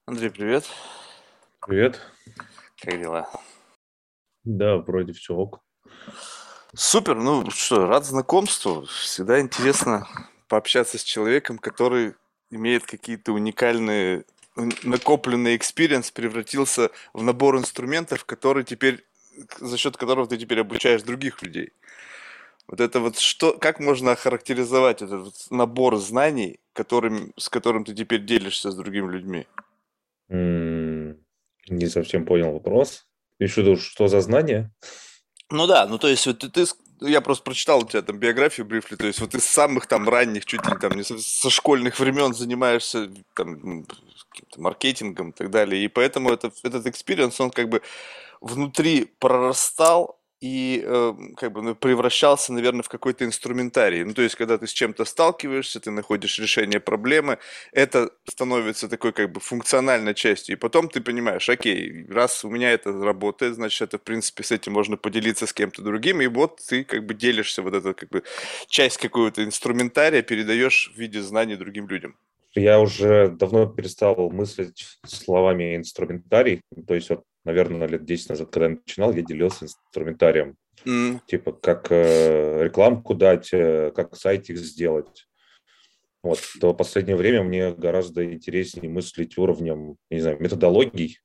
Андрей, привет. Привет. Как дела? Да, вроде все ок. Супер, ну что, рад знакомству. Всегда интересно пообщаться с человеком, который имеет какие-то уникальные, накопленный экспириенс, превратился в набор инструментов, который теперь, за счет которого ты теперь обучаешь других людей. Вот это вот что, как можно охарактеризовать этот вот набор знаний, с которым ты теперь делишься с другими людьми? Не совсем понял вопрос. Имеешь в виду, что за знание? Ну да, ну то есть вот я просто прочитал у тебя там биографию брифли, то есть вот ты с самых там ранних, чуть ли там не со школьных времен занимаешься там каким-то маркетингом и так далее, и поэтому этот экспириенс, он как бы внутри прорастал и как бы превращался, наверное, в какой-то инструментарий. Ну, то есть, когда ты с чем-то сталкиваешься, ты находишь решение проблемы, это становится такой как бы функциональной частью. И потом ты понимаешь, окей, раз у меня это работает, значит, это, в принципе, с этим можно поделиться с кем-то другим, и вот ты как бы делишься вот эту как бы часть какого-то инструментария, передаешь в виде знаний другим людям. Я уже давно перестал мыслить словами инструментарий. То есть, вот, наверное, лет 10 назад, когда я начинал, я делился инструментарием. М, Типа, как рекламку дать, как сайтик сделать. Вот. То в последнее время мне гораздо интереснее мыслить уровнем, не знаю, методологий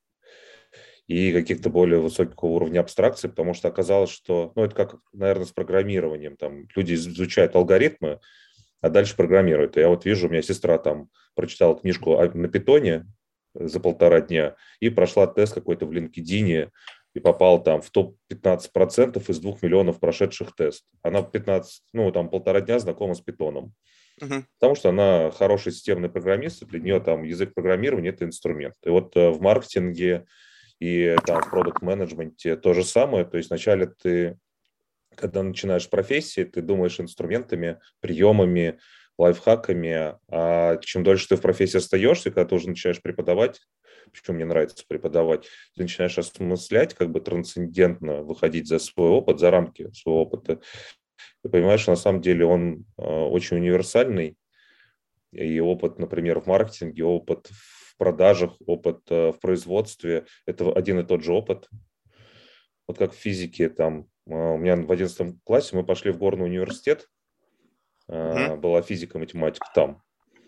и каких-то более высокого уровня абстракции, потому что оказалось, что, ну, это как, наверное, с программированием. Там люди изучают алгоритмы, а дальше программируют. И я вот вижу, у меня сестра там прочитала книжку на питоне за 1,5 дня и прошла тест какой-то в LinkedIn и попала там в топ-15% из 2 миллионов прошедших тест. Она 15, ну, там 1,5 дня знакома с питоном. мгм. Потому что она хороший системный программист, и для нее там язык программирования – это инструмент. И вот в маркетинге и там в продукт-менеджменте то же самое. То есть вначале ты, когда начинаешь профессии, ты думаешь инструментами, приемами, лайфхаками, а чем дольше ты в профессии остаешься, когда ты уже начинаешь преподавать, причем мне нравится преподавать, ты начинаешь осмыслять, как бы трансцендентно выходить за свой опыт, за рамки своего опыта. Ты понимаешь, что на самом деле он очень универсальный, и опыт, например, в маркетинге, опыт в продажах, опыт в производстве – это один и тот же опыт. Вот как в физике, там, у меня в 11 классе мы пошли в горный университет, Мгм. была физика, математика там.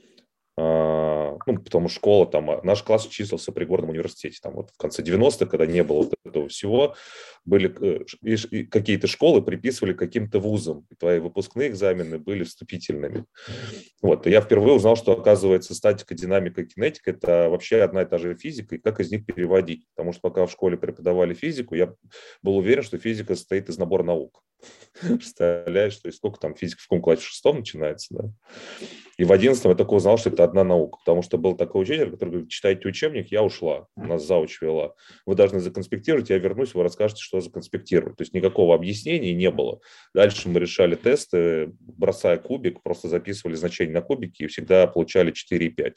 Ну, потому что школа, там, наш класс числился при горном университете. Там вот в конце 90-х, когда не было вот этого всего, были и какие-то школы приписывали каким-то вузам, и твои выпускные экзамены были вступительными. Вот, и я впервые узнал, что, оказывается, статика, динамика, кинетика – это вообще одна и та же физика, и как из них переводить. Потому что пока в школе преподавали физику, я был уверен, что физика состоит из набора наук. Представляешь, то есть сколько там физика в каком классе? В шестом начинается, да? И в 11 я только узнал, что это одна наука, потому что был такой учитель, который говорит: читайте учебник, я ушла, нас зауч вела. Вы должны законспектировать, я вернусь, вы расскажете, что законспектировать. То есть никакого объяснения не было. Дальше мы решали тесты, бросая кубик, просто записывали значение на кубике и всегда получали 4 и 5.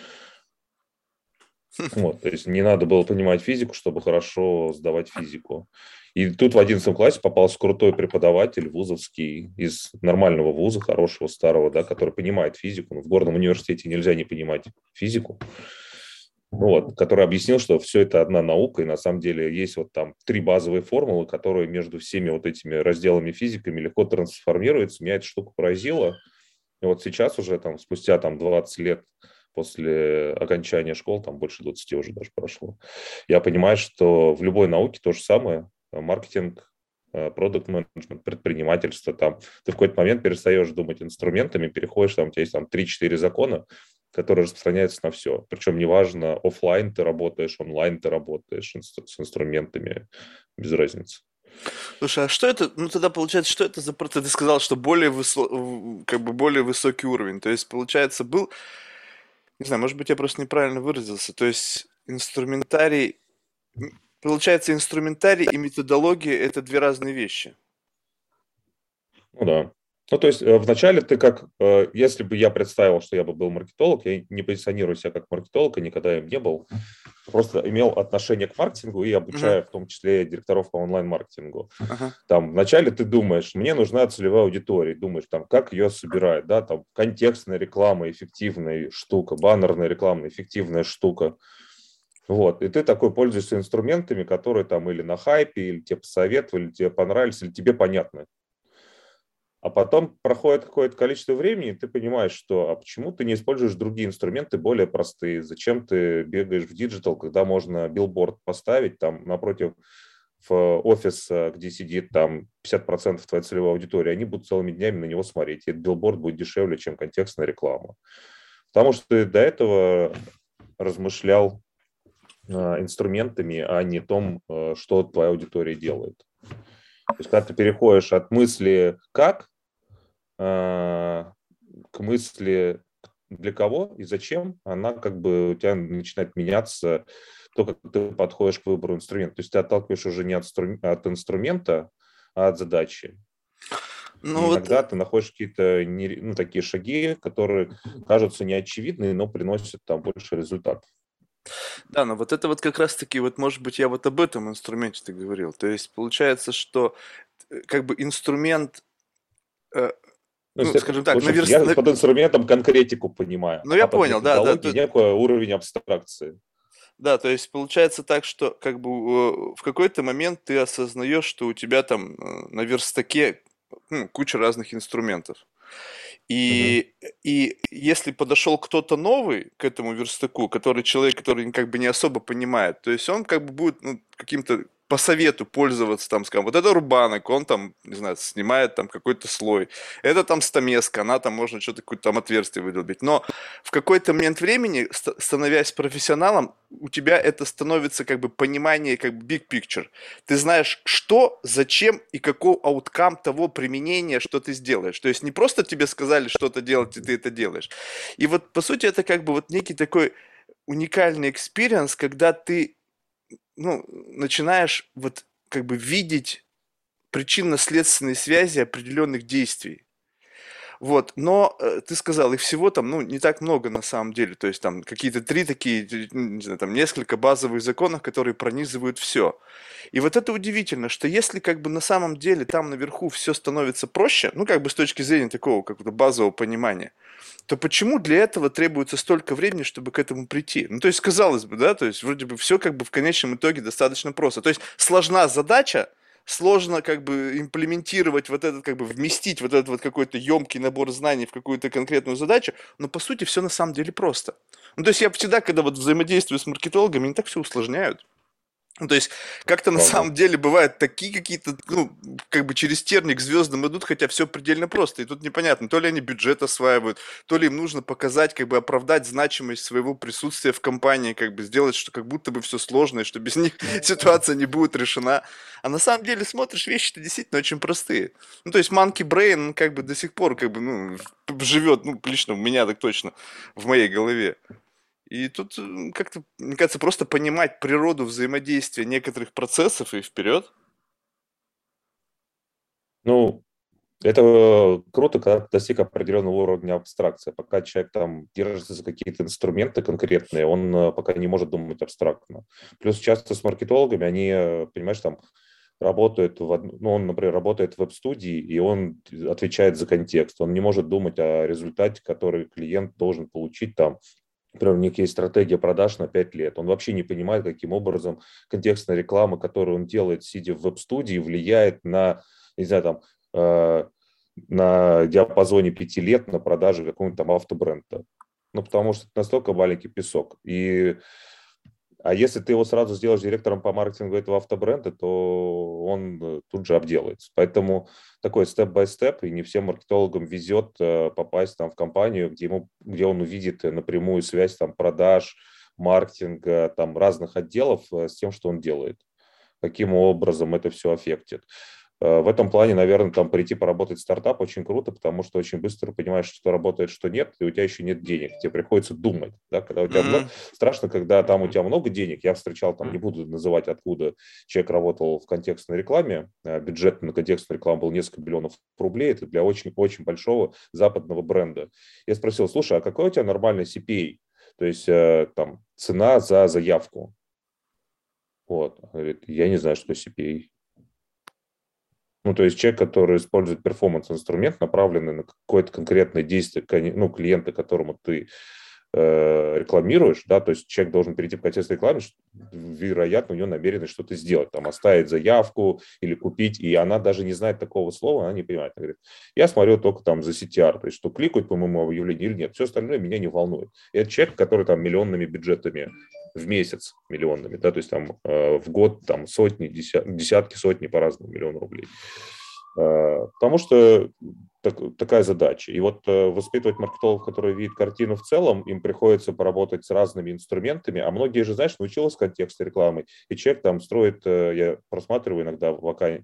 Вот, то есть не надо было понимать физику, чтобы хорошо сдавать физику. И тут в 11 классе попался крутой преподаватель вузовский из нормального вуза, хорошего, старого, да, который понимает физику. Но в горном университете нельзя не понимать физику. Вот, который объяснил, что все это одна наука, и на самом деле есть вот там 3 базовые формулы, которые между всеми вот этими разделами физиками легко трансформируются. Меня эта штука поразила. И вот сейчас уже там спустя там 20 лет после окончания школ, там больше 20 уже даже прошло, я понимаю, что в любой науке то же самое. Маркетинг, продукт-менеджмент, предпринимательство, там ты в какой-то момент перестаешь думать инструментами, переходишь, там у тебя есть там 3-4 закона, которые распространяются на все. Причем неважно, офлайн ты работаешь, онлайн ты работаешь с инструментами, без разницы. Слушай, а что это, ну тогда получается, что это за процесс? Ты сказал, что более как бы более высокий уровень. То есть, получается, был, не знаю, может быть, я просто неправильно выразился. То есть, получается, инструментарий и методология – это две разные вещи. Ну да. Ну, то есть вначале ты как, если бы я представил, что я бы был маркетолог, я не позиционирую себя как маркетолог, и никогда им не был, просто имел отношение к маркетингу и Мгм. обучаю в том числе директоров по онлайн-маркетингу. Ага. Там вначале ты думаешь, мне нужна целевая аудитория, думаешь, там, как ее собирать, да, там, контекстная реклама, эффективная штука, баннерная реклама, эффективная штука. Вот, и ты такой пользуешься инструментами, которые там или на хайпе, или тебе посоветовали, или тебе понравились, или тебе понятны. А потом проходит какое-то количество времени, и ты понимаешь, что а почему ты не используешь другие инструменты, более простые? Зачем ты бегаешь в диджитал, когда можно билборд поставить там напротив в офис, где сидит там 50% твоей целевой аудитории, они будут целыми днями на него смотреть. И этот билборд будет дешевле, чем контекстная реклама. Потому что ты до этого размышлял инструментами, а не том, что твоя аудитория делает. То есть, когда ты переходишь от мысли «как» к мысли «для кого» и «зачем», она как бы у тебя начинает меняться то, как ты подходишь к выбору инструмента. То есть ты отталкиваешь уже не от инструмента, а от задачи. Ну И вот, иногда ты находишь какие-то ну, такие шаги, которые кажутся неочевидными, но приносят там больше результатов. да, но вот это вот как раз-таки, вот может быть, я вот об этом инструменте ты говорил. То есть получается, что как бы инструмент, э, Ну, ну, скажем в так, общем, я под инструментом конкретику понимаю, ну, а я под понял, да, да, методологией некий уровень абстракции. да, то есть получается так, что как бы в какой-то момент ты осознаешь, что у тебя там на верстаке куча разных инструментов. Мгм. И если подошел кто-то новый к этому верстаку, который человек, который как бы не особо понимает, то есть он как бы будет каким-то по совету пользоваться, там, скажем, вот это рубанок, он там, не знаю, снимает там какой-то слой, это там стамеска, она там можно что-то, какое-то там отверстие выдолбить, но в какой-то момент времени, становясь профессионалом, у тебя это становится как бы понимание, как бы big picture, ты знаешь, что, зачем и какой ауткам того применения, что ты сделаешь. То есть не просто тебе сказали что-то делать, и ты это делаешь. И вот, по сути, это как бы вот некий такой уникальный экспириенс, когда ты, ну, начинаешь вот как бы видеть причинно-следственные связи определенных действий. Вот, но ты сказал, их всего там, ну, не так много на самом деле. То есть там какие-то три такие, не знаю, там несколько базовых законов, которые пронизывают все. И вот это удивительно, что если как бы на самом деле там наверху все становится проще, ну, как бы с точки зрения такого какого-то базового понимания, то почему для этого требуется столько времени, чтобы к этому прийти? Ну, то есть, казалось бы, да, то есть вроде бы все как бы в конечном итоге достаточно просто. То есть сложна задача, сложно как бы имплементировать вот этот, как бы вместить вот этот вот какой-то емкий набор знаний в какую-то конкретную задачу, но по сути все на самом деле просто. Ну, то есть я всегда, когда вот взаимодействую с маркетологами, они так все усложняют. Ну, то есть, как-то на Правда. самом деле бывают такие какие-то, ну, как бы через терник к звездам идут, хотя все предельно просто. И тут непонятно, то ли они бюджет осваивают, то ли им нужно показать, как бы оправдать значимость своего присутствия в компании, как бы сделать, что как будто бы все сложно, и что без них ситуация не будет решена. А на самом деле смотришь, вещи-то действительно очень простые. Ну, то есть Monkey Brain, он как бы до сих пор, как бы, ну, живет, ну, лично у меня так точно, в моей голове. И тут как-то, мне кажется, просто понимать природу взаимодействия некоторых процессов и вперед. Ну, это круто, когда ты достиг определенного уровня абстракции. Пока человек там держится за какие-то инструменты конкретные, он пока не может думать абстрактно. Плюс часто с маркетологами они, понимаешь, там работают, ну, он, например, работает в веб-студии, и он отвечает за контекст. Он не может думать о результате, который клиент должен получить там. Например, у них есть стратегия продаж на 5 лет. Он вообще не понимает, каким образом контекстная реклама, которую он делает, сидя в веб-студии, влияет на, не знаю, там, э, на диапазоне 5 лет на продаже какого-нибудь там автобренда. Ну, потому что это настолько маленький песок. А если ты его сразу сделаешь директором по маркетингу этого автобренда, то он тут же обделается. Поэтому такой степ-бай-степ, и не всем маркетологам везет попасть там в компанию, где он увидит напрямую связь там продаж, маркетинга, там разных отделов с тем, что он делает. Каким образом это все аффектит. В этом плане, наверное, там прийти поработать в стартап очень круто, потому что очень быстро понимаешь, что работает, что нет, и у тебя еще нет денег. Тебе приходится думать. Да? Когда у тебя много... Мгм. Страшно, когда там у тебя много денег. Я встречал, там не буду называть, откуда человек работал в контекстной рекламе. Бюджет на контекстную рекламу был несколько миллионов рублей. Это для очень-очень большого западного бренда. Я спросил, слушай, а какой у тебя нормальный CPA? То есть там цена за заявку. Вот. Он говорит, я не знаю, что CPA. Ну, то есть человек, который использует перформанс-инструмент, направленный на какое-то конкретное действие, ну, клиента, которому ты рекламируешь, да, то есть человек должен перейти в контекст рекламы, вероятно, у него намеренность что-то сделать, там, оставить заявку или купить, и она даже не знает такого слова, она не понимает. Она говорит, я смотрю только там за CTR, то есть что кликают по моему объявлению или нет, все остальное меня не волнует. И это человек, который там миллионными бюджетами в месяц, миллионными, да, то есть там в год там сотни, десятки, сотни по-разному миллион рублей. Потому что такая задача. И вот воспитывать маркетологов, которые видят картину в целом, им приходится поработать с разными инструментами, а многие же, знаешь, научились контекста рекламы, и человек там строит, я просматриваю иногда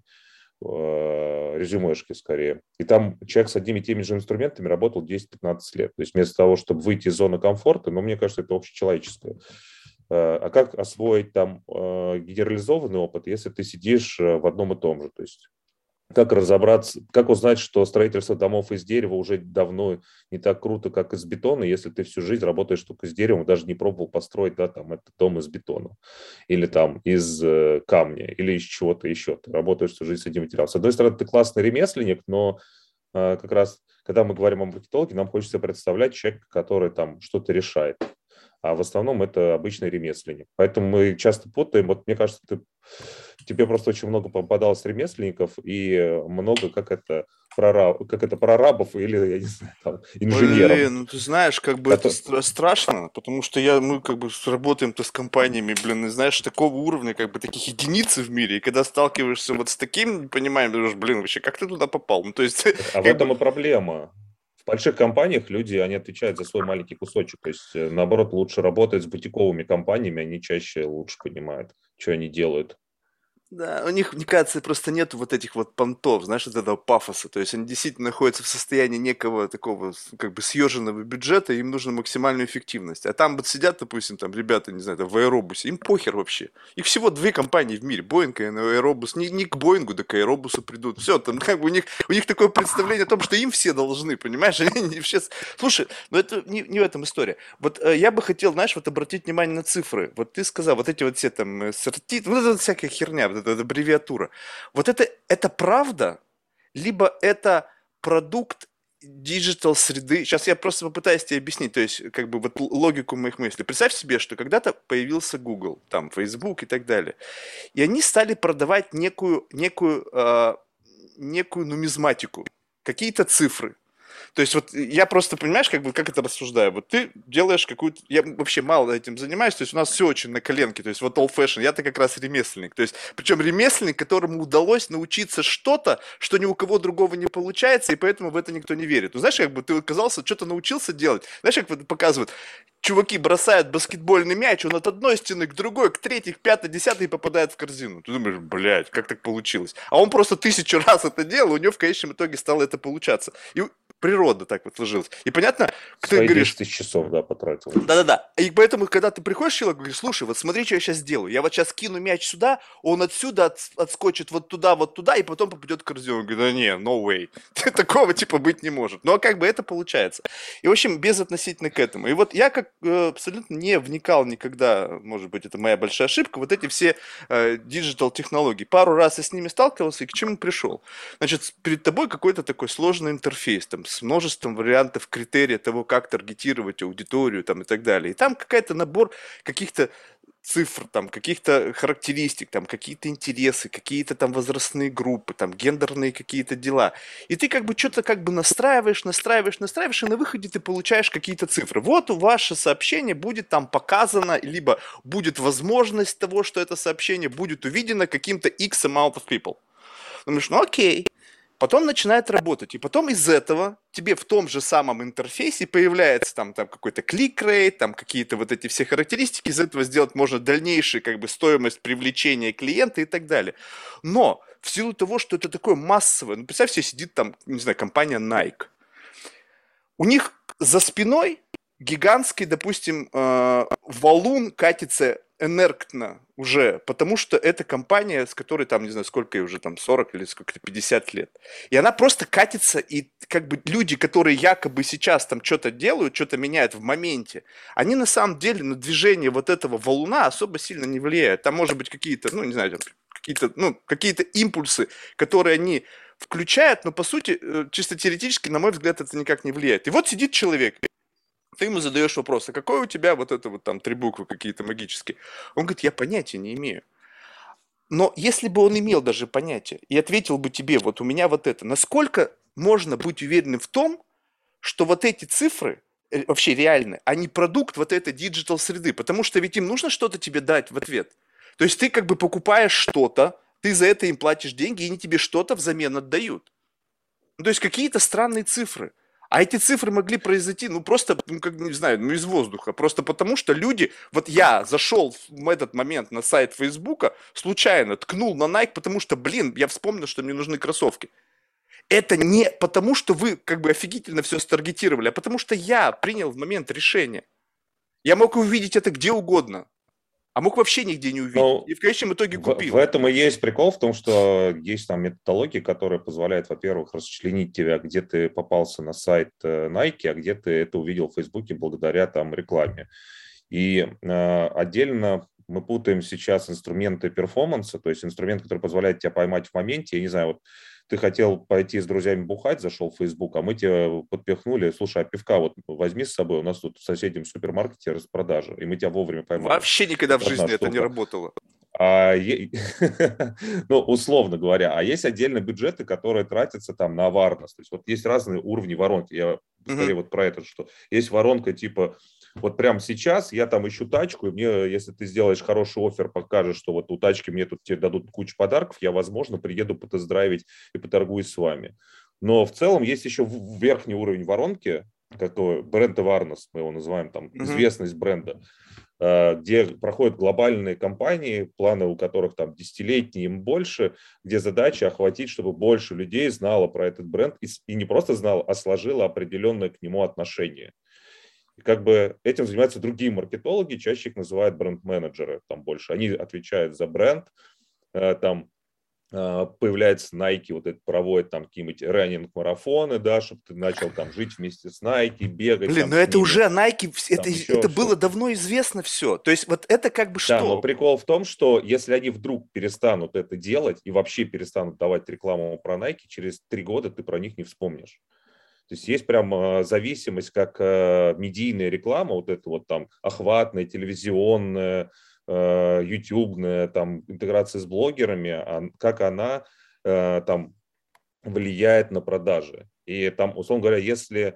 резюмешки скорее, и там человек с одними и теми же инструментами работал 10-15 лет. То есть вместо того, чтобы выйти из зоны комфорта, ну, мне кажется, это общечеловеческое. А как освоить там генерализованный опыт, если ты сидишь в одном и том же? То есть как разобраться, как узнать, что строительство домов из дерева уже давно не так круто, как из бетона, если ты всю жизнь работаешь только с деревом, даже не пробовал построить, да, там, этот дом из бетона, или там из камня, или из чего-то еще. Ты работаешь всю жизнь с этим материалом. С одной стороны, ты классный ремесленник, но как раз, когда мы говорим о маркетологе, нам хочется представлять человека, который там что-то решает. А в основном это обычный ремесленник. Поэтому мы часто путаем. Вот мне кажется, тебе просто очень много попадалось ремесленников и много как это прорабов или, я не знаю, там, инженеров. Блин, ну ты знаешь, как бы это страшно, потому что мы как бы работаем-то с компаниями, блин, и знаешь, такого уровня, как бы таких единиц в мире, и когда сталкиваешься вот с таким пониманием, ты думаешь, блин, вообще, как ты туда попал? Ну, то есть, А в как бы, этом и проблема. В больших компаниях люди, они отвечают за свой маленький кусочек. То есть, наоборот, лучше работать с бутиковыми компаниями, они чаще лучше понимают, что они делают. да, у них, мне кажется, просто нету вот этих вот понтов, знаешь, вот этого пафоса. То есть они действительно находятся в состоянии некого такого как бы съеженного бюджета, им нужна максимальная эффективность. А там вот сидят, допустим, там ребята, не знаю, там, в Аэробусе, им похер вообще. Их всего две компании в мире, Боинг и Аэробус. Не к Боингу, да к Аэробусу придут. Все, там как бы у них такое представление о том, что им все должны, понимаешь? Они не все... Слушай, но это не в этом история. Вот я бы хотел, знаешь, вот обратить внимание на цифры. Вот ты сказал, вот эти вот все там вот эта всякая херня, вот эта аббревиатура. Вот это правда, либо это продукт диджитал среды. Сейчас я просто попытаюсь тебе объяснить, то есть как бы вот логику моих мыслей. Представь себе, что когда-то появился Google, там Facebook и так далее, и они стали продавать некую нумизматику, какие-то цифры. То есть вот я просто, понимаешь, как бы как это рассуждаю. Вот ты делаешь какую-то... Я вообще мало этим занимаюсь, то есть у нас все очень на коленке. То есть вот old fashion, я-то как раз ремесленник. То есть причем ремесленник, которому удалось научиться что-то, что ни у кого другого не получается, и поэтому в это никто не верит. Ну знаешь, как бы ты оказался, что-то научился делать. Знаешь, как вот показывают, чуваки бросают баскетбольный мяч, он от одной стены к другой, к третьей, к пятой, десятой и попадает в корзину. Ты думаешь, блядь, как так получилось? А он просто 1000 раз это делал, и у него в конечном итоге стало это получаться. И природа так вот сложилась. И понятно, ты Свои говоришь, 10 тысяч часов, да, потратил. да-да-да. И поэтому, когда ты приходишь к человеку, говоришь, слушай, вот смотри, что я сейчас сделаю. Я вот сейчас кину мяч сюда, он отсюда отскочит вот туда, и потом попадет в корзину. Он говорит, да не, no way. Такого типа быть не может. Но как бы это получается. И, в общем, безотносительно к этому. И вот я как абсолютно не вникал никогда, может быть, это моя большая ошибка, вот эти все диджитал-технологии. Пару раз я с ними сталкивался, и к чему пришел? Значит, перед тобой какой-то такой сложный интерфейс, там, с множеством вариантов, критерий того, как таргетировать аудиторию, там, и так далее. И там какой-то набор каких-то цифр, там, каких-то характеристик, там, какие-то интересы, какие-то там возрастные группы, там, гендерные какие-то дела. И ты как бы что-то как бы настраиваешь, и на выходе ты получаешь какие-то цифры. Вот у ваше сообщение будет там показано, либо будет возможность того, что это сообщение будет увидено каким-то X amount of people. Думаешь, ну окей. Потом начинает работать. И потом из этого тебе в том же самом интерфейсе появляется там какой-то клик-рейт, там какие-то вот эти все характеристики. Из этого сделать можно дальнейшую как бы стоимость привлечения клиента и так далее. Но в силу того, что это такое массовое, ну представь себе, сидит там, не знаю, компания Nike. У них за спиной гигантский, допустим, валун катится энергно уже, потому что это компания, с которой там, не знаю, сколько ей уже, там 40 или сколько-то, 50 лет. И она просто катится, и как бы люди, которые якобы сейчас там что-то делают, что-то меняют в моменте, они на самом деле на движение вот этого валуна особо сильно не влияют. Там может быть какие-то, ну, не знаю, там, какие-то импульсы, которые они включают, но по сути, чисто теоретически, на мой взгляд, это никак не влияет. И вот сидит человек, Ты ему задаешь вопрос, а какое у тебя вот это вот там 3 буквы какие-то магические? Он говорит, я понятия не имею. Но если бы он имел даже понятие и ответил бы тебе, вот у меня вот это, насколько можно быть уверенным в том, что вот эти цифры вообще реальны, а не продукт вот этой диджитал среды, потому что ведь им нужно что-то тебе дать в ответ. То есть ты как бы покупаешь что-то, ты за это им платишь деньги, и они тебе что-то взамен отдают. Ну, то есть какие-то странные цифры. А эти цифры могли произойти, ну, просто, ну, как, не знаю, ну, из воздуха. Просто потому, что люди... Вот я зашел в этот момент на сайт Фейсбука, случайно ткнул на Nike, потому что, блин, я вспомнил, что мне нужны кроссовки. Это не потому, что вы как бы офигительно все старгетировали, а потому что я принял в момент решение. Я мог увидеть это где угодно, а мог вообще нигде не увидеть. Ну, И в конечном итоге в купил. этом и есть прикол в том, что есть там методология, которая позволяет, во-первых, расчленить тебя, где ты попался на сайт Nike, а где ты это увидел в Фейсбуке благодаря там рекламе. И отдельно мы путаем сейчас инструменты перформанса, то есть инструмент, который позволяет тебя поймать в моменте. Я не знаю, вот ты хотел пойти с друзьями бухать, зашел в Facebook, а мы тебе подпихнули, слушай, а пивка вот возьми с собой, у нас тут в соседнем супермаркете распродажа, и мы тебя вовремя поймали. Вообще никогда в Это одна жизни это не штука. работало. А, ну, условно говоря, а есть отдельно бюджеты, которые тратятся там на awareness. То есть вот есть разные уровни воронки. Я Мгм. скорее вот про это, что есть воронка типа вот прямо сейчас я там ищу тачку, и мне, если ты сделаешь хороший оффер, покажешь, что вот у тачки мне тут тебе дадут кучу подарков, я, возможно, приеду потест-драйвить и поторгуюсь с вами. Но в целом есть еще верхний уровень воронки, какой бренд awareness, мы его называем, там, Мгм. известность бренда, где проходят глобальные кампании, планы у которых там десятилетние, им больше, где задача охватить, чтобы больше людей знало про этот бренд и не просто знало, а сложило определенное к нему отношение. И как бы этим занимаются другие маркетологи, чаще их называют бренд-менеджеры, там больше. Они отвечают за бренд, там появляется Nike, вот это проводит там какие-нибудь раннинг-марафоны, да, чтобы ты начал там жить вместе с Nike, бегать Блин, там но с это ними, уже Nike, там это еще было что-то. давно известно все. То есть вот это как бы Да, но что? прикол в том, что если они вдруг перестанут это делать и вообще перестанут давать рекламу про Nike, через 3 года ты про них не вспомнишь. То есть есть прям зависимость, как медийная реклама, вот это вот там охватная, телевизионная, ютубная, там интеграция с блогерами, как она там влияет на продажи. И там, условно говоря, если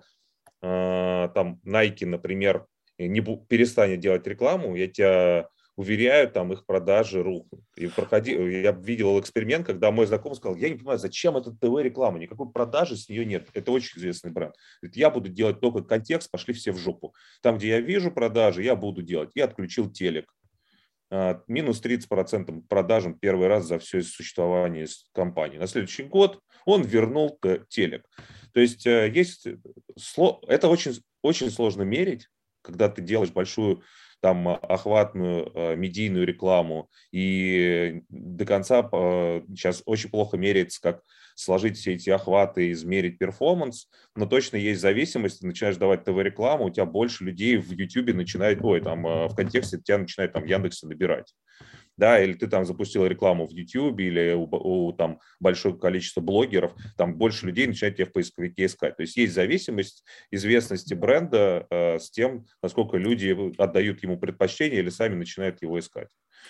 там Nike, например, перестанет делать рекламу, я тебя уверяю, там их продажи рухнут. Я видел эксперимент, когда мой знакомый сказал, я не понимаю, зачем эта ТВ-реклама, никакой продажи с нее нет. Это очень известный бренд. Говорит, я буду делать только контекст, пошли все в жопу. Там, где я вижу продажи, я буду делать. И отключил телек. Минус 30% продажам первый раз за все существование компании. На следующий год он вернул телек. То есть это очень, очень сложно мерить, когда ты делаешь большую там охватную медийную рекламу, и до конца сейчас очень плохо меряется, как сложить все эти охваты, измерить перформанс, но точно есть зависимость, ты начинаешь давать ТВ-рекламу, у тебя больше людей в Ютубе начинает, в контексте тебя начинает там в Яндексе набирать. Да, или ты там запустил рекламу в YouTube, или у там большое количество блогеров, там больше людей начинает тебя в поисковике искать. То есть есть зависимость известности бренда с тем, насколько люди отдают ему предпочтение или сами начинают его искать.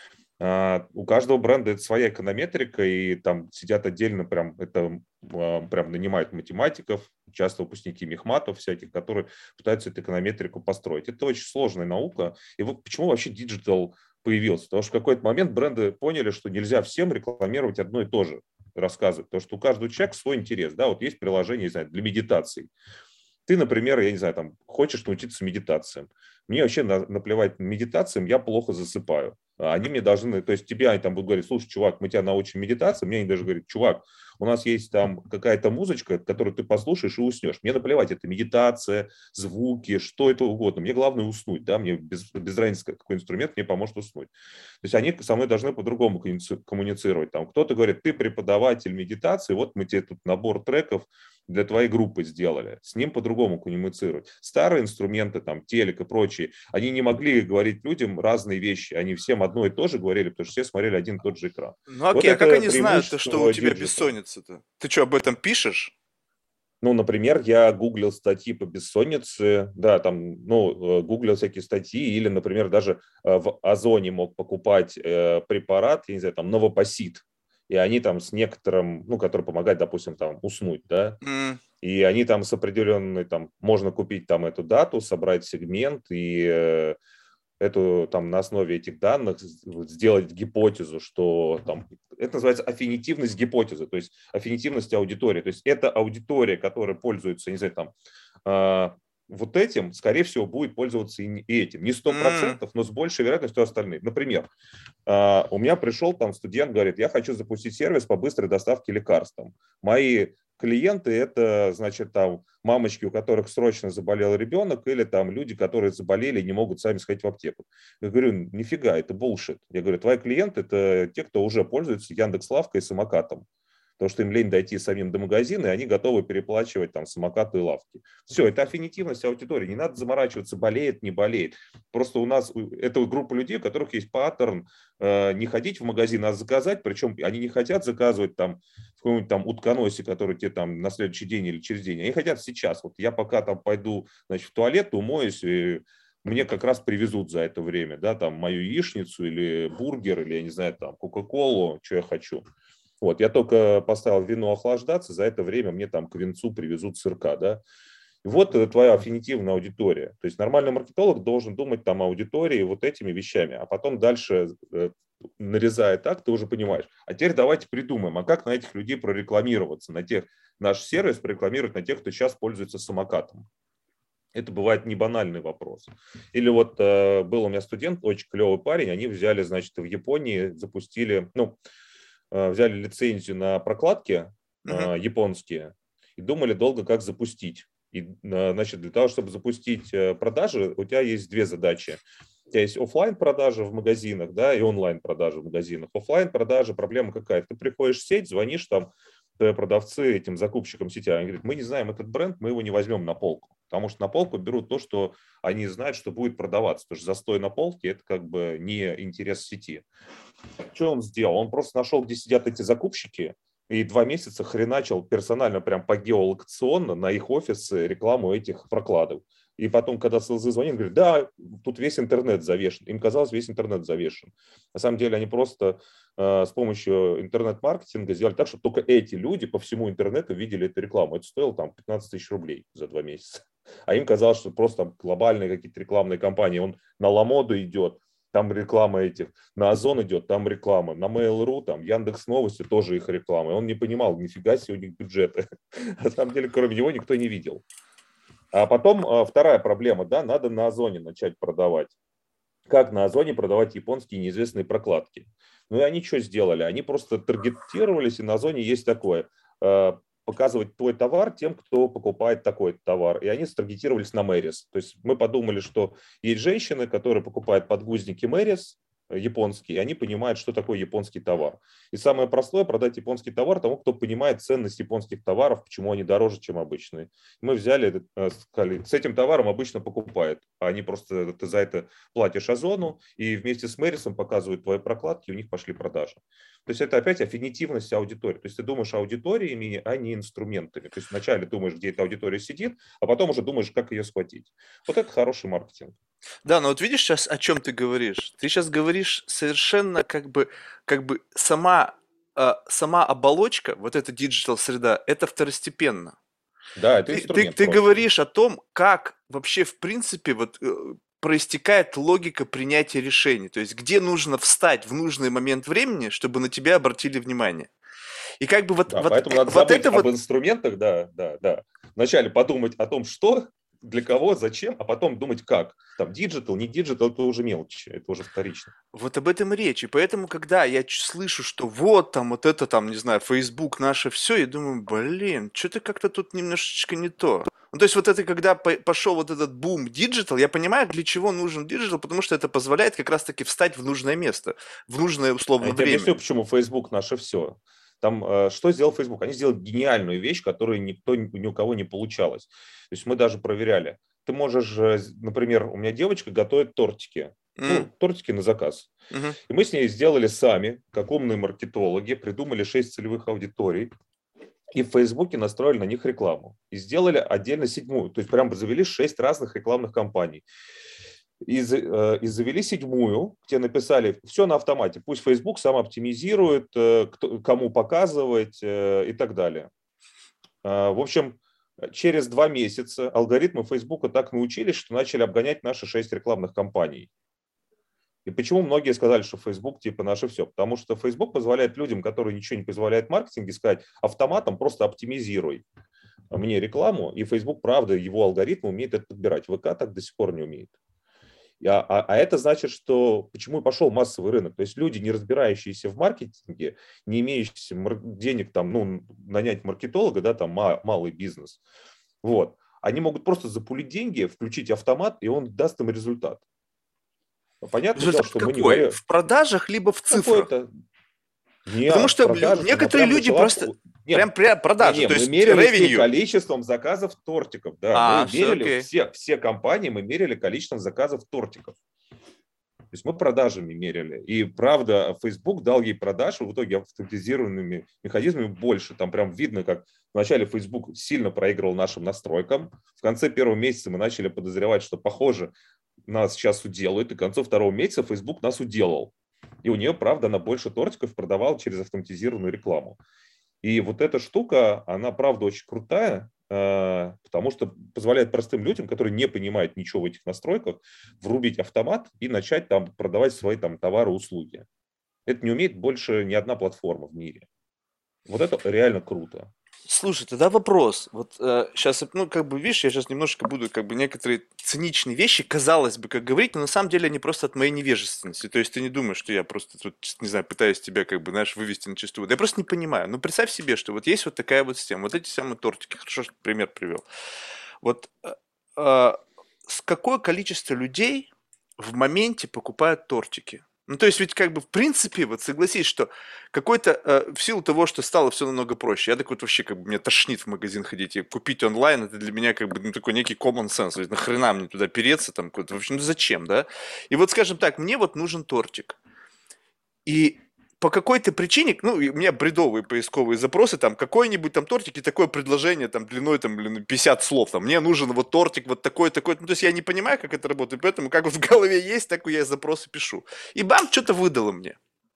У каждого бренда это своя эконометрика, и там сидят отдельно, прям нанимают математиков, часто выпускники мехматов всяких, которые пытаются эту эконометрику построить. Это очень сложная наука. И вот почему вообще диджитал появился? Потому что в какой-то момент бренды поняли, что нельзя всем рекламировать одно и то же, рассказывать. Потому что у каждого человека свой интерес. Да, вот есть приложение, не знаю, для медитации. Ты, например, я не знаю, там, хочешь научиться медитациям. Мне вообще наплевать на медитациям, я плохо засыпаю. Они мне должны, то есть тебе они там будут говорить, слушай, чувак, мы тебя научим медитации. Мне они даже говорят, чувак, у нас есть там какая-то музычка, которую ты послушаешь и уснешь. Мне наплевать, это медитация, звуки, что это угодно. Мне главное уснуть, да, мне без разницы, какой инструмент мне поможет уснуть. То есть они со мной должны по-другому коммуницировать. Там кто-то говорит, ты преподаватель медитации, вот мы тебе тут набор треков для твоей группы сделали. С ним по-другому коммуницировать. Старые инструменты, там, телек и прочие, они не могли говорить людям разные вещи. Они всем одно и то же говорили, потому что все смотрели один и тот же экран. Ну Вот окей, а как это они знают-то, что у преимущество тебя диджитала. бессонница-то? Ты что, об этом пишешь? Ну, например, я гуглил статьи по бессоннице, да, там, ну, гуглил всякие статьи, или, например, даже в Озоне мог покупать препарат, я не знаю, там, Новопосит, и они там с некоторым, ну, который помогает, допустим, там, уснуть, да, М, и они там с определенной, там, можно купить там эту дату, собрать сегмент и эту там на основе этих данных сделать гипотезу, что там это называется аффинитивность гипотезы, то есть аффинитивность аудитории. То есть это аудитория, которая пользуется, не знаю, там вот этим, скорее всего, будет пользоваться и этим. Не сто м, процентов, но с большей вероятностью остальные. Например, у меня пришел там студент, говорит, я хочу запустить сервис по быстрой доставке лекарств. Мои клиенты – это, значит, там мамочки, у которых срочно заболел ребенок, или там люди, которые заболели и не могут сами сходить в аптеку. Я говорю, нифига, это bullshit. Я говорю, твои клиенты – это те, кто уже пользуется Яндекс.Лавкой и самокатом. Потому что им лень дойти самим до магазина, и они готовы переплачивать там самокаты и лавки. Все, это аффинитивность аудитории. Не надо заморачиваться, болеет, не болеет. Просто у нас это группа людей, у которых есть паттерн не ходить в магазин, а заказать. Причем они не хотят заказывать там в каком-нибудь там утконосе, который тебе там на следующий день или через день. Они хотят сейчас. Вот я пока там пойду, значит, в туалет, умоюсь, и мне как раз привезут за это время, да, там мою яичницу или бургер, или, я не знаю, там кока-колу, что я хочу. Вот, я только поставил вино охлаждаться, за это время мне там к винцу привезут сырка, да. Вот твоя аффинитивная аудитория. То есть нормальный маркетолог должен думать там о аудитории вот этими вещами, а потом дальше, нарезая так, ты уже понимаешь. А теперь давайте придумаем, а как на этих людей прорекламироваться, на тех, наш сервис прорекламировать на тех, кто сейчас пользуется самокатом. Это бывает не банальный вопрос. Или вот был у меня студент, очень клевый парень, они взяли, значит, в Японии запустили, ну, взяли лицензию на прокладки мгм. японские и думали долго, как запустить. И, значит, для того, чтобы запустить продажи, у тебя есть две задачи. У тебя есть офлайн продажи в магазинах, да, и онлайн продажи в магазинах. Офлайн продажи, проблема какая? Ты приходишь в сеть, звонишь там, продавцы этим закупщикам сети, они говорят, мы не знаем этот бренд, мы его не возьмем на полку. Потому что на полку берут то, что они знают, что будет продаваться. Потому что застой на полке – это как бы не интерес сети. Что он сделал? Он просто нашел, где сидят эти закупщики, и 2 месяца хреначил персонально прям по геолокационно на их офисы рекламу этих прокладов. И потом, когда СЛЗ звонит, говорит, да, тут весь интернет завешен. Им казалось, весь интернет завешен. На самом деле они просто с помощью интернет-маркетинга сделали так, чтобы только эти люди по всему интернету видели эту рекламу. Это стоило там 15 тысяч рублей за 2 месяца. А им казалось, что просто там глобальные какие-то рекламные кампании. Он на Ламоду идет, там реклама этих, на Озон идет, там реклама, на Mail.ru, там Яндекс Новости тоже их реклама. И он не понимал, нифига себе у них бюджеты. На самом деле, кроме него никто не видел. А потом вторая проблема, да, надо на Озоне начать продавать. Как на Озоне продавать японские неизвестные прокладки? Ну и они что сделали? Они просто таргетировались, и на Озоне есть такое. Показывать твой товар тем, кто покупает такой товар. И они старгетировались на Мэрис. То есть мы подумали, что есть женщины, которые покупают подгузники Мэрис, японские, и они понимают, что такое японский товар. И самое простое – продать японский товар тому, кто понимает ценность японских товаров, почему они дороже, чем обычные. Мы взяли, сказали, с этим товаром обычно покупают, а они просто, ты за это платишь Озону, и вместе с Мэрисом показывают твои прокладки, и у них пошли продажи. То есть это опять аффинитивность аудитории. То есть ты думаешь аудиториями, а не инструментами. То есть вначале думаешь, где эта аудитория сидит, а потом уже думаешь, как ее схватить. Вот это хороший маркетинг. Да, но вот видишь сейчас, о чем ты говоришь? Ты сейчас говоришь совершенно как бы сама оболочка, вот эта диджитал среда, это второстепенно. Да, это Ты, инструмент ты просто. говоришь о том, как вообще в принципе вот проистекает логика принятия решений. То есть где нужно встать в нужный момент времени, чтобы на тебя обратили внимание. И как бы вот, Да, вот, поэтому надо вот забыть это об вот. инструментах, да, да, да. Вначале подумать о том, что, для кого, зачем, а потом думать как. Там диджитал, не диджитал, это уже мелочи, это уже вторично. Вот об этом и речь. И поэтому, когда я слышу, что вот там, вот это там, не знаю, Facebook наше все, я думаю, блин, что-то как-то тут немножечко не то. Ну, то есть вот это, когда пошел вот этот бум диджитал, я понимаю, для чего нужен диджитал, потому что это позволяет как раз-таки встать в нужное место, в нужное А условно я тебе объясню, время. почему Facebook наше все. Там что сделал Facebook? Они сделали гениальную вещь, которая ни у кого не получалась. То есть мы даже проверяли. Ты можешь, например, у меня девочка готовит тортики. М, Ну, тортики на заказ. мгм. И мы с ней сделали сами, как умные маркетологи, придумали 6 целевых аудиторий. и в Фейсбуке настроили на них рекламу. И сделали отдельно седьмую. То есть прям завели 6 разных рекламных кампаний. И завели седьмую, где написали все на автомате. Пусть Facebook сам оптимизирует, кому показывать и так далее. В общем, через 2 месяца алгоритмы Фейсбука так научились, что начали обгонять наши 6 рекламных кампаний. И почему многие сказали, что Facebook типа наше все? Потому что Facebook позволяет людям, которые ничего не позволяет в маркетинге, сказать автоматом просто оптимизируй мне рекламу. И Facebook, правда, его алгоритм умеет это подбирать. ВК так до сих пор не умеет. А это значит, что почему и пошел массовый рынок. То есть люди, не разбирающиеся в маркетинге, не имеющие денег там, ну, нанять маркетолога, да, там малый бизнес, вот, они могут просто запулить деньги, включить автомат, и он даст им результат. Понятное дело, Результат что мы не какой? говорим В продажах, либо в цифрах? какой-то не Потому в что продажах, она некоторые прям люди начала... просто Нет, прям продажи, не, то мы есть мерили revenue. количеством заказов тортиков, да, мы Все мерили окей. все компании, мы мерили количеством заказов тортиков. То есть мы продажами мерили. И правда, Facebook дал ей продаж, и в итоге автоматизированными механизмами больше. Там прям видно, как вначале Facebook сильно проигрывал нашим настройкам. В конце первого месяца мы начали подозревать, что, похоже, нас сейчас уделают. И к концу второго месяца Facebook нас уделал. И у нее, правда, она больше тортиков продавала через автоматизированную рекламу. И вот эта штука, она, правда, очень крутая, потому что позволяет простым людям, которые не понимают ничего в этих настройках, врубить автомат и начать там продавать свои там товары и услуги. Это не умеет больше ни одна платформа в мире. Вот это реально круто. Слушай, тогда вопрос. Вот сейчас, ну, как бы, видишь, я сейчас немножко буду, как бы, некоторые циничные вещи, казалось бы, как говорить, но на самом деле они просто от моей невежественности. То есть ты не думаешь, что я просто тут, не знаю, пытаюсь тебя, как бы, знаешь, вывести на чистую воду. Я просто не понимаю. Ну, представь себе, что вот есть вот такая вот система, вот эти самые тортики, хорошо, что пример привел. Вот э, какое количество людей в моменте покупают тортики? Ну, то есть ведь как бы в принципе, вот согласись, что какой-то, в силу того, что стало все намного проще, я такой вот вообще как бы меня тошнит в магазин ходить, и купить онлайн, это для меня как бы ну, такой некий common sense, ведь нахрена мне туда переться, там, в общем, ну зачем, да? И вот, скажем так, мне вот нужен тортик, и по какой-то причине, ну, и у меня бредовые поисковые запросы, там, какой-нибудь там тортик и такое предложение, там, длиной, там, 50 слов, там, мне нужен вот тортик вот такой, такой, ну, то есть я не понимаю, как это работает, поэтому как вот в голове есть, так я запросы пишу. И бам, что-то выдало мне.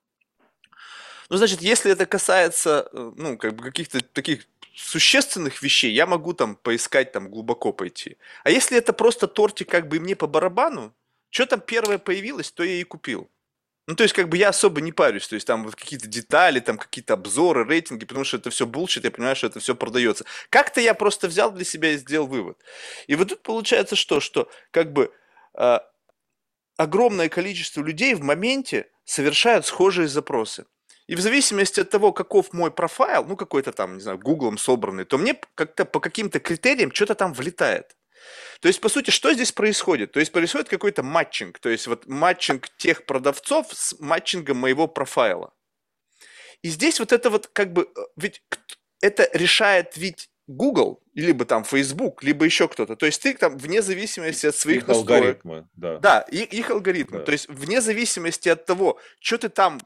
Ну, значит, если это касается, ну, как бы каких-то таких существенных вещей, я могу там поискать, там, глубоко пойти. А если это просто тортик, как бы, и мне по барабану, что там первое появилось, то я и купил. Ну, то есть, как бы я особо не парюсь, то есть там вот какие-то детали, там какие-то обзоры, рейтинги, потому что это все булщит, я понимаю, что это все продается. Как-то я просто взял для себя и сделал вывод. И вот тут получается что как бы э, огромное количество людей в моменте совершают схожие запросы. И в зависимости от того, каков мой профайл, ну какой-то там, не знаю, гуглом собранный, то мне как-то по каким-то критериям что-то там влетает. То есть, по сути, что здесь происходит? То есть, происходит какой-то матчинг, то есть, вот матчинг тех продавцов с матчингом моего профайла. И здесь вот это вот как бы, ведь это решает ведь Google, либо там Facebook, либо еще кто-то. То есть, ты там вне зависимости от своих Их настроек. алгоритмы, да. Да, их алгоритмы. Да. То есть, вне зависимости от того, что ты там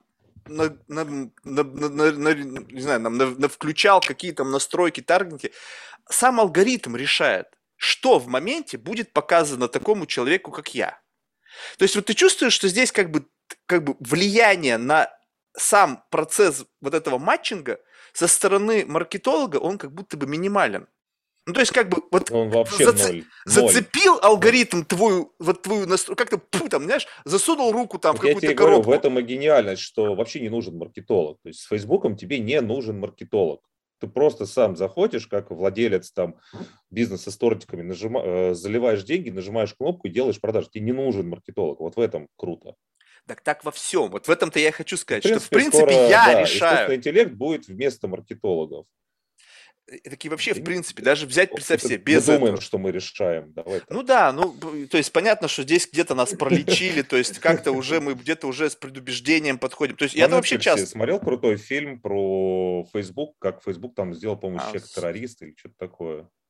не знаю, включал, какие там настройки, таргетинги, сам алгоритм решает, что в моменте будет показано такому человеку, как я. То есть вот ты чувствуешь, что здесь как бы влияние на сам процесс вот этого матчинга со стороны маркетолога, он как будто бы минимален. Ну, то есть, как бы, вот Он вообще ноль. Ноль. зацепил Ноль. алгоритм твою настройку, как-то, там, знаешь, засунул руку там в Так я какую-то тебе говорю, в коробку. этом и гениальность, что вообще не нужен маркетолог. То есть с Фейсбуком тебе не нужен маркетолог. Ты просто сам заходишь, как владелец там бизнеса с тортиками, заливаешь деньги, нажимаешь кнопку и делаешь продажи. Тебе не нужен маркетолог. Вот в этом круто. Так во всем. Вот в этом-то я и хочу И, в сказать, что в принципе, принципе скоро, я да, решаю. искусственный интеллект будет вместо маркетологов. Так и вообще, в И принципе, даже взять, представь себе, это мы без думаем, этого. что мы решаем. Давай так. Ну да, ну, то есть понятно, что здесь где-то нас пролечили, то есть как-то уже мы где-то уже с предубеждением подходим. То есть На я-то вообще Netflix часто... смотрел крутой фильм про Facebook, как Facebook там сделал, по-моему, А, человек-террорист или что-то такое.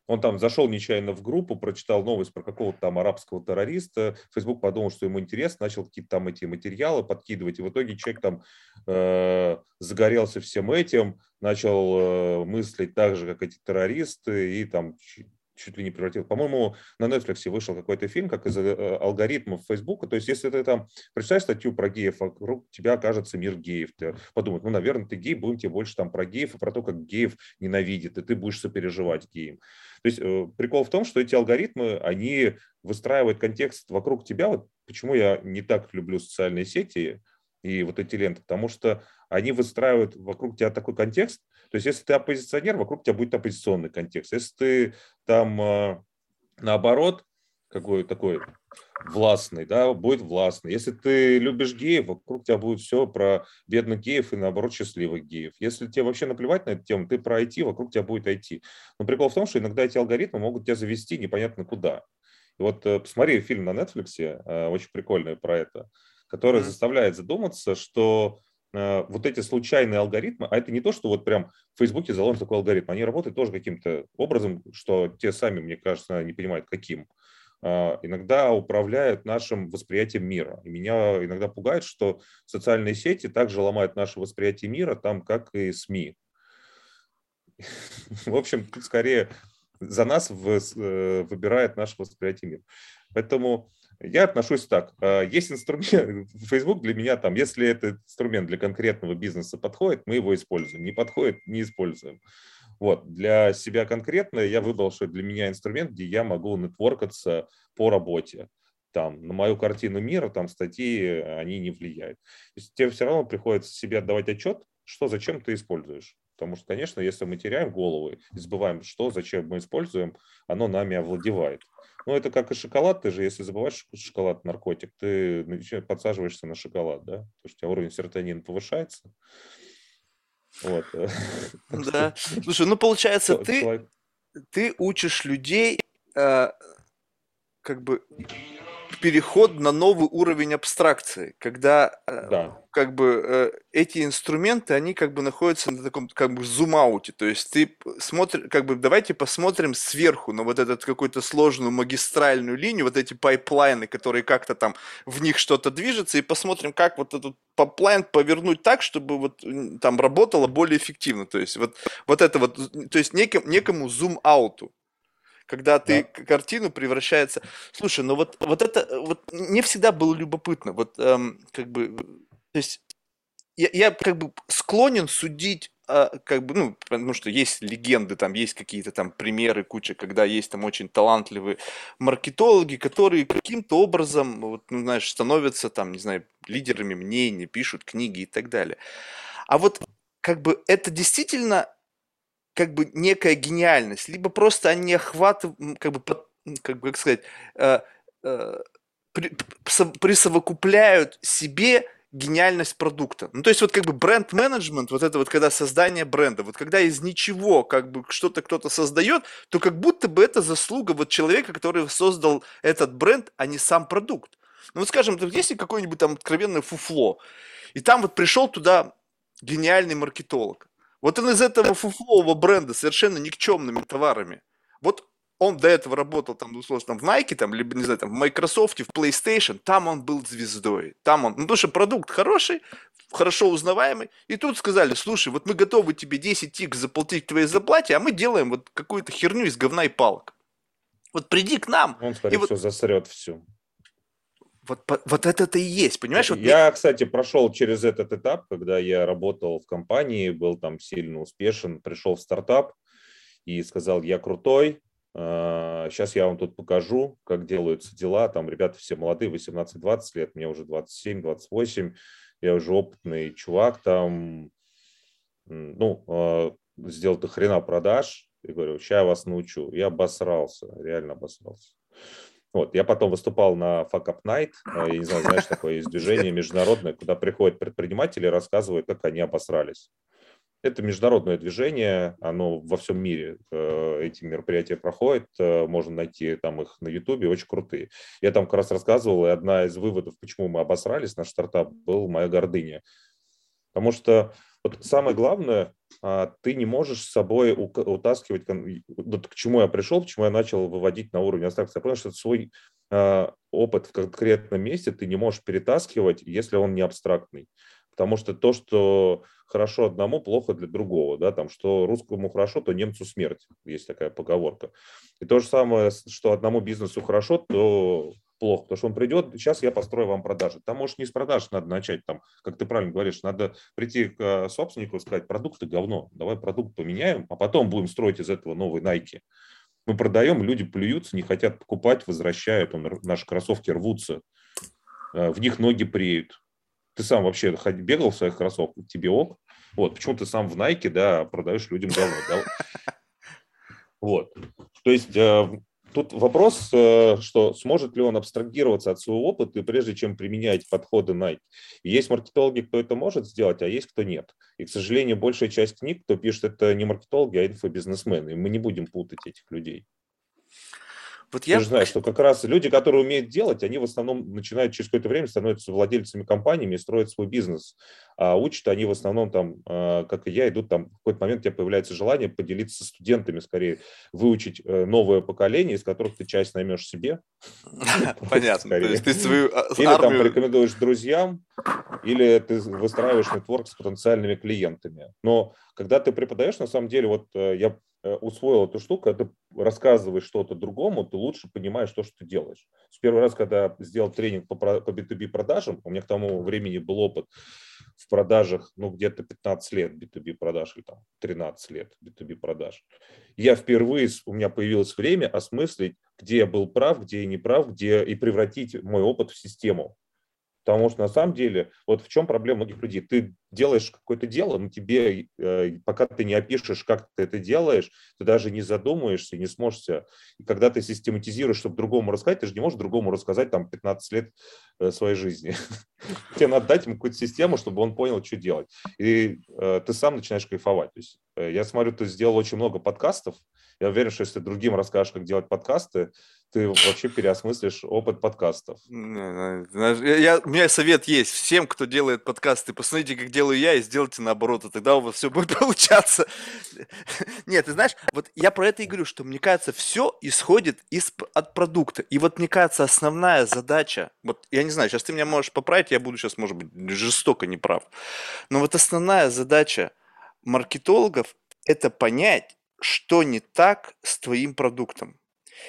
Он там зашел нечаянно в группу, прочитал новость про какого-то там арабского террориста. Facebook подумал, что ему интересно, начал какие-то там эти материалы подкидывать. И в итоге человек там загорелся всем этим, начал мыслить так же, как эти террористы, и там чуть ли не превратил. По-моему, на Netflix вышел какой-то фильм, как из алгоритмов Facebook. То есть, если ты там прочитаешь статью про геев, вокруг тебя окажется мир геев. Ты подумаешь, ну, наверное, ты гей, будем тебе больше там про геев и про то, как геев ненавидит, и ты будешь сопереживать геям. То есть, прикол в том, что эти алгоритмы, они выстраивают контекст вокруг тебя. Вот почему я не так люблю социальные сети и вот эти ленты, потому что они выстраивают вокруг тебя такой контекст. То есть, если ты оппозиционер, вокруг тебя будет оппозиционный контекст. Если ты там наоборот, какой такой властный, да, будет властный. Если ты любишь геев, вокруг тебя будет все про бедных геев и, наоборот, счастливых геев. Если тебе вообще наплевать на эту тему, ты про IT, вокруг тебя будет IT. Но прикол в том, что иногда эти алгоритмы могут тебя завести непонятно куда. И вот посмотри фильм на Netflix, очень прикольный про это, который заставляет задуматься, что вот эти случайные алгоритмы, а это не то, что вот прям в Фейсбуке заложен такой алгоритм, они работают тоже каким-то образом, что те сами, мне кажется, не понимают, каким. Иногда управляют нашим восприятием мира. И меня иногда пугает, что социальные сети также ломают наше восприятие мира, там, как и СМИ. В общем, тут скорее за нас выбирает наше восприятие мира. Поэтому я отношусь так. Есть инструмент, Facebook для меня там, если этот инструмент для конкретного бизнеса подходит, мы его используем. Не подходит, не используем. Вот. Для себя конкретно я выбрал, что для меня инструмент, где я могу нетворкаться по работе. Там, на мою картину мира там статьи, они не влияют. То есть тебе все равно приходится себе отдавать отчет, что, зачем ты используешь. Потому что, конечно, если мы теряем головы и забываем, что, зачем мы используем, оно нами овладевает. Ну, это как и шоколад. Ты же, если забываешь, что шоколад наркотик, ты подсаживаешься на шоколад, да? Потому что у тебя уровень серотонина повышается. Вот. Да. Слушай, ну получается, Человек... ты учишь людей э, как бы переход на новый уровень абстракции, когда Да, как бы эти инструменты, они как бы находятся на таком как бы зум-ауте, то есть ты смотришь, как бы давайте посмотрим сверху на вот этот какую-то сложную магистральную линию, вот эти пайплайны, которые как-то там в них что-то движется, и посмотрим, как вот этот пайплайн повернуть так, чтобы вот там работало более эффективно, то есть вот это вот, то есть некому зум-ауту когда ты да. картину превращается. Слушай, ну вот это вот мне всегда было любопытно, вот как бы, то есть я как бы склонен судить, как бы, ну, потому что есть легенды, там есть какие-то там примеры, куча, когда есть там очень талантливые маркетологи, которые каким-то образом, вот, ну, знаешь, становятся там, не знаю, лидерами мнений, пишут книги и так далее. А вот как бы это действительно как бы некая гениальность, либо просто они охватывают, как бы, как бы, как сказать, э, э, присовокупляют себе гениальность продукта. Ну, то есть вот как бы бренд-менеджмент, вот это вот когда создание бренда, вот когда из ничего как бы что-то кто-то создает, то как будто бы это заслуга вот человека, который создал этот бренд, а не сам продукт. Ну вот скажем, если какое-нибудь там откровенное фуфло, и там вот пришел туда гениальный маркетолог. Вот он из этого фуфлового бренда совершенно никчемными товарами. Вот он до этого работал там, ну, условно, там, в Nike, там, либо, не знаю, там, в Microsoft, в PlayStation, там он был звездой. Там он, ну, потому что продукт хороший, хорошо узнаваемый. И тут сказали, слушай, вот мы готовы тебе 10 икс заплатить к твоей зарплате, а мы делаем вот какую-то херню из говна и палок. Вот приди к нам, Он, и скорее вот, всего, засрет все. вот это-то и есть, понимаешь? Вот мне... Я, кстати, прошел через этот этап, когда я работал в компании, был там сильно успешен, пришел в стартап и сказал, я крутой, сейчас я вам тут покажу, как делаются дела. Там ребята все молодые, 18-20 лет, мне уже 27-28, я уже опытный чувак, там, ну, сделал до хрена продаж. И говорю, сейчас я вас научу. Я обосрался, реально обосрался. Вот, я потом выступал на Fuck Up Night, я не знаю, знаешь, такое есть движение международное, куда приходят предприниматели и рассказывают, как они обосрались. Это международное движение, оно во всем мире, эти мероприятия проходят, можно найти там их на Ютубе, очень крутые. Я там как раз рассказывал, и одна из выводов, почему мы обосрались, наш стартап, был моя гордыня. Потому что вот самое главное, ты не можешь с собой утаскивать, вот к чему я пришел, почему я начал выводить на уровень абстракции. Я понял, что свой опыт в конкретном месте ты не можешь перетаскивать, если он не абстрактный. Потому что то, что хорошо одному, плохо для другого. Да? Там, что русскому хорошо, то немцу смерть. Есть такая поговорка. И то же самое, что одному бизнесу хорошо, то плохо. Потому что он придет, сейчас я построю вам продажи. Там, может, не с продаж надо начать, там, как ты правильно говоришь, надо прийти к собственнику и сказать, продукты говно, давай продукт поменяем, а потом будем строить из этого новый Nike. Мы продаем, люди плюются, не хотят покупать, возвращают, наши кроссовки рвутся, в них ноги преют. Ты сам вообще бегал в своих кроссовках, тебе ок. Вот, почему ты сам в Nike, да, продаешь людям говно. Да? Вот. То есть тут вопрос, что сможет ли он абстрагироваться от своего опыта, прежде чем применять подходы Nike. Есть маркетологи, кто это может сделать, а есть кто нет. И, к сожалению, большая часть книг, кто пишет, это не маркетологи, а инфобизнесмены. И мы не будем путать этих людей. Вот Ты я... же знаешь, что как раз люди, которые умеют делать, они в основном начинают через какое-то время становятся владельцами компаниями и строят свой бизнес. А учат они в основном там, как и я, идут там, в какой-то момент у тебя появляется желание поделиться со студентами, скорее выучить новое поколение, из которых ты часть наймешь себе. Понятно, то есть ты свою Или там армию... порекомендуешь друзьям, или ты выстраиваешь нетворк с потенциальными клиентами. Но когда ты преподаешь, на самом деле, вот я усвоил эту штуку, когда ты рассказываешь что-то другому, ты лучше понимаешь то, что ты делаешь. С первый раз, когда сделал тренинг по B2B продажам, у меня к тому времени был опыт в продажах, ну, где-то 15 лет B2B продаж, или там 13 лет B2B продаж. Я впервые, у меня появилось время осмыслить, где я был прав, где я не прав, где и превратить мой опыт в систему. Потому что на самом деле, вот в чем проблема многих людей. Ты делаешь какое-то дело, но тебе, пока ты не опишешь, как ты это делаешь, ты даже не задумаешься, не сможешь. И когда ты систематизируешь, чтобы другому рассказать, ты же не можешь другому рассказать там 15 лет своей жизни. Тебе надо дать ему какую-то систему, чтобы он понял, что делать. И ты сам начинаешь кайфовать. То есть, я смотрю, ты сделал очень много подкастов. Я уверен, что если другим расскажешь, как делать подкасты, ты вообще переосмыслишь опыт подкастов. У меня совет есть всем, кто делает подкасты. Посмотрите, как делаю я, и сделайте наоборот, и тогда у вас все будет получаться. Нет, ты знаешь, вот я про это и говорю, что мне кажется, все исходит от продукта. И вот мне кажется, основная задача, вот я не знаю, сейчас ты меня можешь поправить, я буду сейчас, может быть, жестоко неправ. Но вот основная задача маркетологов – это понять, что не так с твоим продуктом.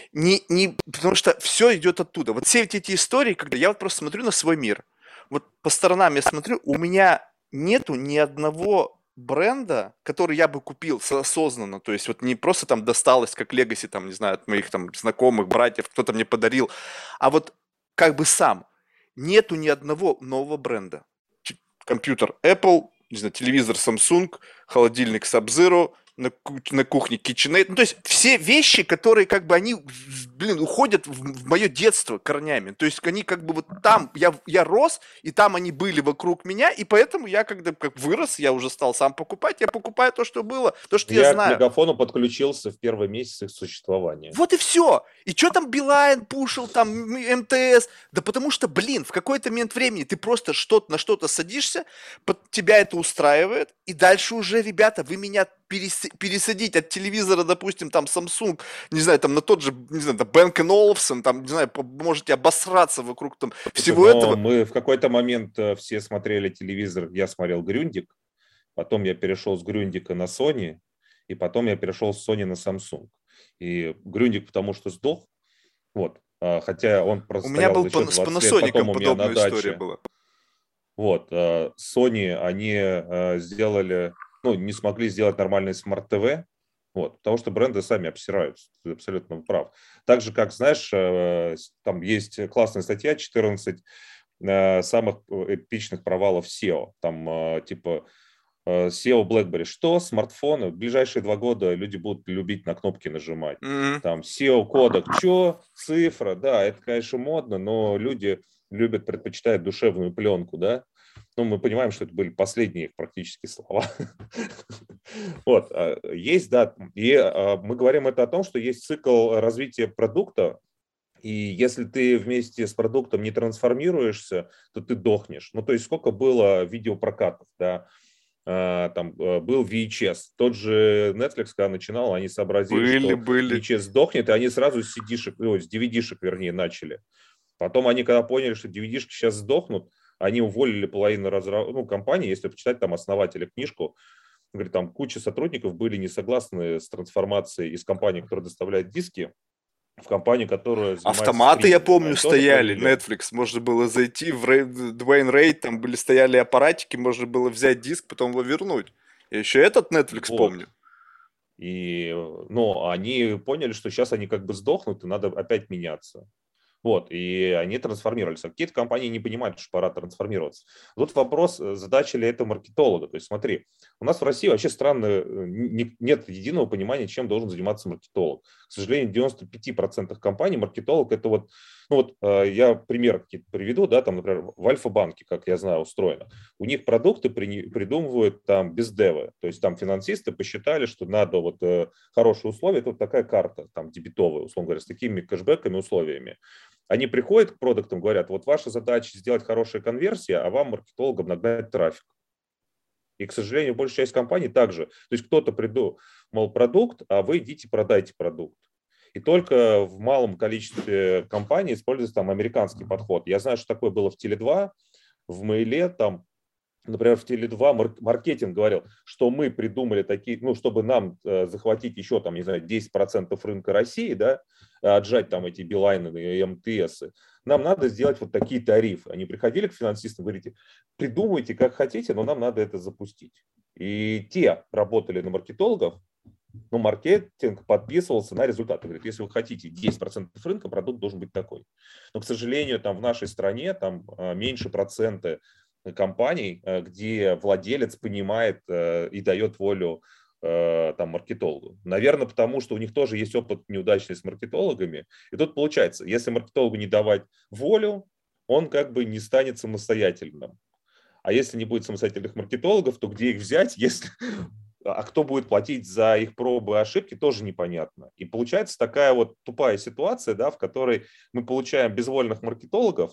Потому что все идет оттуда. Вот все эти истории, когда я вот просто смотрю на свой мир, вот по сторонам я смотрю, у меня нету ни одного бренда, который я бы купил осознанно, то есть вот не просто там досталось как легаси, там, не знаю, от моих там знакомых, братьев, кто-то мне подарил, а вот как бы сам. Нету ни одного нового бренда. Компьютер Apple, не знаю, телевизор Samsung, холодильник Sub-Zero, на кухне KitchenAid. Ну, то есть все вещи, которые как бы они, блин, уходят в мое детство корнями. То есть они как бы вот там, я рос, и там они были вокруг меня, и поэтому я когда как вырос, я уже стал сам покупать, я покупаю то, что было, то, что я Я к знаю. Мегафону подключился в первый месяц их существования. Вот и все. И что там Билайн пушил, там МТС? Да потому что, блин, в какой-то момент времени ты просто на что-то садишься, тебя это устраивает, и дальше уже, ребята, вы меня пересадить от телевизора, допустим, там Samsung, не знаю, там на тот же, не знаю, там Бенк Олufsen, там, не знаю, можете обосраться вокруг там Слушай, всего но этого. мы в какой-то момент все смотрели телевизор, я смотрел Грюндик, потом я перешел с Грюндика на Sony, и потом я перешел с Sony на Samsung. И Грюндик потому что сдох, вот, хотя он У меня простоял был еще с 20 лет потом Panasonic у меня на подобная история даче. была. Вот, Sony, они сделали, ну, не смогли сделать нормальный смарт-ТВ, вот, потому что бренды сами обсираются, ты абсолютно прав. Так же, как, знаешь, там есть классная статья, 14 самых эпичных провалов SEO, там типа SEO BlackBerry, что смартфоны, в ближайшие 2 года люди будут любить на кнопки нажимать. Мгм. Там SEO кодек, что, цифра, да, это, конечно, модно, но люди любят, предпочитают душевную пленку, да. Ну, мы понимаем, что это были последние их практически слова. Вот, есть, да, и мы говорим это о том, что есть цикл развития продукта, и если ты вместе с продуктом не трансформируешься, то ты дохнешь. Ну, то есть сколько было видеопрокатов, да, был VHS. Тот же Netflix, когда начинал, они сообразили, что Были. VHS сдохнет, и они сразу с CD-шек, с DVD-шек, вернее, начали. Потом они, когда поняли, что DVD-шки сейчас сдохнут, они уволили половину компании, если почитать там основателя книжку, говорит, там куча сотрудников были не согласны с трансформацией из компании, которая доставляет диски, в компанию, которая занимается Автоматы, я стримингом. помню, Они тоже стояли, провели. Netflix, можно было зайти в Dwayne Raid, там стояли аппаратики, можно было взять диск, потом его вернуть. Я еще этот Netflix помню. И, они поняли, что сейчас они как бы сдохнут, и надо опять меняться. И они трансформировались. А какие-то компании не понимают, что пора трансформироваться. Тут вопрос, задача ли это маркетолога. То есть смотри, у нас в России вообще странно, нет единого понимания, чем должен заниматься маркетолог. К сожалению, в 95% компаний маркетолог это я пример какие-то приведу, да, там, например, в Альфа-банке, как я знаю, устроено. У них продукты придумывают там без дева. То есть там финансисты посчитали, что надо хорошие условия, это такая карта, там дебетовая, условно говоря, с такими кэшбэками, условиями. Они приходят к продуктам, говорят, ваша задача сделать хорошие конверсии, а вам, маркетологам, нагнать трафик. И, к сожалению, большая часть компаний также. То есть кто-то придумал продукт, а вы идите продайте продукт. И только в малом количестве компаний используется там американский подход. Я знаю, что такое было в Теле2, в Мейле, там, например, в Теле2 маркетинг говорил, что мы придумали такие, чтобы нам захватить еще, там, не знаю, 10% рынка России, да, отжать там эти Билайны и МТС, нам надо сделать вот такие тарифы. Они приходили к финансистам, говорите, придумайте как хотите, но нам надо это запустить. И те работали на маркетологов, маркетинг подписывался на результаты. Говорит, если вы хотите 10% рынка, продукт должен быть такой. Но, к сожалению, там в нашей стране там меньше процента компаний, где владелец понимает и дает волю там маркетологу. Наверное, потому что у них тоже есть опыт неудачный с маркетологами. И тут получается, если маркетологу не давать волю, он как бы не станет самостоятельным. А если не будет самостоятельных маркетологов, то где их взять, если... А кто будет платить за их пробы и ошибки, тоже непонятно. И получается такая тупая ситуация, да, в которой мы получаем безвольных маркетологов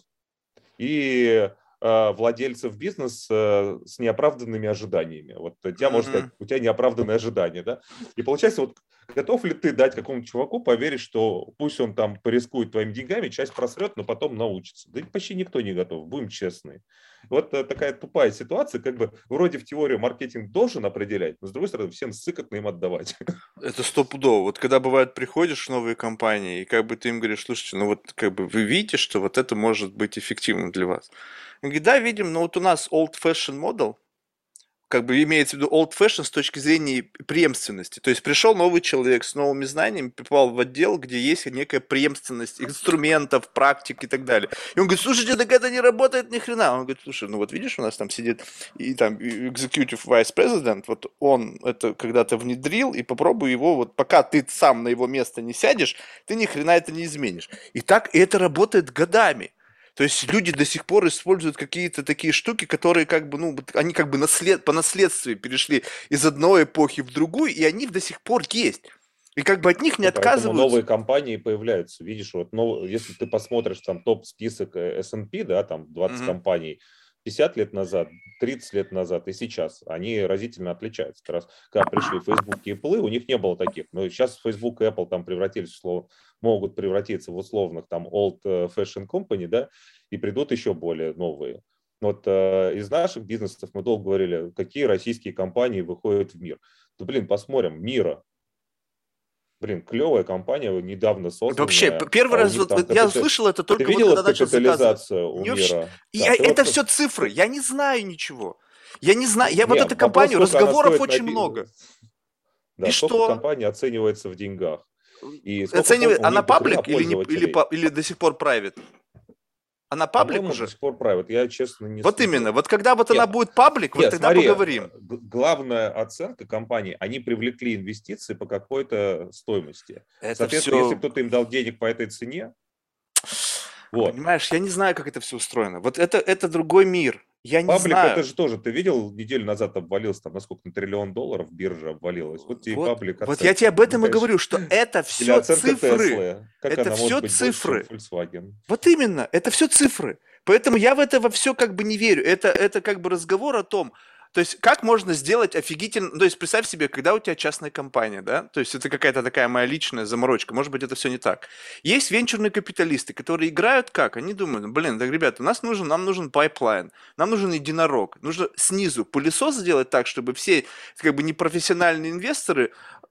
и владельцев бизнеса с неоправданными ожиданиями. Тебя, можно сказать, у тебя неоправданные ожидания. Да? И получается, готов ли ты дать какому-то чуваку поверить, что пусть он там порискует твоими деньгами, часть просрет, но потом научится. Да почти никто не готов, будем честны. Такая тупая ситуация, как бы вроде в теорию маркетинг должен определять, но с другой стороны всем сыкотно им отдавать. Это стопудово. Когда бывает приходишь в новые компании, и как бы ты им говоришь, слушайте, вы видите, что это может быть эффективным для вас. Он говорит, да, видим, но у нас old-fashioned model, как бы имеется в виду old fashion с точки зрения преемственности. То есть пришел новый человек с новыми знаниями, попал в отдел, где есть некая преемственность инструментов, практик и так далее. И он говорит, слушайте, так это не работает ни хрена. Он говорит, слушай, видишь, у нас там сидит и там executive vice president, он это когда-то внедрил, и попробуй его, пока ты сам на его место не сядешь, ты ни хрена это не изменишь. И так это работает годами. То есть люди до сих пор используют какие-то такие штуки, которые они по наследству перешли из одной эпохи в другую, и они до сих пор есть. И от них не отказываются. Новые компании появляются. Видишь, если ты посмотришь там топ-список S&P, да, там 20 компаний, 50 лет назад, 30 лет назад и сейчас, они разительно отличаются. Как раз, когда пришли Facebook и Apple, у них не было таких. Но сейчас Facebook и Apple там могут превратиться в условных там old fashion company, да, и придут еще более новые. Из наших бизнесов мы долго говорили, какие российские компании выходят в мир. Посмотрим, Мира. Клевая компания, недавно созданная. Вообще, первый раз я слышал это только ты видела когда начал капитализацию у Мира? Это все цифры, я не знаю ничего. Я не знаю, эту компанию, разговоров очень много. Да, и что? Компания оценивается в деньгах. Она паблик или до сих пор private? Она паблик уже? До сих пор private, я честно не смотрю. Именно, когда она будет паблик, тогда смотри, поговорим. Главная оценка компании, они привлекли инвестиции по какой-то стоимости. Соответственно, если кто-то им дал денег по этой цене, Понимаешь, я не знаю, как это все устроено. Это другой мир. Я не паблик, знаю. Это же тоже, ты видел, неделю назад обвалился, там, насколько, на $1 триллион биржа обвалилась. Тебе паблик оценка. Я тебе об этом и говорю, что это все цифры. Теслы. Как это она все может быть цифры. Больше, чем Volkswagen? Именно, это все цифры. Поэтому я в это во все не верю. Это разговор о том, То есть, как можно сделать офигительно... То есть, представь себе, когда у тебя частная компания, да? То есть, это какая-то такая моя личная заморочка. Может быть, это все не так. Есть венчурные капиталисты, которые играют как? Они думают, блин, так, ребята, нам нужен пайплайн, нам нужен единорог. Нужно снизу пылесос сделать так, чтобы все как бы непрофессиональные инвесторы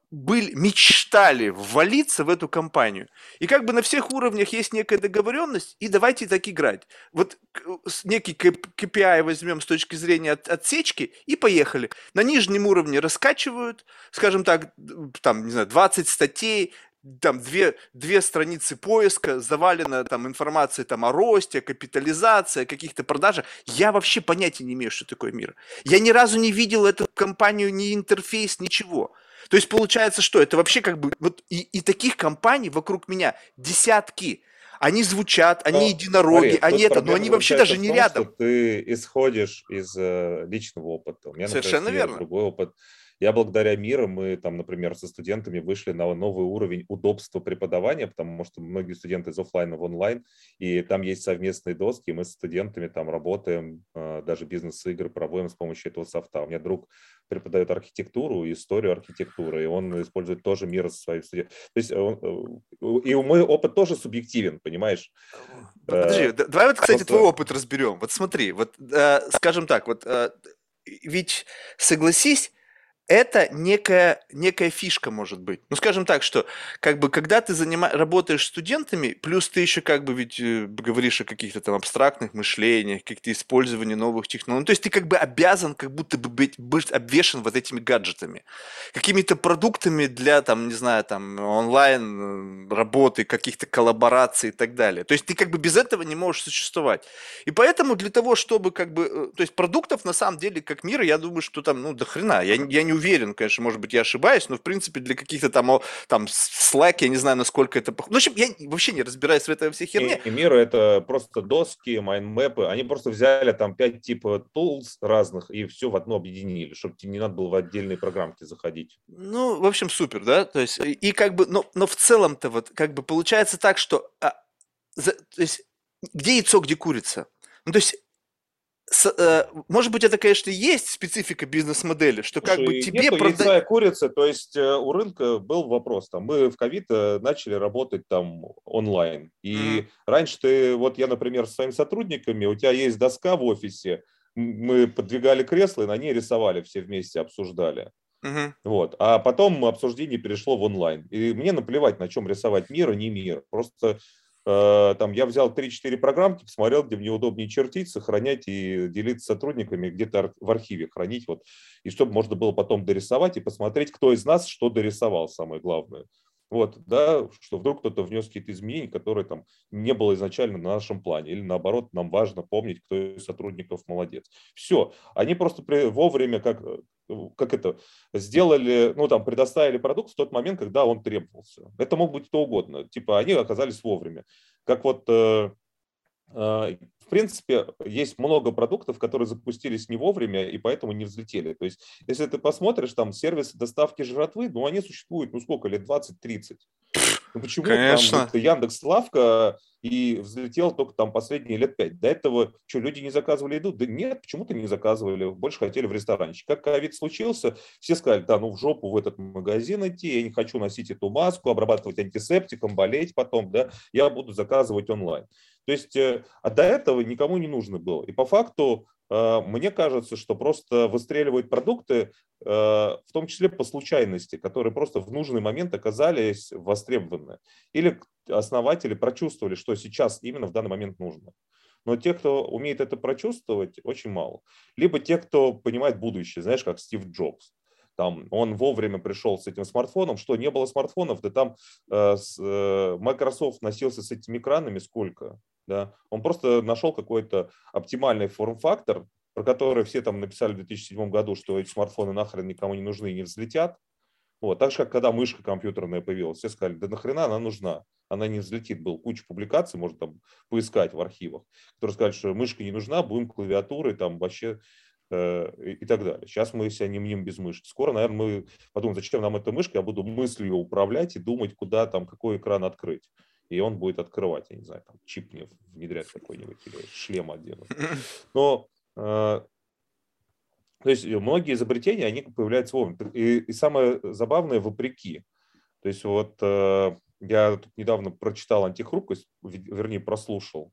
мечтали ввалиться в эту компанию. И как бы на всех уровнях есть некая договоренность, и давайте так играть. Вот некий KPI возьмем с точки зрения отсечки, и поехали. На нижнем уровне раскачивают, скажем так, там, не знаю, 20 статей, там две страницы поиска, завалена там информацией там, о росте, о капитализации, о каких-то продажах. Я вообще понятия не имею, что такое мир. Я ни разу не видел эту компанию, ни интерфейс, ничего. То есть получается, что это вообще как бы... Вот и таких компаний вокруг меня десятки. Они звучат, они Но, единороги, смотри, они тут это, но проблема они вообще заключается даже в не том, что рядом. ты исходишь из личного опыта. У меня, например, Совершенно семья верно. другой опыт. Я благодаря миру, мы там, например, со студентами вышли на новый уровень удобства преподавания, потому что многие студенты из офлайна в онлайн, и там есть совместные доски, и мы с студентами там работаем, даже бизнес-игры проводим с помощью этого софта. У меня друг преподает архитектуру, историю архитектуры, и он использует тоже мир со своих студентов. То есть и мой опыт тоже субъективен, понимаешь? Подожди, давай вот, кстати, твой Просто опыт разберем. Вот смотри, вот скажем так, вот ведь согласись, это некая фишка может быть. Ну, скажем так, что как бы когда ты работаешь с студентами, плюс ты еще как бы ведь говоришь о каких-то там абстрактных мышлениях, каких-то использовании новых технологий. Ну, то есть ты как бы обязан как будто бы быть обвешен вот этими гаджетами, какими-то продуктами для там, не знаю, там онлайн работы, каких-то коллабораций и так далее. То есть ты как бы без этого не можешь существовать. И поэтому для того, чтобы как бы, то есть продуктов на самом деле как мира, я думаю, что там, ну, до хрена. Я не уверен, конечно, может быть, я ошибаюсь, но в принципе для каких-то там, там Slack, я не знаю, насколько это похоже. Ну, в общем, я вообще не разбираюсь в этой всей херне. и мир это просто доски, майндмэпы. Они просто взяли там 5 типов tools разных и все в одно объединили, чтобы тебе не надо было в отдельные программки заходить. Ну, в общем, супер, да, то есть, и как бы, но в целом-то вот как бы получается так, что, то есть, где яйцо, где курица? Ну, то есть, может быть, это, конечно, и есть специфика бизнес-модели, что как бы Слушай, тебе нету продать... яйца и курицы, то есть у рынка был вопрос, там, мы в ковид начали работать там онлайн, и раньше ты, вот я, например, с своими сотрудниками, у тебя есть доска в офисе, мы подвигали кресла и на ней рисовали все вместе, обсуждали. Вот. А потом обсуждение перешло в онлайн. И мне наплевать, на чем рисовать мир, а не мир. Просто там я взял 3-4 программки, посмотрел, где мне удобнее чертить, сохранять и делиться с сотрудниками, где-то в архиве хранить. Вот, и чтобы можно было потом дорисовать и посмотреть, кто из нас что дорисовал, самое главное. Вот, да, что вдруг кто-то внес какие-то изменения, которые там не было изначально на нашем плане. Или наоборот, нам важно помнить, кто из сотрудников молодец. Все. Они просто вовремя, как это, сделали, ну, там, предоставили продукт в тот момент, когда он требовался. Это мог быть кто угодно. Типа, они оказались вовремя. Как вот, в принципе, есть много продуктов, которые запустились не вовремя и поэтому не взлетели. То есть, если ты посмотришь, там, сервисы доставки жратвы, ну, они существуют, ну, сколько, лет 20-30. Ну почему там вот Конечно. Яндекс.Лавка и взлетел только там последние лет 5? До этого что, люди не заказывали еду? Да нет, почему-то не заказывали, больше хотели в ресторанчик. Как ковид случился, все сказали, да, ну в жопу в этот магазин идти, я не хочу носить эту маску, обрабатывать антисептиком, болеть потом, да, я буду заказывать онлайн. То есть, а до этого никому не нужно было. И по факту мне кажется, что просто выстреливают продукты, в том числе по случайности, которые просто в нужный момент оказались востребованы. Или основатели прочувствовали, что сейчас именно в данный момент нужно. Но те, кто умеет это прочувствовать, очень мало. Либо те, кто понимает будущее, знаешь, как Стив Джобс. Там, он вовремя пришел с этим смартфоном, что не было смартфонов, да там Microsoft носился с этими экранами сколько. Да? Он просто нашел какой-то оптимальный форм-фактор, про который все там написали в 2007 году, что эти смартфоны нахрен никому не нужны и не взлетят. Вот. Так же, как когда мышка компьютерная появилась, все сказали, да нахрена она нужна, она не взлетит. Был куча публикаций, можно там поискать в архивах, которые сказали, что мышка не нужна, будем клавиатурой там вообще и так далее. Сейчас мы себя не мним без мышки. Скоро, наверное, мы подумаем, зачем нам эта мышка, я буду мыслью управлять и думать, куда там, какой экран открыть. И он будет открывать, я не знаю, там чип мне внедрять какой-нибудь или шлем оденут. Но То есть многие изобретения, они появляются вовремя. И самое забавное, вопреки. То есть вот я тут недавно прочитал «Антихрупкость», вернее, прослушал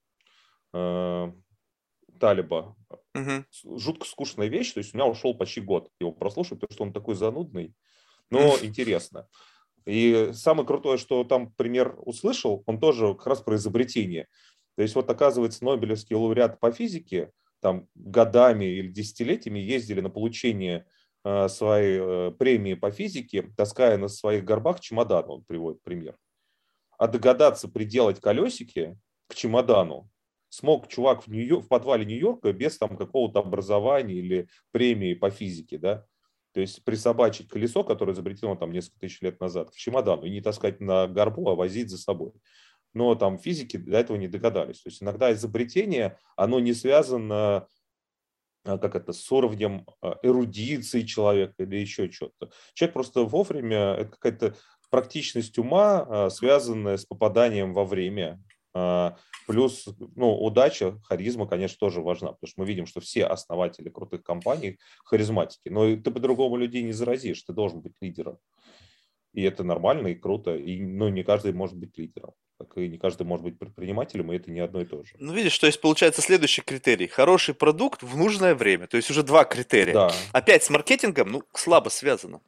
Талиба. Мгм. Жутко скучная вещь, то есть у меня ушел почти год его прослушать, потому что он такой занудный, но интересно. И самое крутое, что там пример услышал, он тоже как раз про изобретение. То есть вот оказывается, нобелевские лауреаты по физике там годами или десятилетиями ездили на получение своей премии по физике, таская на своих горбах чемодан, он приводит пример. А догадаться приделать колесики к чемодану смог чувак в подвале Нью-Йорка без там какого-то образования или премии по физике, да. То есть присобачить колесо, которое изобретено там несколько тысяч лет назад, к чемодану и не таскать на горбу, а возить за собой. Но там физики до этого не догадались. То есть иногда изобретение, оно не связано как это, с уровнем эрудиции человека или еще что-то. Человек просто вовремя, это какая-то практичность ума, связанная с попаданием во время. Плюс, ну, удача, харизма, конечно, тоже важна, потому что мы видим, что все основатели крутых компаний харизматики, но ты по-другому людей не заразишь, ты должен быть лидером. И это нормально и круто, и, ну, не каждый может быть лидером, как и не каждый может быть предпринимателем, и это не одно и то же. Ну, видишь, то есть получается следующий критерий. Хороший продукт в нужное время. То есть уже два критерия. Да, Опять с маркетингом, ну, слабо связано.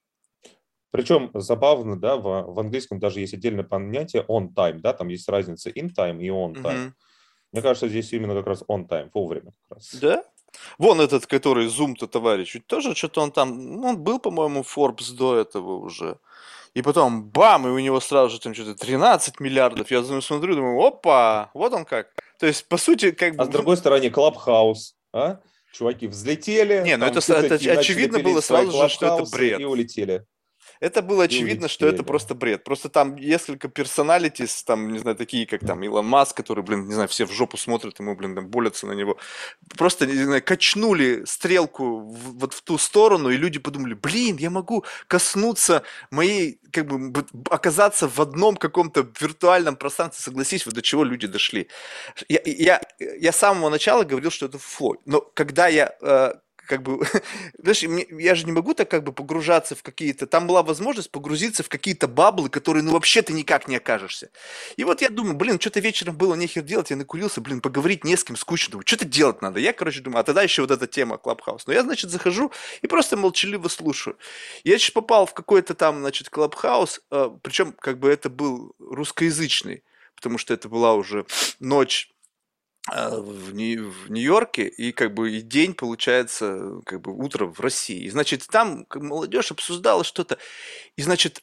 причем забавно, да, в английском даже есть отдельное понятие on time, да, там есть разница in time и on time. Мгм. Мне кажется, здесь именно как раз on time, вовремя как раз. Да? Вон этот, который Zoom-то товарищ, ведь тоже что-то он там, ну, он был, по-моему, Forbes до этого уже. И потом бам, и у него сразу же там что-то 13 миллиардов. Я смотрю, думаю, опа, вот он как. То есть, по сути, как А бы... с другой стороны, Clubhouse, а? Чуваки взлетели, Не, ну там это такие начали очевидно было пилить свои сразу же, что это клабхаусы и бред. улетели. Это было И очевидно, что это улетели. просто бред. Просто там несколько персоналитис, там, не знаю, такие, как там Илон Маск, который, блин, не знаю, все в жопу смотрят, ему, блин, там, болятся на него. Просто, не знаю, качнули стрелку вот в ту сторону, и люди подумали, блин, я могу коснуться моей, как бы, оказаться в одном каком-то виртуальном пространстве. Согласись, вот до чего люди дошли. Я с самого начала говорил, что это флой. Но когда я как бы, знаешь, я же не могу так как бы погружаться в какие-то, там была возможность погрузиться в какие-то баблы, которые, ну, вообще ты никак не окажешься. И вот я думаю, блин, что-то вечером было нехер делать, я накурился, блин, поговорить не с кем, скучно, думаю, что-то делать надо. Я, короче, думаю, а тогда еще вот эта тема Клабхаус. Но я, значит, захожу и просто молчаливо слушаю. Я, значит, попал в какой-то там, значит, Клабхаус, причем, как бы, это был русскоязычный, потому что это была уже ночь в Нью-Йорке, и как бы и день, получается, как бы утро в России. И, значит, там как молодежь обсуждала что-то. И, значит,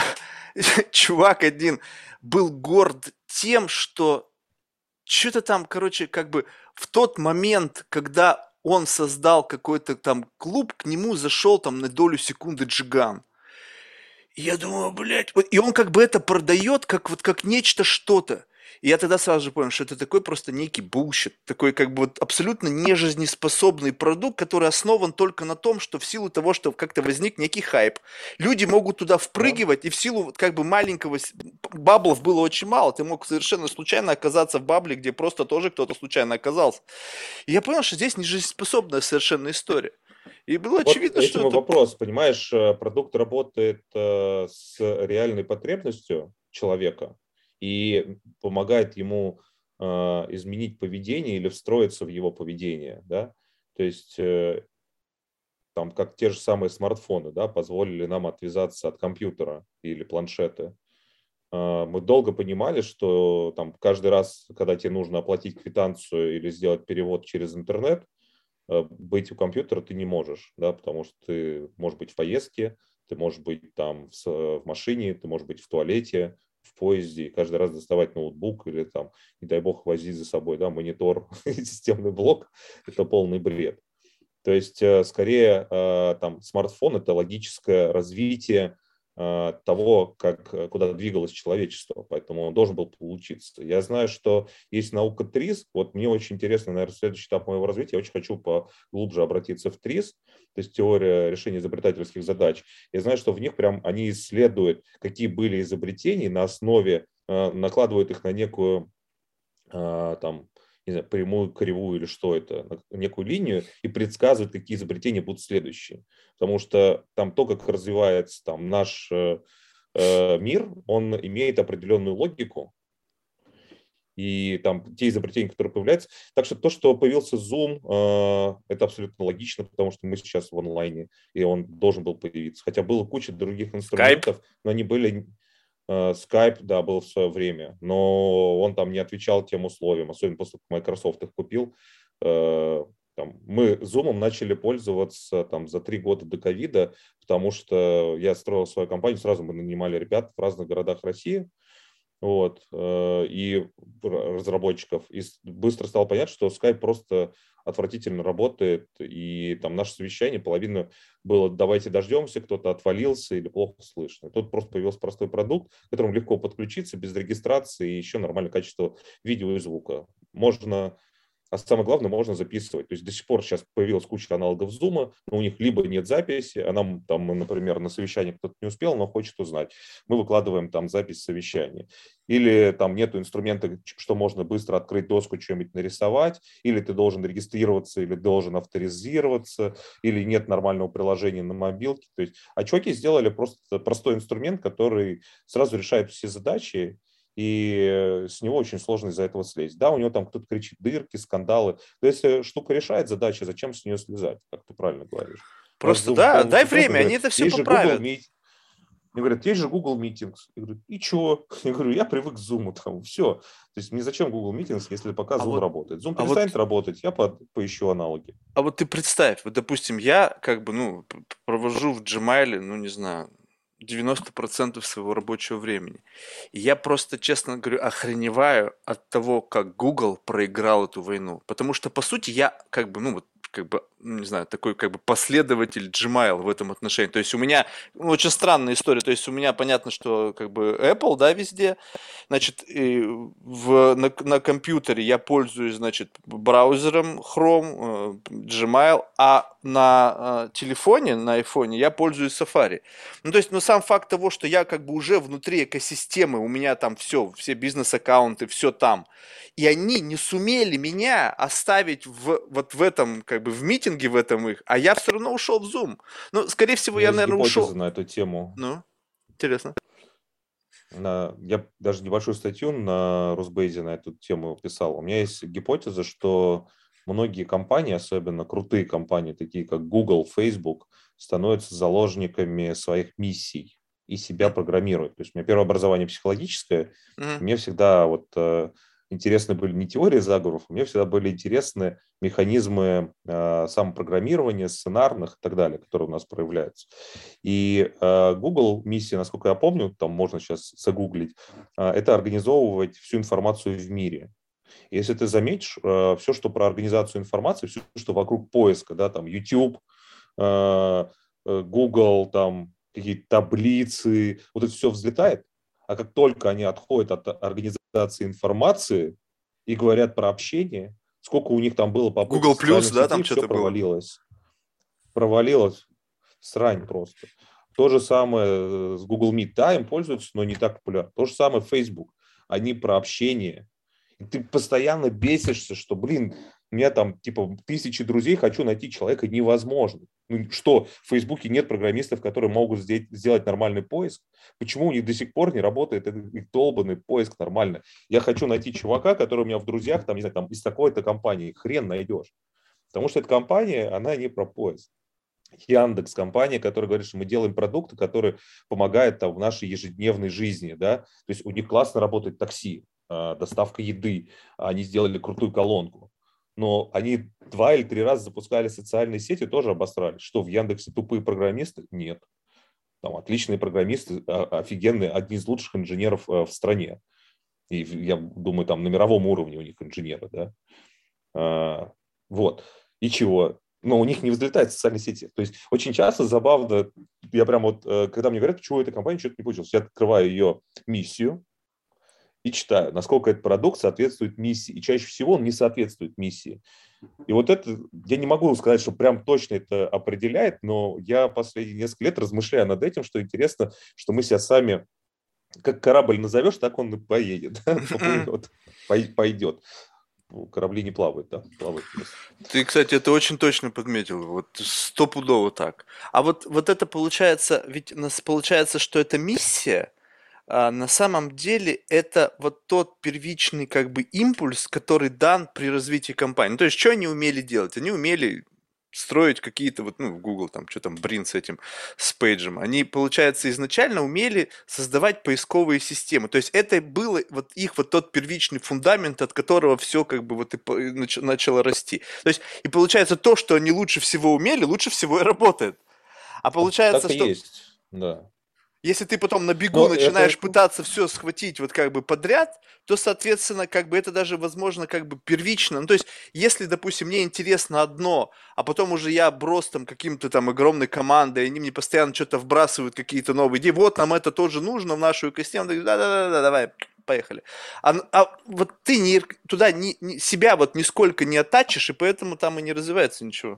чувак один был горд тем, что что-то там, короче, как бы в тот момент, когда он создал какой-то там клуб, к нему зашел там на долю секунды Джиган. И я думаю, блядь, вот, и он как бы это продает как вот как нечто что-то. И я тогда сразу же понял, что это такой просто некий булщит, такой как бы вот абсолютно нежизнеспособный продукт, который основан только на том, что в силу того, что как-то возник некий хайп, люди могут туда Да. впрыгивать, и в силу вот как бы маленького баблов было очень мало, ты мог совершенно случайно оказаться в бабле, где просто тоже кто-то случайно оказался. И я понял, что здесь нежизнеспособная совершенно история. И было Вот очевидно, что этим и это... вопрос, понимаешь, продукт работает с реальной потребностью человека и помогает ему изменить поведение или встроиться в его поведение, да, то есть там как те же самые смартфоны, да, позволили нам отвязаться от компьютера или планшета. Мы долго понимали, что там каждый раз, когда тебе нужно оплатить квитанцию или сделать перевод через интернет, быть у компьютера ты не можешь, да, потому что ты можешь быть в поездке, ты можешь быть там в машине, ты можешь быть в туалете, в поезде, и каждый раз доставать ноутбук или там, не дай бог, возить за собой, да, монитор, системный блок, это полный бред. То есть, скорее, там, смартфон – это логическое развитие того, куда двигалось человечество, поэтому он должен был получиться. Я знаю, что есть наука ТРИЗ, вот мне очень интересно, наверное, следующий этап моего развития, я очень хочу поглубже обратиться в ТРИЗ, то есть теория решения изобретательских задач. Я знаю, что в них прям они исследуют, какие были изобретения, на основе, накладывают их на некую там не знаю, прямую, кривую или что это, на некую линию и предсказывать, какие изобретения будут следующие. Потому что там то, как развивается там наш мир, он имеет определенную логику, и там те изобретения, которые появляются. Так что то, что появился Zoom, это абсолютно логично, потому что мы сейчас в онлайне, и он должен был появиться. Хотя было куча других Skype. инструментов, но они были... Skype, да, был в свое время, но он там не отвечал тем условиям, особенно после того, как Microsoft их купил. Там, мы Zoom начали пользоваться там, за 3 года до ковида, потому что я строил свою компанию, сразу мы нанимали ребят в разных городах России, вот, и разработчиков. И быстро стало понятно, что Skype просто отвратительно работает, и там наше совещание, половина было «давайте дождемся», кто-то отвалился или плохо слышно. Тут просто появился простой продукт, к которому легко подключиться без регистрации, и еще нормальное качество видео и звука. Можно... А самое главное, можно записывать. То есть до сих пор сейчас появилась куча аналогов Zoom, но у них либо нет записи, а нам там, например, на совещании кто-то не успел, но хочет узнать. Мы выкладываем там запись совещания. Или там нету инструмента, что можно быстро открыть доску, что-нибудь нарисовать, или ты должен регистрироваться, или должен авторизироваться, или нет нормального приложения на мобилке. То есть, а чуваки сделали просто простой инструмент, который сразу решает все задачи, и с него очень сложно из-за этого слезть. Да, у него там кто-то кричит дырки, скандалы. Но если штука решает задачу, зачем с нее слезать, как ты правильно говоришь? У нас Просто Zoom да, дай полностью просто время, они говорят, это все есть же Google поправят. Meet. Мне говорят, есть же Google Meetings. Я говорю, и чё? Я говорю, я привык к Zoom, там, все. То есть мне зачем Google Meetings, если пока А Zoom вот, работает? Zoom а перестанет вот работать, я поищу аналоги. А вот ты представь, вот, допустим, я как бы, ну, провожу в Gmail, ну, не знаю, 90% своего рабочего времени. И я просто, честно говорю, охреневаю от того, как Google проиграл эту войну. Потому что, по сути, я как бы, ну, вот, как бы, ну, не знаю, такой как бы последователь Gmail в этом отношении. То есть у меня ну, очень странная история. То есть у меня понятно, что как бы Apple, да, везде. Значит, на компьютере я пользуюсь, значит, браузером Chrome, Gmail, а на телефоне, на айфоне я пользуюсь Safari. Ну, то есть, ну, сам факт того, что я как бы уже внутри экосистемы, у меня там все бизнес-аккаунты, все там, и они не сумели меня оставить вот в этом, как бы в митинге в этом их, а я все равно ушел в Zoom. Ну, скорее У всего, меня я, есть наверное, гипотеза ушел. на эту тему. Ну, интересно. Я даже небольшую статью на Русбейзе на эту тему писал. У меня есть гипотеза, что многие компании, особенно крутые компании, такие как Google, Facebook, становятся заложниками своих миссий и себя программируют. То есть у меня первое образование психологическое, Мгм. и мне всегда интересны были не теории заговоров, мне всегда были интересны механизмы самопрограммирования, сценарных и так далее, которые у нас проявляются. И Google миссия, насколько я помню, там можно сейчас загуглить, это организовывать всю информацию в мире. Если ты заметишь, все, что про организацию информации, все, что вокруг поиска, да, там YouTube, Google, там какие-то таблицы, вот это все взлетает, а как только они отходят от организации информации и говорят про общение, сколько у них там было попыток Google Плюс, социальных да, сетей, там все что-то было. провалилось, срань просто. То же самое с Google Meet. Да, им пользуются, но не так популярно. То же самое Facebook. Они про общение. И ты постоянно бесишься, что, блин, у меня там типа 1000 друзей, хочу найти человека невозможно. Ну, что, в Фейсбуке нет программистов, которые могут сделать нормальный поиск? Почему у них до сих пор не работает этот их долбанный поиск нормально? Я хочу найти чувака, который у меня в друзьях, там, не знаю, там, из такой-то компании. Хрен найдешь. Потому что эта компания, она не про поиск. Яндекс, компания, которая говорит, что мы делаем продукты, которые помогают там, в нашей ежедневной жизни. Да? То есть у них классно работает такси, доставка еды, они сделали крутую колонку. Но они 2 или 3 раза запускали социальные сети, тоже обосрали. Что, в Яндексе тупые программисты? Нет. Там отличные программисты, офигенные, одни из лучших инженеров в стране. И я думаю, там на мировом уровне у них инженеры. Да? Вот. И чего? Но у них не взлетает социальные сети. То есть очень часто забавно, я прям вот, когда мне говорят, почему эта компания что-то не получилось, я открываю ее миссию и читаю, насколько этот продукт соответствует миссии. И чаще всего он не соответствует миссии. И вот это, я не могу сказать, что прям точно это определяет, но я последние несколько лет размышляю над этим, что интересно, что мы себя сами, как корабль назовешь, так он и поедет, поплывет, пойдет. корабли не плавают, да, плавают вниз. Ты, кстати, это очень точно подметил, вот стопудово так. А вот это получается, ведь у нас получается, что это миссия, на самом деле это вот тот первичный как бы импульс, который дан при развитии компании. Ну, то есть, что они умели делать? Они умели строить какие-то вот, ну, в Google там, что там, Брин с этим, с пейджем. Они, получается, изначально умели создавать поисковые системы. То есть это было вот их вот тот первичный фундамент, от которого все как бы вот и начало расти. То есть и получается то, что они лучше всего умели, лучше всего и работает. А получается, Так и что есть, да. если ты потом на бегу Но это, начинаешь пытаться все схватить вот как бы подряд, то, соответственно, как бы это даже, возможно, как бы первично. Ну, то есть, если, допустим, мне интересно одно, а потом уже я брос там каким-то там огромной командой, они мне постоянно что-то вбрасывают, какие-то новые идеи, вот нам это тоже нужно в нашу экосистему, да-да-да, давай, поехали. А вот ты туда себя вот нисколько не оттачишь, и поэтому там и не развивается ничего.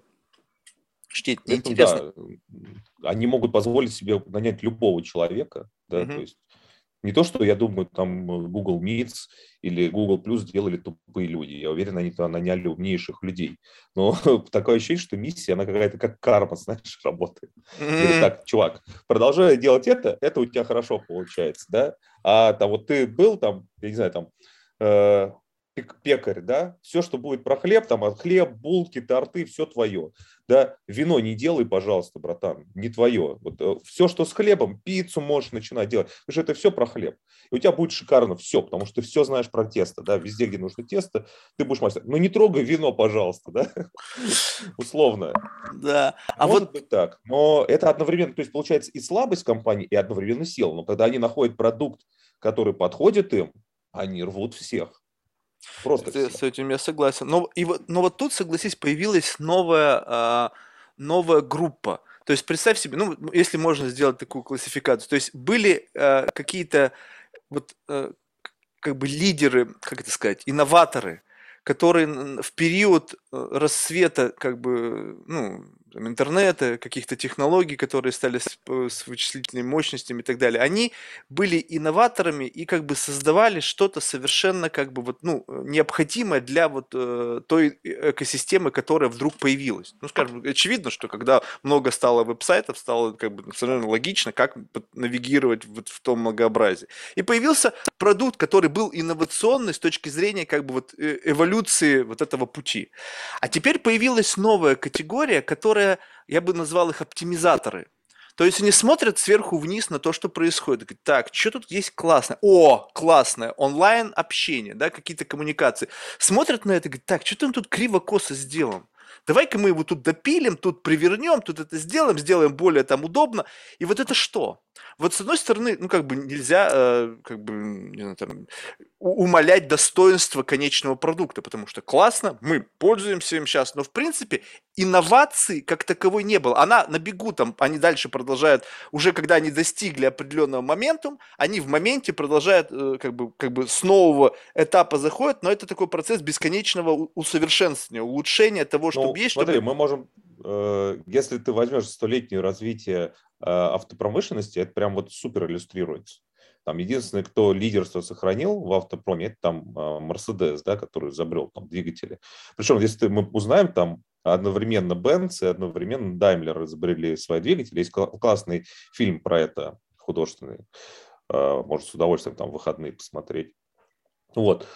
Что тебе это поэтому, неинтересно. да, они могут позволить себе нанять любого человека, да, то Мгм. есть не то, что я думаю, там Google Meets или Google Plus делали тупые люди. Я уверен, они там наняли умнейших людей. Но такое ощущение, что миссия, она какая-то как карма, знаешь, работает. Говорит, М, так, чувак, продолжай делать это у тебя хорошо получается, да? А там вот ты был там, я не знаю, там э, пекарь, да? Все, что будет про хлеб, там от хлеб, булки, торты, все твое. Да, вино не делай, пожалуйста, братан, не твое. Вот, все, что с хлебом, пиццу можешь начинать делать, потому что это все про хлеб. И у тебя будет шикарно все, потому что ты все знаешь про тесто, да, везде, где нужно тесто, ты будешь мастер. Но не трогай вино, пожалуйста, да, условно. Да. А Может вот быть так, но это одновременно, то есть получается и слабость компании, и одновременно сила. Но когда они находят продукт, который подходит им, они рвут всех, просто с всех. этим я согласен. Но вот тут, согласись, появилась новая группа. То есть представь себе, ну, если можно сделать такую классификацию. То есть были какие-то вот как бы лидеры, как это сказать, инноваторы, которые в период расцвета как бы, ну, там, интернета, каких-то технологий, которые стали с вычислительными мощностями и так далее, они были инноваторами и как бы создавали что-то совершенно как бы вот, ну, необходимое для вот той экосистемы, которая вдруг появилась. Ну, скажем, очевидно, что когда много стало веб-сайтов, стало как бы совершенно логично, как навигировать вот в том многообразии. И появился продукт, который был инновационный с точки зрения как бы вот эволюции вот этого пути. А теперь появилась новая категория, которая, я бы назвал их оптимизаторы. То есть они смотрят сверху вниз на то, что происходит. Говорят, так, что тут есть классное? О, классное, онлайн общение, да, какие-то коммуникации. Смотрят на это, говорят, так, что ты тут криво-косо сделан? Давай-ка мы его тут допилим, тут привернем, тут это сделаем более там удобно. И вот это что? Вот с одной стороны, ну как бы нельзя, как бы, не знаю, там, умалять достоинство конечного продукта, потому что классно, мы пользуемся им сейчас, но в принципе инновации как таковой не было. Она на бегу там, они дальше продолжают, уже когда они достигли определенного момента, они в моменте продолжают как бы с нового этапа заходят, но это такой процесс бесконечного усовершенствования, улучшения того, что Ну, есть, смотри, чтобы... мы можем, если ты возьмешь столетнее развитие автопромышленности, это прям вот супер иллюстрируется. Там единственный, кто лидерство сохранил в автопроме, это там Mercedes, да, который изобрел там двигатели. Причем, если мы узнаем, там одновременно Benz и одновременно Daimler изобрели свои двигатели. Есть классный фильм про это, художественный. Может, с удовольствием там в выходные посмотреть. Вот.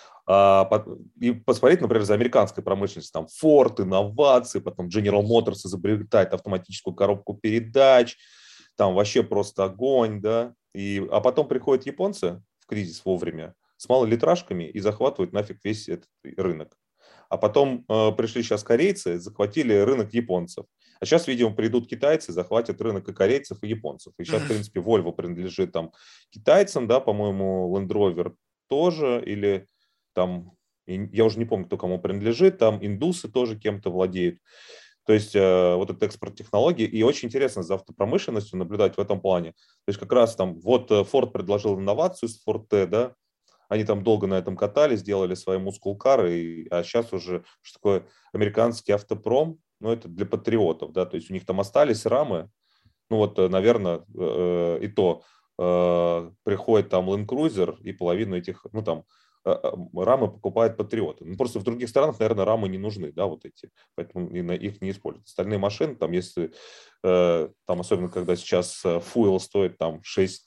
И посмотреть, например, за американской промышленностью, там Ford, инновации, потом General Motors изобретает автоматическую коробку передач, там вообще просто огонь, да. А потом приходят японцы в кризис вовремя с малолитражками и захватывают нафиг весь этот рынок. А потом пришли сейчас корейцы, захватили рынок японцев. А сейчас, видимо, придут китайцы, захватят рынок и корейцев, и японцев. И сейчас, в принципе, Volvo принадлежит там китайцам, да, по-моему, Land Rover тоже, или там, я уже не помню, кто кому принадлежит, там индусы тоже кем-то владеют. То есть вот этот экспорт технологий. И очень интересно за автопромышленностью наблюдать в этом плане. То есть как раз там вот Ford предложил инновацию с Ford T, да, они там долго на этом катались, делали свои мускул-кары, а сейчас уже что такое американский автопром, ну это для патриотов, да, то есть у них там остались рамы, ну вот, наверное, и то приходит там Land Cruiser и половину этих, ну там, рамы покупают патриоты. Ну, просто в других странах, наверное, рамы не нужны, да, вот эти, поэтому их не используют. Остальные машины, там, если, там, особенно когда сейчас fuel стоит там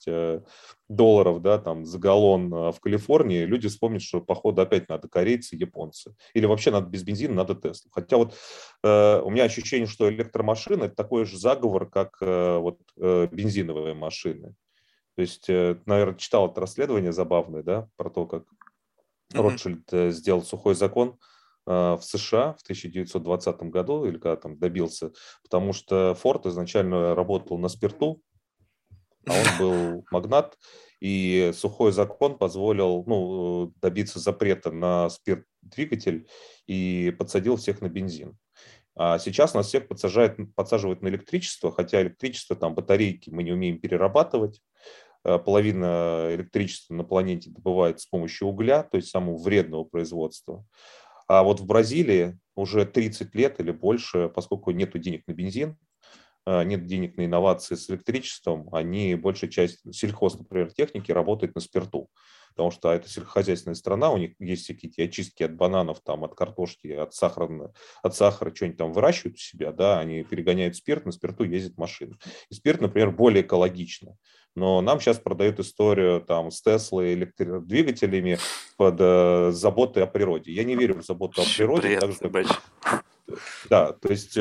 $6, да, там, за галлон в Калифорнии, люди вспомнят, что, походу, опять надо корейцы, японцы. Или вообще надо без бензина, надо Теслу. Хотя вот у меня ощущение, что электромашина – это такой же заговор, как вот бензиновые машины. То есть, наверное, читал это расследование забавное, да, про то, как Мгм. Ротшильд сделал сухой закон в США в 1920 году, или когда там добился, потому что Форд изначально работал на спирту, а он был магнат, и сухой закон позволил, ну, добиться запрета на спирт-двигатель и подсадил всех на бензин. А сейчас нас всех подсаживают на электричество, хотя электричество, там, батарейки мы не умеем перерабатывать. Половина электричества на планете добывается с помощью угля, то есть самого вредного производства. А вот в Бразилии уже 30 лет или больше, поскольку нет денег на бензин, нет денег на инновации с электричеством, они, большая часть сельхоз, например, техники работает на спирту. Потому что это сельскохозяйственная страна, у них есть всякие очистки от бананов, там, от картошки, от сахара, что-нибудь там выращивают у себя, да, они перегоняют спирт, на спирту ездят машины. И спирт, например, более экологично. Но нам сейчас продают историю там, с Теслой электродвигателями под заботой о природе. Я не верю в заботу о Вообще природе, бред, так же, как... ебать. Да, то есть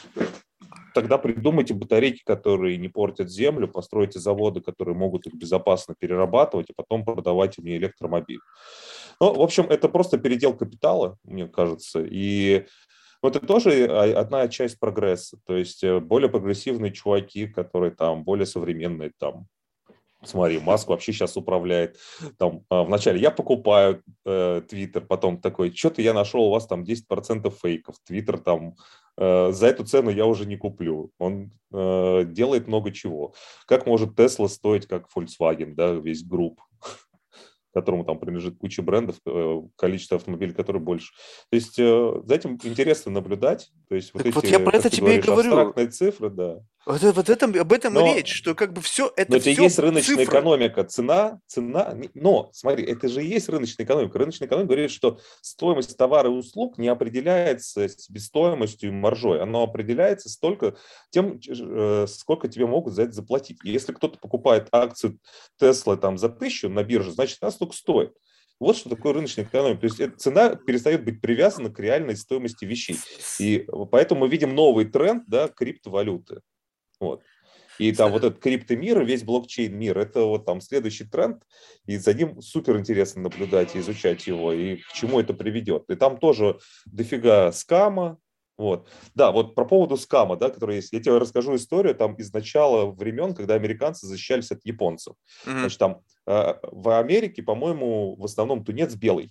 тогда придумайте батарейки, которые не портят землю, постройте заводы, которые могут их безопасно перерабатывать, и потом продавать мне электромобиль. Ну, в общем, это просто передел капитала, мне кажется, и вот это тоже одна часть прогресса, то есть более прогрессивные чуваки, которые там более современные, там, смотри, Маск вообще сейчас управляет. Там, вначале я покупаю Твиттер, потом такой, что-то я нашел у вас там 10% фейков. Твиттер там за эту цену я уже не куплю. Он делает много чего. Как может Тесла стоить, как Volkswagen, да, весь групп, которому там принадлежит куча брендов, количество автомобилей, которые больше. То есть за этим интересно наблюдать. То есть вот Так вот я эти, про как это ты тебе и говоришь, говорю. абстрактные цифры, да. Вот этом, об этом и речь, Но что как бы все, Но это это и все есть рыночная цифры. экономика, цена. Но, смотри, это же и есть рыночная экономика. Рыночная экономика говорит, что стоимость товара и услуг не определяется себестоимостью и маржой. Оно определяется столько тем, сколько тебе могут за это заплатить. И если кто-то покупает акцию Tesla там за 1000 на бирже, значит, она столько стоит. Вот что такое рыночная экономика. То есть цена перестает быть привязана к реальной стоимости вещей. И поэтому мы видим новый тренд, да, криптовалюты. Вот. И там вот этот криптомир, весь блокчейн-мир, это вот там следующий тренд, и за ним супер интересно наблюдать и изучать его, и к чему это приведет. И там тоже дофига скама. Вот. Да, вот про поводу скама, да, который есть. Я тебе расскажу историю там из начала времен, когда американцы защищались от японцев. Мгм. Значит, там в Америке, по-моему, в основном тунец белый,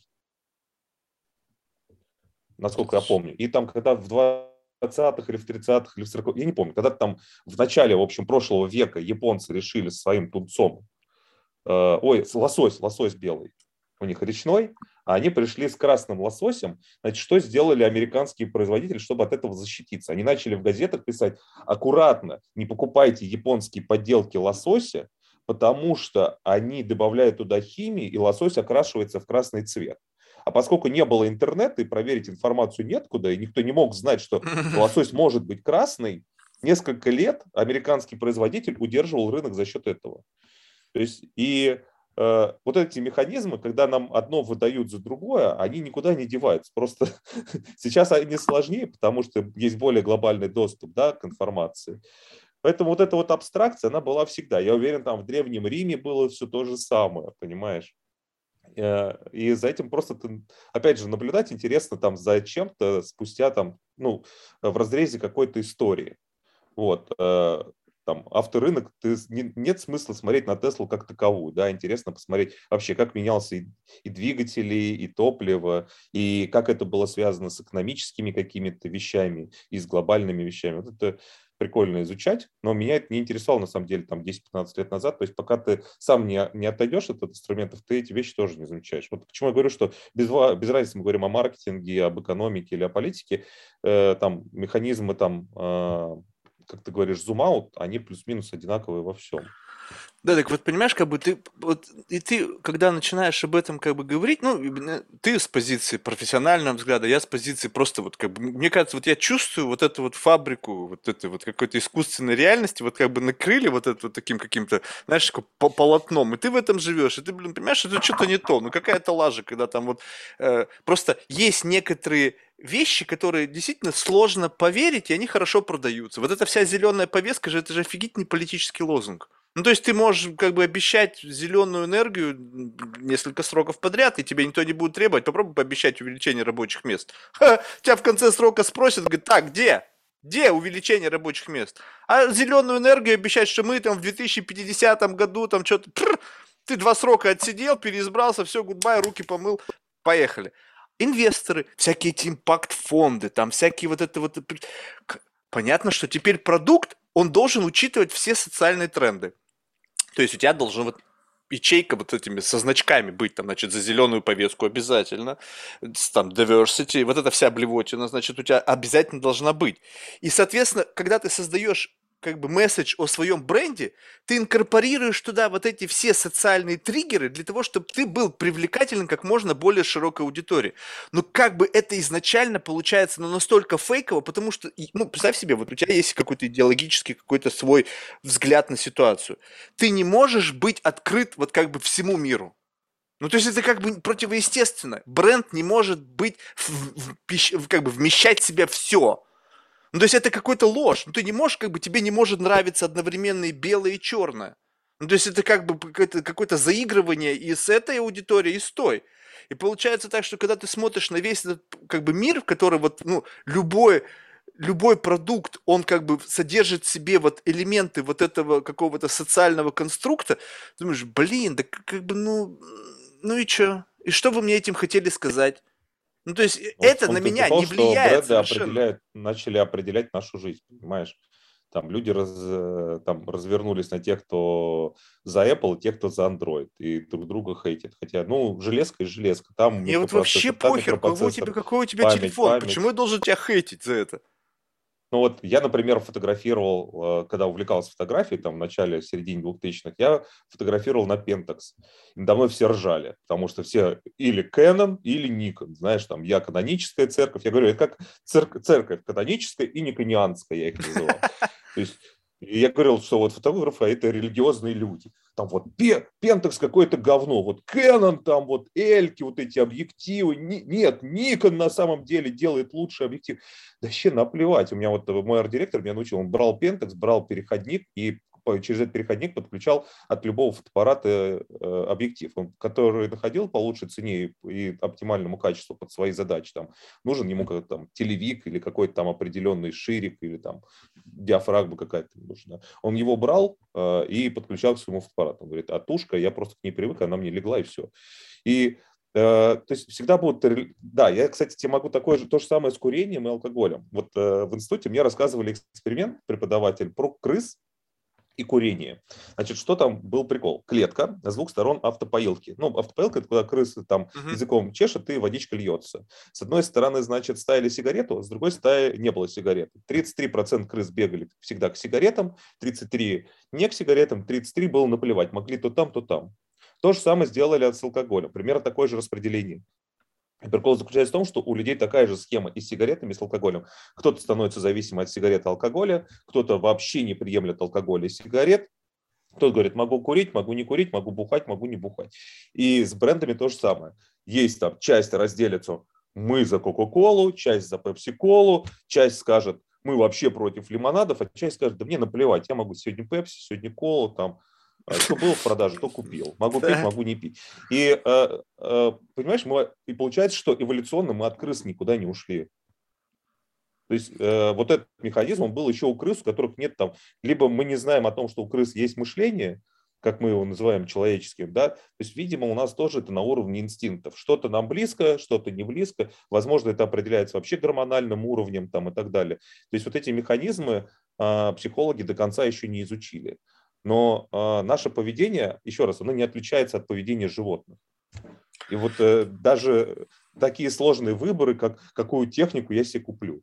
насколько я помню. И там, когда в 20-х или в 30-х или в 40-х, я не помню, когда там в начале, в общем, прошлого века японцы решили своим тунцом, лосось белый, у них речной, а они пришли с красным лососем. Значит, что сделали американские производители, чтобы от этого защититься? Они начали в газетах писать: аккуратно, не покупайте японские подделки лосося, потому что они добавляют туда химии, и лосось окрашивается в красный цвет. А поскольку не было интернета и проверить информацию неоткуда, и никто не мог знать, что лосось может быть красный, несколько лет американский производитель удерживал рынок за счет этого. То есть и вот эти механизмы, когда нам одно выдают за другое, они никуда не деваются. Просто сейчас они сложнее, потому что есть более глобальный доступ, да, к информации. Поэтому вот эта вот абстракция, она была всегда. Я уверен, там в Древнем Риме было все то же самое, понимаешь? И за этим просто, опять же, наблюдать интересно там за чем-то спустя там, ну, в разрезе какой-то истории. Вот. Там авторынок, нет смысла смотреть на Теслу как таковую, да, интересно посмотреть вообще, как менялся и двигатели, и топливо, и как это было связано с экономическими какими-то вещами, и с глобальными вещами. Вот это прикольно изучать, но меня это не интересовало, на самом деле, там 10-15 лет назад, то есть пока ты сам не отойдешь от инструментов, ты эти вещи тоже не замечаешь. Вот почему я говорю, что без разницы мы говорим о маркетинге, об экономике или о политике, там механизмы там как ты говоришь, зум-аут, они плюс-минус одинаковые во всем. Да, так вот понимаешь, как бы ты, вот, и ты, когда начинаешь об этом как бы говорить, ну, именно ты с позиции профессионального взгляда, я с позиции просто вот как бы, мне кажется, вот я чувствую вот эту вот фабрику, вот этой вот какой-то искусственной реальности, вот как бы накрыли вот это вот таким каким-то, знаешь, такой полотном, и ты в этом живешь, и ты, блин, понимаешь, это что-то не то, ну какая-то лажа, когда там вот просто есть некоторые вещи, которые действительно сложно поверить, и они хорошо продаются. Вот эта вся зеленая повестка же, это же офигительный политический лозунг. Ну, то есть ты можешь как бы обещать зеленую энергию несколько сроков подряд, и тебе никто не будет требовать. Попробуй пообещать увеличение рабочих мест. Ха, тебя в конце срока спросят, говорят, так, где? Где увеличение рабочих мест? А зеленую энергию обещать, что мы там в 2050 году там что-то... Ты 2 срока отсидел, переизбрался, все, гудбай, руки помыл, поехали. Инвесторы, всякие эти импакт-фонды, там всякие вот это вот... Понятно, что теперь продукт, он должен учитывать все социальные тренды. То есть у тебя должен вот ячейка вот этими со значками быть, там, значит, за зеленую повестку обязательно, там, diversity, вот эта вся блевотина, значит, у тебя обязательно должна быть. И, соответственно, когда ты создаешь как бы месседж о своем бренде, ты инкорпорируешь туда вот эти все социальные триггеры для того, чтобы ты был привлекателен как можно более широкой аудитории. Но как бы это изначально получается, ну, настолько фейково, потому что, ну, представь себе, вот у тебя есть какой-то идеологический, какой-то свой взгляд на ситуацию. Ты не можешь быть открыт вот как бы всему миру. Ну, то есть это как бы противоестественно. Бренд не может быть, как бы вмещать в себя все. Ну, то есть это какой-то ложь. Ну, ты не можешь, как бы, тебе не может нравиться одновременно и белое, и черное. Ну, то есть это как бы какое-то заигрывание и с этой аудиторией, и с той. И получается так, что когда ты смотришь на весь этот как бы мир, в который вот, ну, любой продукт, он как бы содержит в себе вот элементы вот этого какого-то социального конструкта, думаешь, блин, да как бы, ну и что? И что вы мне этим хотели сказать? Ну, то есть Вот в это на том-то и меня прикол, не что влияет бренды совершенно. начали определять нашу жизнь, понимаешь? Там люди там развернулись на тех, кто за Apple, и тех, кто за Android, и друг друга хейтят. Хотя, ну, железка и железка. Там Мне вот вообще микропроцессор, там похер, микропроцессор, какой у тебя память, телефон, почему память. я должен тебя хейтить за это? Ну вот я, например, фотографировал, когда увлекался фотографией, там в начале, середине 2000-х, я фотографировал на Pentax. И надо мной все ржали, потому что все или Canon, или Nikon. Знаешь, там я каноническая церковь. Я говорю, это как церковь каноническая и никонианская, я их называл. То есть я говорил, что вот фотографы – это религиозные люди. Там вот Pentax какое-то говно, вот Canon, там вот Эльки, вот эти объективы. Нет, Nikon на самом деле делает лучший объектив. Да вообще наплевать. У меня вот мой арт-директор меня научил, он брал Pentax, брал переходник и через этот переходник подключал от любого фотоаппарата объектив, который находил по лучшей цене и оптимальному качеству под свои задачи. Там, нужен ему как там телевик или какой-то там определенный ширик или там диафрагма какая-то нужна. Он его брал и подключал к своему фотоаппарату. Он говорит, а тушка, я просто к ней привык, она мне легла и все. И то есть всегда будут... Да, я, кстати, тебе могу то же самое с курением и алкоголем. Вот в институте мне рассказывали эксперимент, преподаватель, про крыс и курение. Значит, что там был прикол? Клетка, с двух сторон автопоилки. Ну, автопоилка – это когда крысы там Мгм. языком чешет, и водичка льется. С одной стороны, значит, ставили сигарету, с другой стороны, не было сигареты. 33% крыс бегали всегда к сигаретам, 33% не к сигаретам, 33% было наплевать. Могли то там, то там. То же самое сделали с алкоголем. Примерно такое же распределение. И прикол заключается в том, что у людей такая же схема и с сигаретами, и с алкоголем. Кто-то становится зависимым от сигарет и алкоголя, кто-то вообще не приемлет алкоголя и сигарет, кто-то говорит, могу курить, могу не курить, могу бухать, могу не бухать. И с брендами то же самое. Есть там часть разделится, мы за Кока-Колу, часть за Пепси-Колу, часть скажет, мы вообще против лимонадов, а часть скажет, да мне наплевать, я могу сегодня Пепси, сегодня Колу, там, что было в продаже, то купил. Могу пить, Да. могу не пить. И, понимаешь, и получается, что эволюционно мы от крыс никуда не ушли. То есть вот этот механизм, он был еще у крыс, у которых нет там, либо мы не знаем о том, что у крыс есть мышление, как мы его называем человеческим, да, то есть, видимо, у нас тоже это на уровне инстинктов. Что-то нам близко, что-то не близко, возможно, это определяется вообще гормональным уровнем там и так далее. То есть вот эти механизмы психологи до конца еще не изучили. Но наше поведение, еще раз, оно не отличается от поведения животных. И вот даже такие сложные выборы, как какую технику я себе куплю.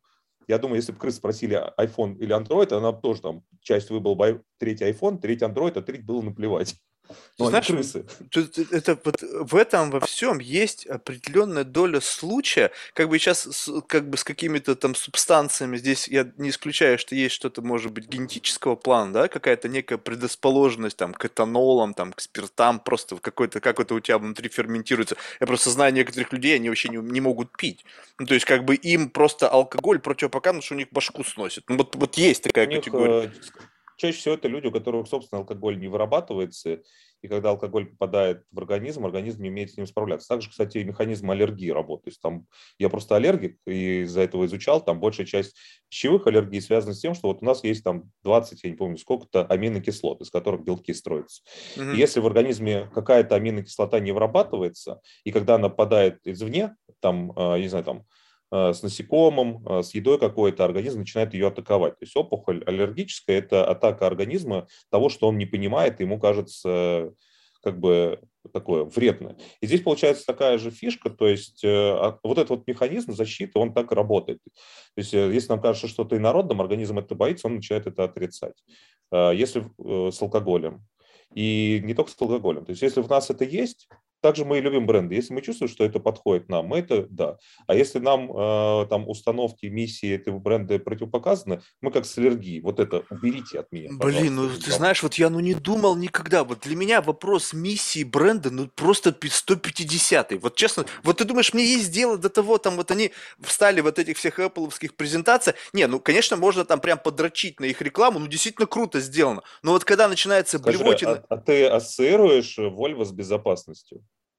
Я думаю, если бы крыс спросили iPhone или Android, она бы тоже там часть выбрала бы третий iPhone, третий Android, а треть было наплевать. Ты Но они знаешь, крысы. это вот в этом во всем есть определенная доля случая. Как бы сейчас как бы с какими-то там субстанциями здесь я не исключаю, что есть что-то, может быть, генетического плана, да, какая-то некая предрасположенность там к этанолам, там к спиртам, просто какой-то, как это у тебя внутри ферментируется. Я просто знаю некоторых людей, они вообще не могут пить. Ну, то есть как бы им просто алкоголь противопоказан, что у них башку сносит. Ну, вот есть такая У них категория. чаще всего это люди, у которых, собственно, алкоголь не вырабатывается, и когда алкоголь попадает в организм не умеет с ним справляться. Также, кстати, и механизм аллергии работает. То есть там я просто аллергик, и из-за этого изучал, там большая часть пищевых аллергий связана с тем, что вот у нас есть там 20, я не помню, сколько-то аминокислот, из которых белки строятся. И Мгм. если в организме какая-то аминокислота не вырабатывается, и когда она попадает извне, там, не знаю, там, с насекомым, с едой какой-то, организм начинает ее атаковать. То есть опухоль аллергическая – это атака организма того, что он не понимает, и ему кажется как бы такое вредное. И здесь получается такая же фишка, то есть вот этот вот механизм защиты, он так и работает. То есть если нам кажется, что что-то инородным, организм это боится, он начинает это отрицать. Если с алкоголем. И не только с алкоголем. То есть если в нас это есть, также мы и любим бренды. Если мы чувствуем, что это подходит нам, мы это да. А если нам там установки, миссии этого бренда противопоказаны, мы как с аллергией. Вот это уберите от меня, Блин, пожалуйста, ну этот ты запах. знаешь, вот я не думал никогда. Вот для меня вопрос миссии бренда, ну просто 150-й. Вот честно, вот ты думаешь, мне есть дело до того, там вот они встали вот этих всех Apple'овских презентациях. Не, ну конечно, можно там прям подрочить на их рекламу, ну действительно круто сделано. Но вот когда начинается Скажи, блевотина, а ты ассоциируешь Volvo с безопасностью?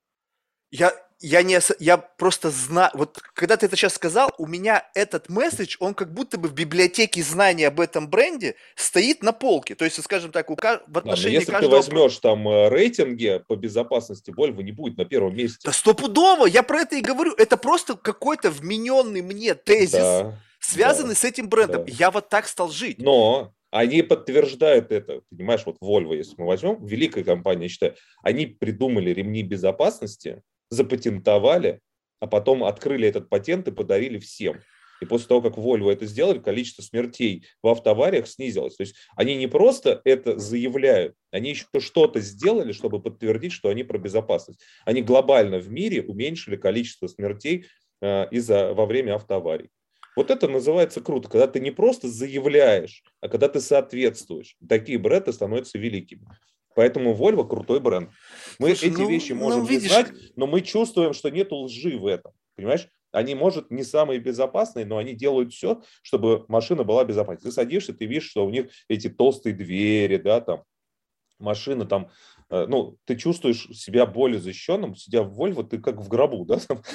я, я просто знаю, вот когда ты это сейчас сказал, у меня этот месседж, он как будто бы в библиотеке знаний об этом бренде стоит на полке. То есть, скажем так, в Да, но отношении если ты каждого возьмешь там рейтинги по безопасности, Volvo не будет на первом Да месте. стопудово, я про это и говорю. Это просто какой-то вмененный мне тезис, Да, связанный да, с этим брендом. да. Я вот так стал жить. Но они подтверждают это. Понимаешь, вот Volvo, если мы возьмем, великая компания, я считаю, они придумали ремни безопасности, запатентовали, а потом открыли этот патент и подарили всем. И после того, как Volvo это сделали, количество смертей в автоавариях снизилось. То есть они не просто это заявляют, они еще что-то сделали, чтобы подтвердить, что они про безопасность. Они глобально в мире уменьшили количество смертей во время автоаварий. Вот это называется круто, когда ты не просто заявляешь, а когда ты соответствуешь. Такие бренды становятся великими. Поэтому Volvo крутой бренд. Мы Слушай, эти вещи ну можем не видишь, знать, но мы чувствуем, что нет лжи в этом. Понимаешь? Они, может, не самые безопасные, но они делают все, чтобы машина была безопасной. Ты садишься, ты видишь, что у них эти толстые двери, да, там, машина там, ну, ты чувствуешь себя более защищенным, сидя в Volvo, ты как в гробу, да, там.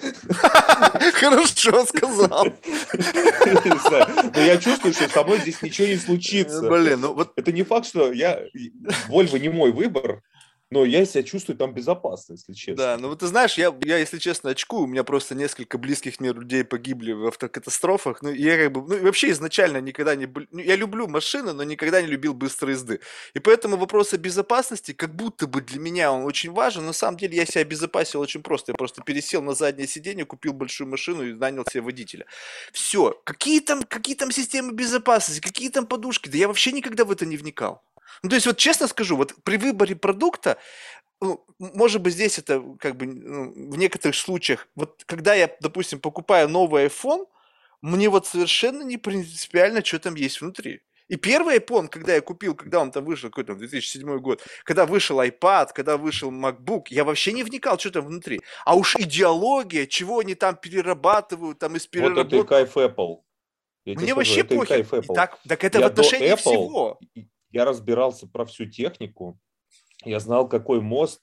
хорошо сказал. Не знаю, но я чувствую, что со мной здесь ничего не случится. Блин, ну вот Это не факт, что Volvo не мой выбор, но я себя чувствую там безопасно, если да, честно. ну вот ты знаешь, я, если честно, очкую, у меня просто несколько близких мне людей погибли в автокатастрофах, ну, и я как бы, ну, и вообще изначально никогда не, ну, я люблю машины, но никогда не любил быстрой езды, и поэтому вопрос о безопасности, как будто бы для меня он очень важен, но на самом деле я себя обезопасил очень просто, я просто пересел на заднее сиденье, купил большую машину и нанял себе водителя. Все, какие там системы безопасности, какие там подушки, да я вообще никогда в это не вникал. Ну, то есть, вот честно скажу, вот при выборе продукта ну, может быть, здесь это как бы ну, в некоторых случаях, вот когда я, допустим, покупаю новый iPhone, мне вот совершенно не принципиально, что там есть внутри. И первый iPhone, когда я купил, когда он там вышел, какой там 2007 год, когда вышел iPad, когда вышел MacBook, я вообще не вникал, что там внутри. А уж идеология, чего они там перерабатывают, там из Вот это и переработки, кайф Apple. Я тебе мне скажу, вообще это и похер. кайф И Apple. так это в Я до отношении Apple, всего. я разбирался про всю технику, я знал, какой мост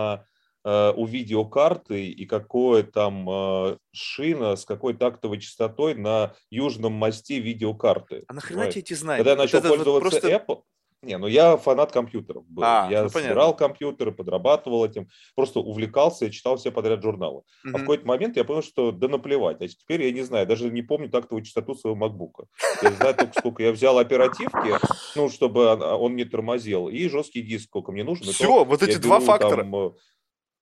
у видеокарты и какое там шина с какой тактовой частотой на южном мосте видеокарты. А нахрена Понимаешь? тебе эти Когда знания? я Вот начал это вот пользоваться просто... Apple, не, ну я фанат компьютеров был. Я Ну понятно. собирал компьютеры, подрабатывал этим, просто увлекался и читал все подряд журналы. А в Мгм. какой-то момент я понял, что да наплевать. А теперь я не знаю, даже не помню тактовую частоту своего MacBook. Я знаю только, сколько я взял оперативки, ну, чтобы он не тормозил, и жесткий диск, сколько мне нужен, и то Все, вот я эти два беру фактора. там,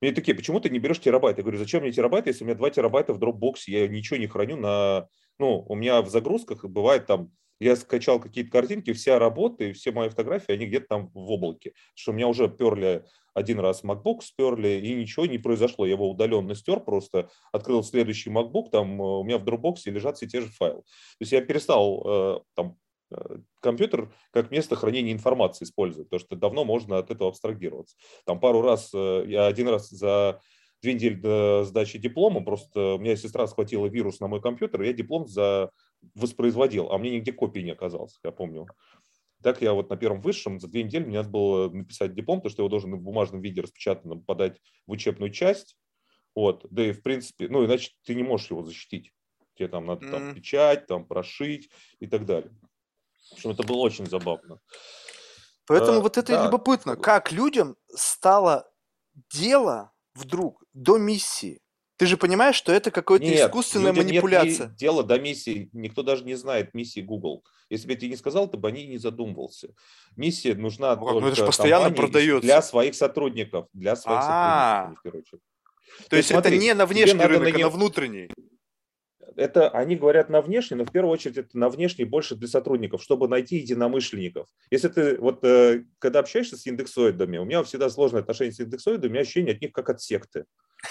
Мне такие, почему ты не берешь терабайт? Я говорю, зачем мне терабайт, если у меня 2 терабайта в Dropbox, я ничего не храню на... Ну, у меня в загрузках бывает там, я скачал какие-то картинки, вся работа и все мои фотографии, они где-то там в облаке. Что у меня уже перли один раз MacBook, сперли, и ничего не произошло. Я его удаленно стер, просто открыл следующий MacBook, там у меня в Dropbox лежат все те же файлы. То есть я перестал там компьютер как место хранения информации использовать, потому что давно можно от этого абстрагироваться. Там пару раз, я один раз за 2 недели до сдачи диплома, просто у меня сестра схватила вирус на мой компьютер, и я диплом воспроизводил, а мне нигде копии не оказалось, я помню. Так я вот на первом высшем за 2 недели мне надо было написать диплом, потому что я его должен в бумажном виде распечатанном подать в учебную часть. Вот. Да и в принципе, ну иначе ты не можешь его защитить. Тебе там надо там печать, там прошить и так далее. В общем, это было очень забавно. Поэтому вот это и Да, любопытно, как людям стало дело вдруг до миссии. Ты же понимаешь, что это какая-то нет, искусственная людям нет манипуляция. дела до миссии. Никто даже не знает миссии Google. Если бы я тебе не сказал, ты бы о ней не задумывался. Миссия нужна Ну как, ну это же только постоянно компании для продается. своих сотрудников. Для своих сотрудников, а А, не в первую очередь. то То есть есть это смотри, не на тебе внешний надо рынок, а на внутренний. Это они говорят на внешний, но в первую очередь это на внешний больше для сотрудников, чтобы найти единомышленников. Если ты вот когда общаешься с индексоидами, у меня всегда сложное отношение с индексоидами, у меня ощущение от них как от секты.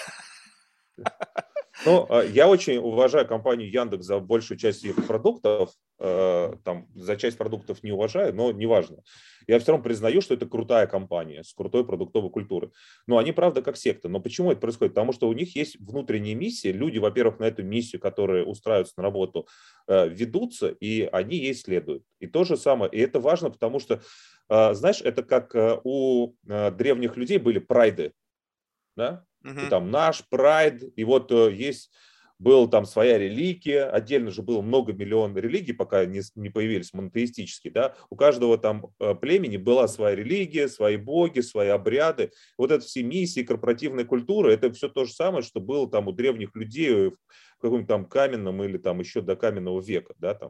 Но я очень уважаю компанию Яндекс за большую часть их продуктов. Там, за часть продуктов не уважаю, но неважно. Я все равно признаю, что это крутая компания с крутой продуктовой культурой. Но они, правда, как секта. Но почему это происходит? Потому что у них есть внутренние миссии. Люди, во-первых, на эту миссию, которые устраиваются на работу, ведутся, и они ей следуют. И то же самое. И это важно, потому что, знаешь, это как у древних людей были прайды. Да? И там наш прайд, и вот была там своя религия, отдельно же было много миллионов религий, пока не появились монотеистические, да, у каждого там племени была своя религия, свои боги, свои обряды, вот это все миссии, корпоративная культура, это все то же самое, что было там у древних людей в каком-то там каменном или там еще до каменного века, да, там.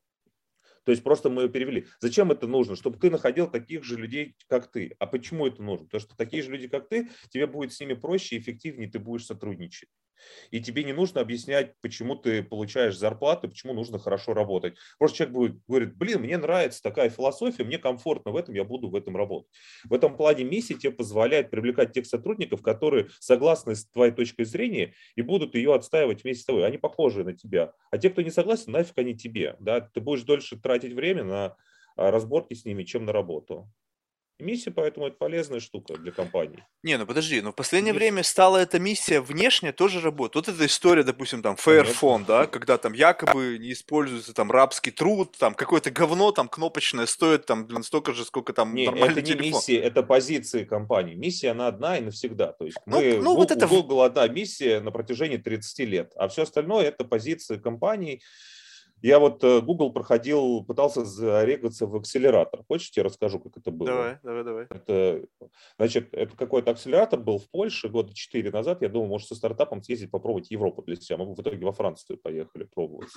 То есть просто мы ее перевели. Зачем это нужно? Чтобы ты находил таких же людей, как ты. А почему это нужно? Потому что такие же люди, как ты, тебе будет с ними проще и эффективнее ты будешь сотрудничать. И тебе не нужно объяснять, почему ты получаешь зарплату, почему нужно хорошо работать. Просто человек говорит, блин, мне нравится такая философия, мне комфортно в этом, я буду в этом работать. В этом плане миссия тебе позволяет привлекать тех сотрудников, которые согласны с твоей точкой зрения и будут ее отстаивать вместе с тобой. Они похожи на тебя. А те, кто не согласен, нафиг они тебе. Да? Ты будешь дольше тратить время на разборки с ними, чем на работу. Миссия, поэтому это полезная штука для компании. Не, ну подожди, но в последнее Есть, время стала эта миссия внешняя тоже работать. Вот эта история, допустим, там, конечно. Fairphone, да, когда там якобы не используется там рабский труд, там какое-то говно там кнопочное стоит там, блин, столько же, сколько там Не, нормальный это не телефон. миссия, это позиции компании. Миссия, она одна и навсегда. То есть Ну вот у это, Google одна миссия на протяжении 30 лет, а все остальное это позиции компаний. Я вот Google проходил, пытался зарегаться в акселератор. Хочешь, я расскажу, как это было? давай, давай, давай. Значит, это какой-то акселератор был в Польше года 4 назад. Я думал, может, со стартапом съездить, попробовать Европу для себя. Мы в итоге во Францию поехали пробовать.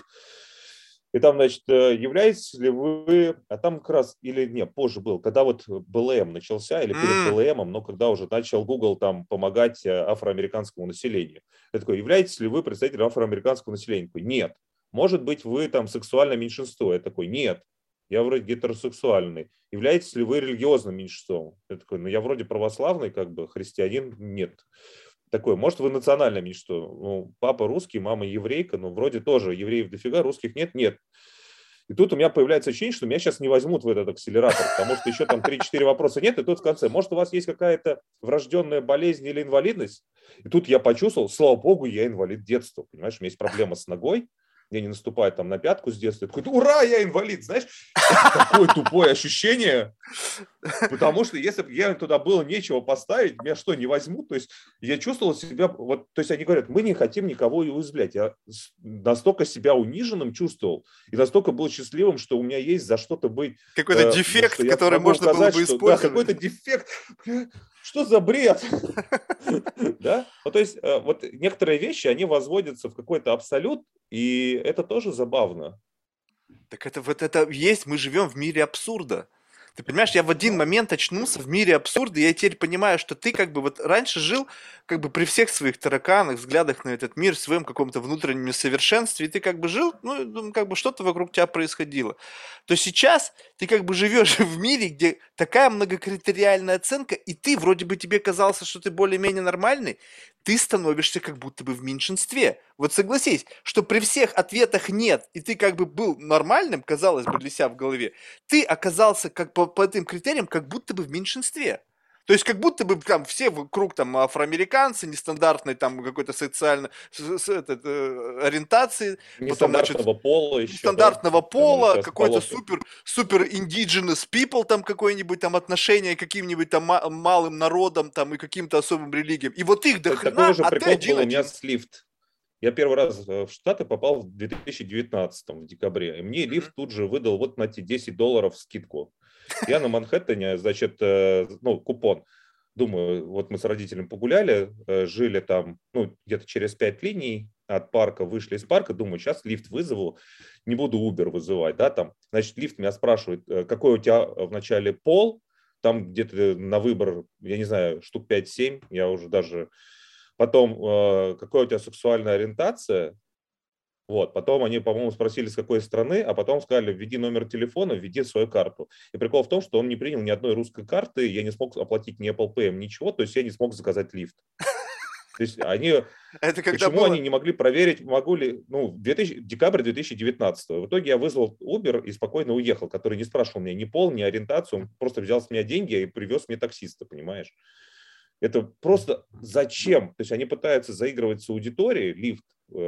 И там, значит, являетесь ли вы, а там как раз, или нет, позже был, когда вот БЛМ начался, или перед БЛМом, но когда уже начал Google там помогать афроамериканскому населению. Я такой, являетесь ли вы представителем афроамериканского населения? Я такой, нет. Может быть, вы там сексуальное меньшинство? Я такой, нет. Я вроде гетеросексуальный. Являетесь ли вы религиозным меньшинством? Я такой, ну я вроде православный, как бы христианин, нет. Такой, может, вы национальное меньшинство? Ну, папа русский, мама еврейка, но вроде тоже евреев дофига, русских нет, нет. И тут у меня появляется ощущение, что меня сейчас не возьмут в этот акселератор, потому что еще там 3-4 вопроса нет, и тут в конце, может, у вас есть какая-то врожденная болезнь или инвалидность? И тут я почувствовал, слава богу, я инвалид детства, понимаешь, у меня есть проблема с ногой, мне не наступает там на пятку с детства. Я такой, ура, я инвалид, знаешь, это такое тупое ощущение, потому что если бы я туда было нечего поставить, меня что, не возьмут? То есть я чувствовал себя, вот, то есть они говорят, мы не хотим никого уязвлять. Я настолько себя униженным чувствовал и настолько был счастливым, что у меня есть за что-то быть, Какой-то что дефект, я который могу можно было указать, бы что да, использовать. какой-то дефект, что за бред? Да? Ну, то есть вот некоторые вещи, они возводятся в какой-то абсолют, и это тоже забавно. Так это вот это есть, мы живем в мире абсурда. Ты понимаешь, я в один Ну, момент очнулся в мире абсурда, и я теперь понимаю, что ты как бы вот раньше жил как бы при всех своих тараканах, взглядах на этот мир, в своем каком-то внутреннем несовершенстве, и ты как бы жил, ну, как бы что-то вокруг тебя происходило. То сейчас ты как бы живешь в мире, где такая многокритериальная оценка, и ты вроде бы тебе казалось, что ты более-менее нормальный, ты становишься как будто бы в меньшинстве. Вот согласись, что при всех ответах нет, и ты как бы был нормальным, казалось бы, для себя в голове, ты оказался как по этим критериям как будто бы в меньшинстве. То есть как будто бы там все вокруг там афроамериканцы, нестандартной там какой-то социальной ориентации, потом, значит, нестандартного пола еще, да, нестандартного там или пола, какой-то противоположный. супер indigenous people, там какое-нибудь там отношение к каким-нибудь там малым народам там и каким-то особым религиям. И вот их до Кстати, хрена, такой же а ты прикол был у меня один-один. с лифт. Я первый раз в Штаты попал в 2019 в декабре, и мне Мгм. лифт тут же выдал вот на те $10 скидку. Я на Манхэттене, значит, ну, купон. Думаю, вот мы с родителями погуляли, жили там, ну, где-то через 5 линий от парка, вышли из парка, думаю, сейчас лифт вызову, не буду Uber вызывать, да, там. Значит, лифт меня спрашивает, какой у тебя вначале пол, там где-то на выбор, я не знаю, штук 5-7, я уже даже... Потом, какая у тебя сексуальная ориентация, вот. Потом они, по-моему, спросили, с какой страны, а потом сказали, введи номер телефона, введи свою карту. И прикол в том, что он не принял ни одной русской карты, я не смог оплатить ни Apple Pay, ничего, то есть я не смог заказать лифт. То есть они, Это когда почему они было? не могли проверить, могу ли, ну, декабрь 2019. В итоге я вызвал Uber и спокойно уехал, который не спрашивал меня ни пол, ни ориентацию, он просто взял с меня деньги и привез мне таксиста, понимаешь? Это просто зачем? То есть они пытаются заигрывать с аудиторией, лифт,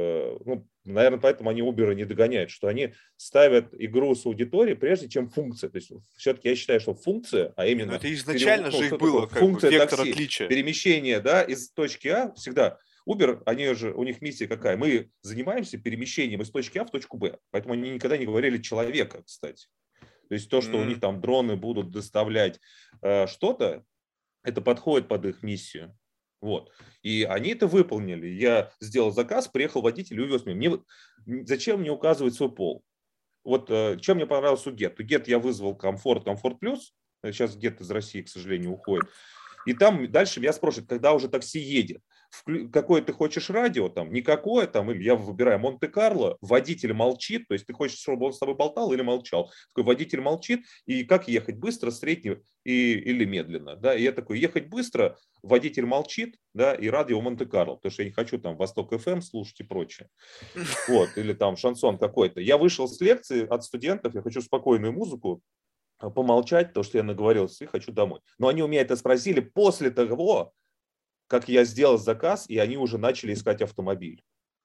ну, наверное, поэтому они Uber не догоняют, что они ставят игру с аудиторией прежде, чем функция. То есть все-таки я считаю, что функция, а Не, ну именно, это изначально ну, же их что такое было, как бы, функция вектор такси, отличия. перемещение, да, из точки А всегда. Uber, они же, у них миссия какая? Мы занимаемся перемещением из точки А в точку Б. Поэтому они никогда не говорили человека, кстати. То есть то, что у них М. там дроны будут доставлять что-то, это подходит под их миссию. Вот. И они это выполнили. Я сделал заказ, приехал водитель и увез меня. Зачем мне указывать свой пол? Вот чем мне понравился у Get. У Get я вызвал комфорт плюс. Сейчас Get из России, к сожалению, уходит. И там дальше меня спрашивают, когда уже такси едет, какое ты хочешь радио, там, никакое, там, или я выбираю Монте-Карло, водитель молчит, то есть ты хочешь, чтобы он с тобой болтал или молчал. Такой водитель молчит, и как ехать быстро, средне или медленно, да, и я такой, ехать быстро, водитель молчит, да, и радио Монте-Карло, потому что я не хочу там Восток ФМ слушать и прочее, вот, или там шансон какой-то. Я вышел с лекции от студентов, я хочу спокойную музыку, помолчать, то, что я наговорился, и хочу домой. Но они у меня это спросили после того, как я сделал заказ, и они уже начали искать автомобиль.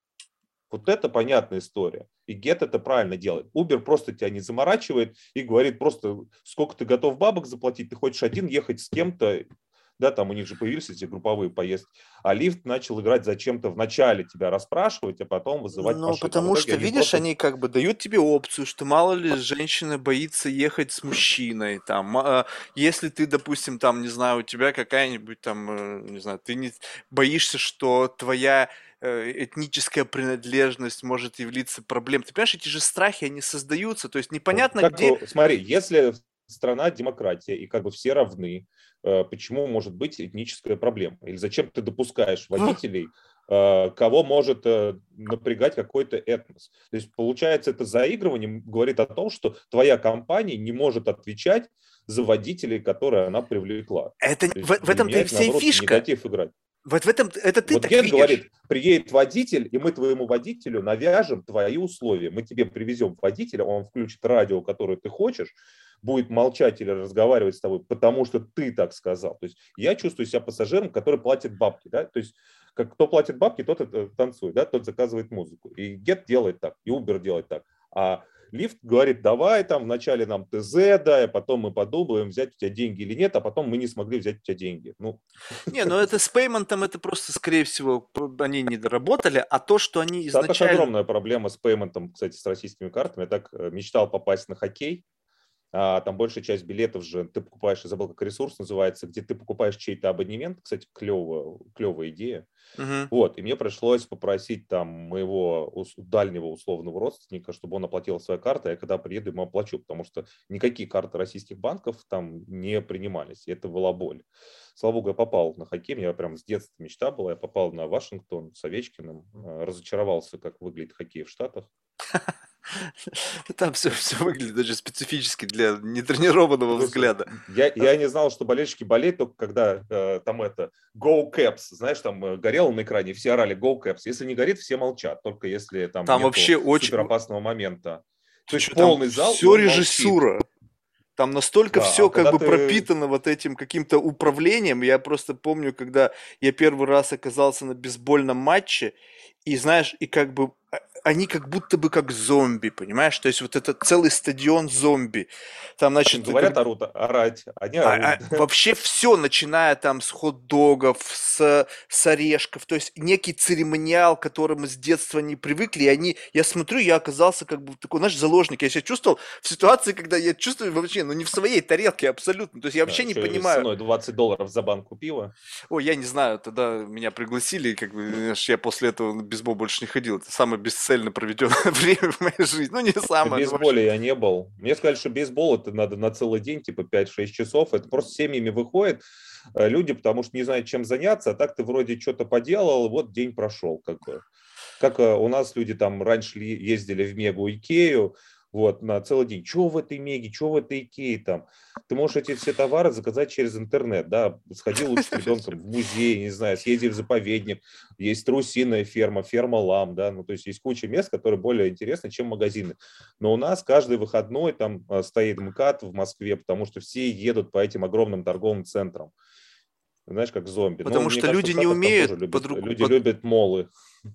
Вот это понятная история. И Get это правильно делает. Uber просто тебя не заморачивает и говорит просто, сколько ты готов бабок заплатить, ты хочешь один ехать с кем-то, да, там у них же появились эти групповые поездки, а лифт начал играть зачем-то вначале тебя расспрашивать, а потом вызывать Ну, машину. А в потому итоге что, они видишь, просто... они как бы дают тебе опцию, что мало ли женщина боится ехать с мужчиной, там, если ты, допустим, там, не знаю, у тебя какая-нибудь там, не знаю, ты не боишься, что твоя этническая принадлежность может явиться проблемой. Ты понимаешь, эти же страхи, они создаются, то есть непонятно Как, где. смотри, если страна демократия и как бы все равны, почему может быть этническая проблема? Или зачем ты допускаешь водителей, кого может напрягать какой-то этнос? То есть, получается, это заигрывание говорит о том, что твоя компания не может отвечать за водителей, которые она привлекла. Это, То есть в для этом-то меня и это, вся и наоборот, фишка. негатив играть. Вот в этом, это ты Вот так Гет видишь. говорит, приедет водитель, и мы твоему водителю навяжем твои условия. Мы тебе привезем водителя, он включит радио, которое ты хочешь, будет молчать или разговаривать с тобой, потому что ты так сказал. То есть я чувствую себя пассажиром, который платит бабки. Да? То есть кто платит бабки, тот танцует, да? Тот заказывает музыку. И Гет делает так, и Uber делает так. А лифт говорит, давай там вначале нам ТЗ дай, а потом мы подумаем, взять у тебя деньги или нет, а потом мы не смогли взять у тебя деньги. Ну, Не, ну это с пейментом, это просто, скорее всего, они не доработали, а то, что они В Штатах изначально. огромная проблема с пейментом, кстати, с российскими картами. Я так мечтал попасть на хоккей. там большая часть билетов же ты покупаешь, я забыл, как ресурс называется, где ты покупаешь чей-то абонемент. Кстати, клевая идея. Мгм. Вот, и мне пришлось попросить там моего дальнего условного родственника, чтобы он оплатил своей картой, а я когда приеду, ему оплачу, потому что никакие карты российских банков там не принимались, и это была боль. Слава богу, я попал на хоккей, у меня прям с детства мечта была, я попал на Вашингтон с Овечкиным, разочаровался, как выглядит хоккей в Штатах. Там все выглядит даже специфически для нетренированного Слушай, взгляда. я не знал, что болельщики болеют только когда там это Go Caps, знаешь, там горело на экране, все орали Go Caps. Если не горит, все молчат, только если там Там нету вообще очень... супер опасного момента. Ты То есть что, там полный зал, и все он молчит. режиссура. Там настолько Да, все а как когда бы ты... пропитано вот этим каким-то управлением. Я просто помню, когда я первый раз оказался на бейсбольном матче, и знаешь, и как бы они как будто бы как зомби, понимаешь? То есть вот этот целый стадион зомби. Там, Им значит, говорят орать, они орут. вообще все, начиная там с хот-догов, с орешков, то есть некий церемониал, к которому с детства не привыкли, и они, я смотрю, я оказался как бы такой, знаешь, заложник, я себя чувствовал в ситуации, когда я чувствую вообще, ну не в своей тарелке абсолютно, то есть я Да, вообще не еще и с понимаю, ценой $20 за банку пива. ой, я не знаю, тогда меня пригласили, и как бы, знаешь, я после этого на бейсбол больше не ходил, это самое бесцельно проведенное время в моей жизни, ну не На самое, ну вообще. бейсболе я не был. Мне сказали, что бейсбол это надо на целый день, типа 5-6 часов. Это просто семьями выходит люди, потому что не знают, чем заняться, а так ты вроде что-то поделал, вот день прошел. Как бы. Как у нас люди там раньше ездили в Мегу Икею, вот, на целый день. Что в этой Меге, что в этой Икее там? Ты можешь эти все товары заказать через интернет, да, сходи лучше с ребенком в музей, не знаю, съезди в заповедник, есть трусиная ферма, ферма Лам, да, ну, то есть есть куча мест, которые более интересны, чем магазины. Но у нас каждый выходной там стоит МКАД в Москве, потому что все едут по этим огромным торговым центрам. Знаешь, как зомби. Ну, Потому мне что кажется, люди в не Штатах там тоже умеют любят, люди любят молы.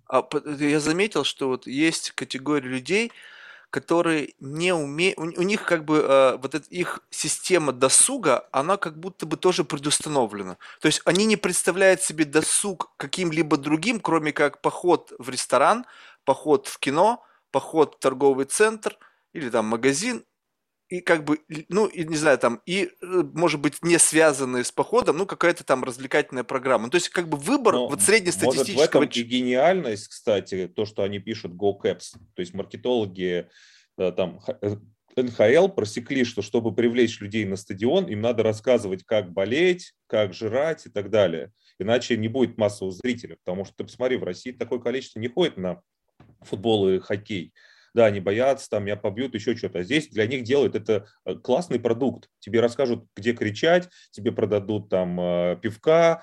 я заметил, что вот есть категория людей, которые не умеют, у них как бы вот эта их система досуга, она как будто бы тоже предустановлена. То есть они не представляют себе досуг каким-либо другим, кроме как поход в ресторан, поход в кино, поход в торговый центр или там магазин, и как бы, ну, и не знаю, там, может быть, не связанные с походом, ну, какая-то там развлекательная программа. Ну, то есть, как бы выбор вот Но может в среднестатистического... этом и гениальность, кстати, то, что они пишут Go Caps. То есть маркетологи там НХЛ просекли, что чтобы привлечь людей на стадион, им надо рассказывать, как болеть, как жрать и так далее. Иначе не будет массового зрителя. Потому что, ты посмотри, в России такое количество не ходит на футбол и хоккей. Да, они боятся, там меня побьют, еще что-то. А здесь для них делают это классный продукт. Тебе расскажут, где кричать, тебе продадут там пивка,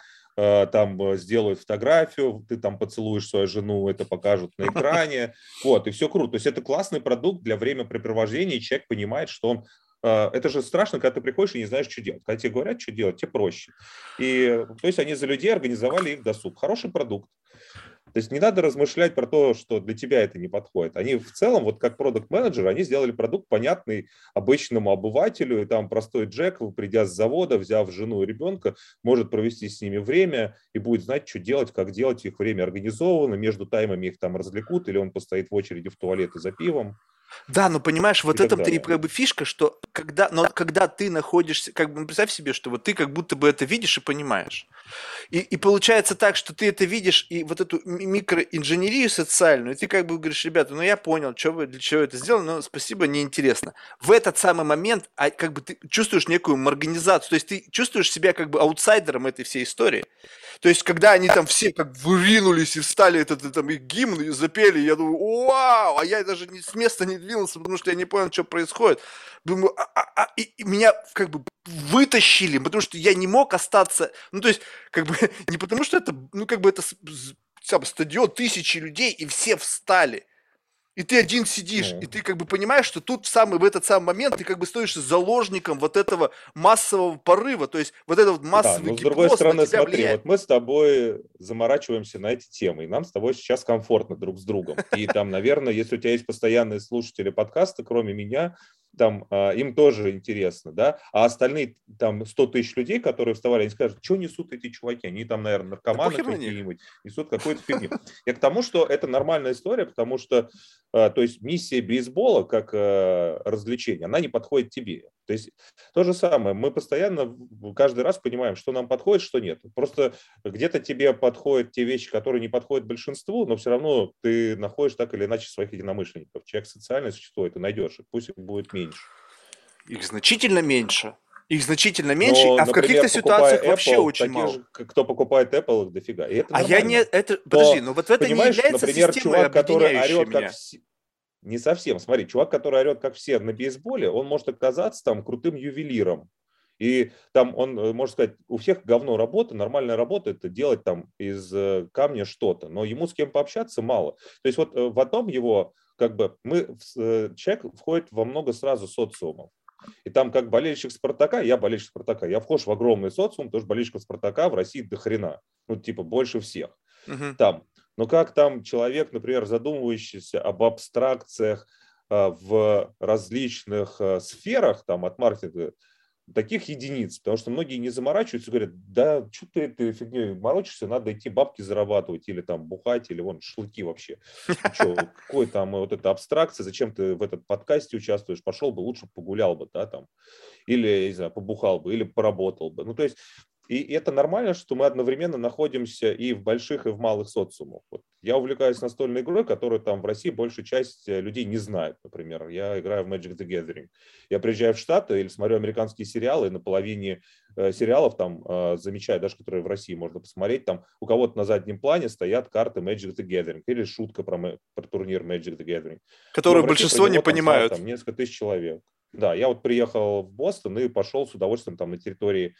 там сделают фотографию, ты там поцелуешь свою жену, это покажут на экране. Вот, и все круто. То есть это классный продукт для времяпрепровождения, и человек понимает, что он это же страшно, когда ты приходишь и не знаешь, что делать. Когда тебе говорят, что делать, тебе проще. И, то есть они за людей организовали их досуг. Хороший продукт. То есть не надо размышлять про то, что для тебя это не подходит. Они в целом, вот как продукт-менеджеры, они сделали продукт понятный обычному обывателю, и там простой Джек, придя с завода, взяв жену и ребенка, может провести с ними время и будет знать, что делать, как делать, их время организовано, между таймами их там развлекут, или он постоит в очереди в туалеты за пивом Да, но понимаешь, и вот так этом-то и далее. как бы фишка, что когда ты находишься, как бы, ну, представь себе, что вот ты как будто бы это видишь и понимаешь. И получается так, что ты это видишь, и вот эту микроинженерию социальную, и ты как бы говоришь, ребята, ну я понял, что вы, для чего это сделали, но спасибо, неинтересно. В этот самый момент, как бы ты чувствуешь некую марганизацию, то есть ты чувствуешь себя как бы аутсайдером этой всей истории. То есть, когда они там все как выринулись и встали, этот там их гимн и запели, я думаю, вау, а я даже с места не двинулся, потому что я не понял, что происходит. Думаю, и меня как бы вытащили, потому что я не мог остаться, ну, то есть, как бы, не потому что это, ну, как бы это сам стадион, тысячи людей, и все встали. И ты один сидишь, и Ну, ты как бы понимаешь, что тут в этот самый момент ты как бы стоишь заложником вот этого массового порыва, то есть вот этот вот да, массовый но с другой гипноз на стороны, тебя смотри, влияет. вот мы с тобой заморачиваемся на эти темы, и нам с тобой сейчас комфортно друг с другом. И там, наверное, если у тебя есть постоянные слушатели подкаста, кроме меня, там им тоже интересно, да, а остальные там 100 тысяч людей, которые вставали, они скажут, что несут эти чуваки, они там, наверное, Да наркоманы похер на них. какие-нибудь, несут какую-то фигню. Я к тому, что это нормальная история, потому что, то есть миссия бейсбола как развлечение, она не подходит тебе. То есть то же самое. Мы постоянно каждый раз понимаем, что нам подходит, что нет. Просто где-то тебе подходят те вещи, которые не подходят большинству, но все равно ты находишь так или иначе своих единомышленников. Человек социальное существо, и ты найдешь их, пусть их будет меньше. Их значительно меньше. Их значительно меньше, Но, а в каких-то например, ситуациях покупая вообще Apple, очень таких мало. же, кто покупает Apple, их дофига. И это А я не... нормально. Это, подожди, Но, но вот это не понимаешь, является например, системой, чувак, который объединяющей орет как меня. все... Не совсем. Смотри, чувак, который орет как все на бейсболе, он может оказаться там крутым ювелиром. И там он, может сказать, у всех говно работа, нормальная работа – это делать там из камня что-то. Но ему с кем пообщаться мало. То есть вот в одном его, как бы, человек входит во много сразу социумов. И там как болельщик Спартака, я болельщик Спартака, я вхож в огромный социум, потому что болельщиков Спартака в России до хрена. Ну, типа, больше всех. Мгм. Там. Но как там человек, например, задумывающийся об абстракциях в различных сферах, там, от маркетинга, таких единиц, потому что многие не заморачиваются, говорят, да, что ты этой фигней морочишься, надо идти бабки зарабатывать, или там бухать, или вон шашлыки вообще. Ты что, какой там вот эта абстракция, зачем ты в этом подкасте участвуешь, пошел бы, лучше погулял бы, да, там, или, не знаю, побухал бы, или поработал бы. Ну, то есть, и это нормально, что мы одновременно находимся и в больших, и в малых социумах. Вот я увлекаюсь настольной игрой, которую там в России большая часть людей не знает, например. Я играю в Magic the Gathering. Я приезжаю в Штаты или смотрю американские сериалы, и на половине сериалов там замечаю, даже которые в России можно посмотреть, там у кого-то на заднем плане стоят карты Magic the Gathering или шутка про турнир Magic the Gathering. Но Которую в России про большинство не него там знают понимают. там несколько тысяч человек. Да, я вот приехал в Бостон и пошел с удовольствием там на территории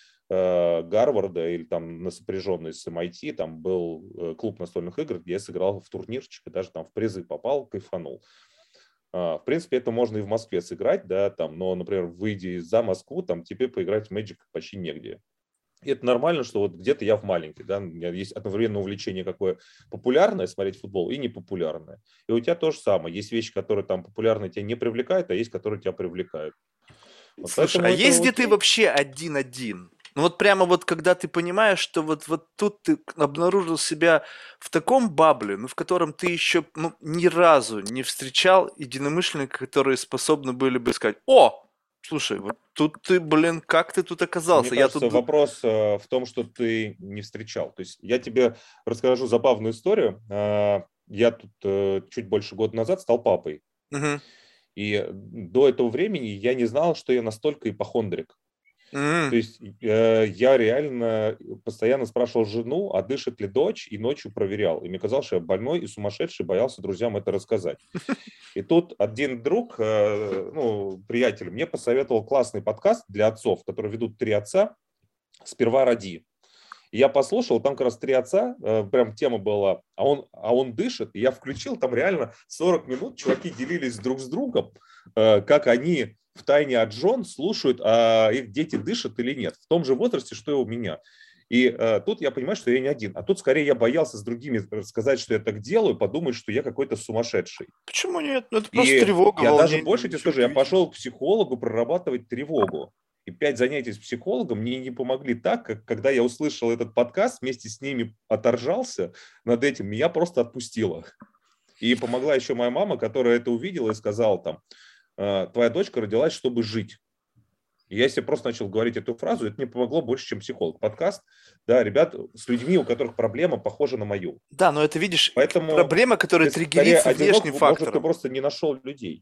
Гарварда или там на сопряженной с MIT, там был клуб настольных игр, где я сыграл в турнирчик и даже там в призы попал, кайфанул. В принципе, это можно и в Москве сыграть, да, там, но, например, выйдя за Москву, там тебе поиграть в Magic почти негде. И это нормально, что вот где-то я в маленькой, да, у меня есть одновременно увлечение какое популярное, смотреть футбол, и непопулярное. И у тебя то же самое. Есть вещи, которые там популярные тебя не привлекают, а есть, которые тебя привлекают. Вот Слушай, а поэтому это есть где ты окей. вообще один-один? Ну вот прямо вот когда ты понимаешь, что вот тут ты обнаружил себя в таком бабле, ну в котором ты еще ну, ни разу не встречал единомышленников, которые способны были бы сказать, о, слушай, вот тут ты, блин, как ты тут Мне оказался? Я тут... кажется, вопрос в том, что ты не встречал. То есть я тебе расскажу забавную историю. Я тут чуть больше года назад стал папой. Мгм. И до этого времени я не знал, что я настолько ипохондрик. То М. есть я реально постоянно спрашивал жену, а дышит ли дочь, и ночью проверял. И мне казалось, что я больной и сумасшедший, боялся друзьям это рассказать. И тут один друг, ну, приятель, мне посоветовал классный подкаст для отцов, который ведут три отца. «Сперва роди». И я послушал, там как раз три отца, прям тема была, а он дышит, и я включил, там реально 40 минут чуваки делились друг с другом, как они в тайне от жен слушают, а их дети дышат или нет, в том же возрасте, что и у меня. И тут я понимаю, что я не один. А тут скорее я боялся с другими сказать, что я так делаю, подумать, что я какой-то сумасшедший. Почему нет? Ну это просто И тревога, я даже волнение, больше тебе ничего скажу, я удивительного. пошел к психологу прорабатывать тревогу. И 5 занятий с психологом мне не помогли так, как когда я услышал этот подкаст, вместе с ними оторжался над этим, меня просто отпустило. И помогла еще моя мама, которая это увидела и сказала там, твоя дочка родилась, чтобы жить. И я себе просто начал говорить эту фразу, это мне помогло больше, чем психолог. Подкаст, да, ребят, с людьми, у которых проблема похожа на мою. Да, но это, видишь, Поэтому проблема, которая ты скорее триггерится одинок, внешним может, ты фактором. просто не нашел людей.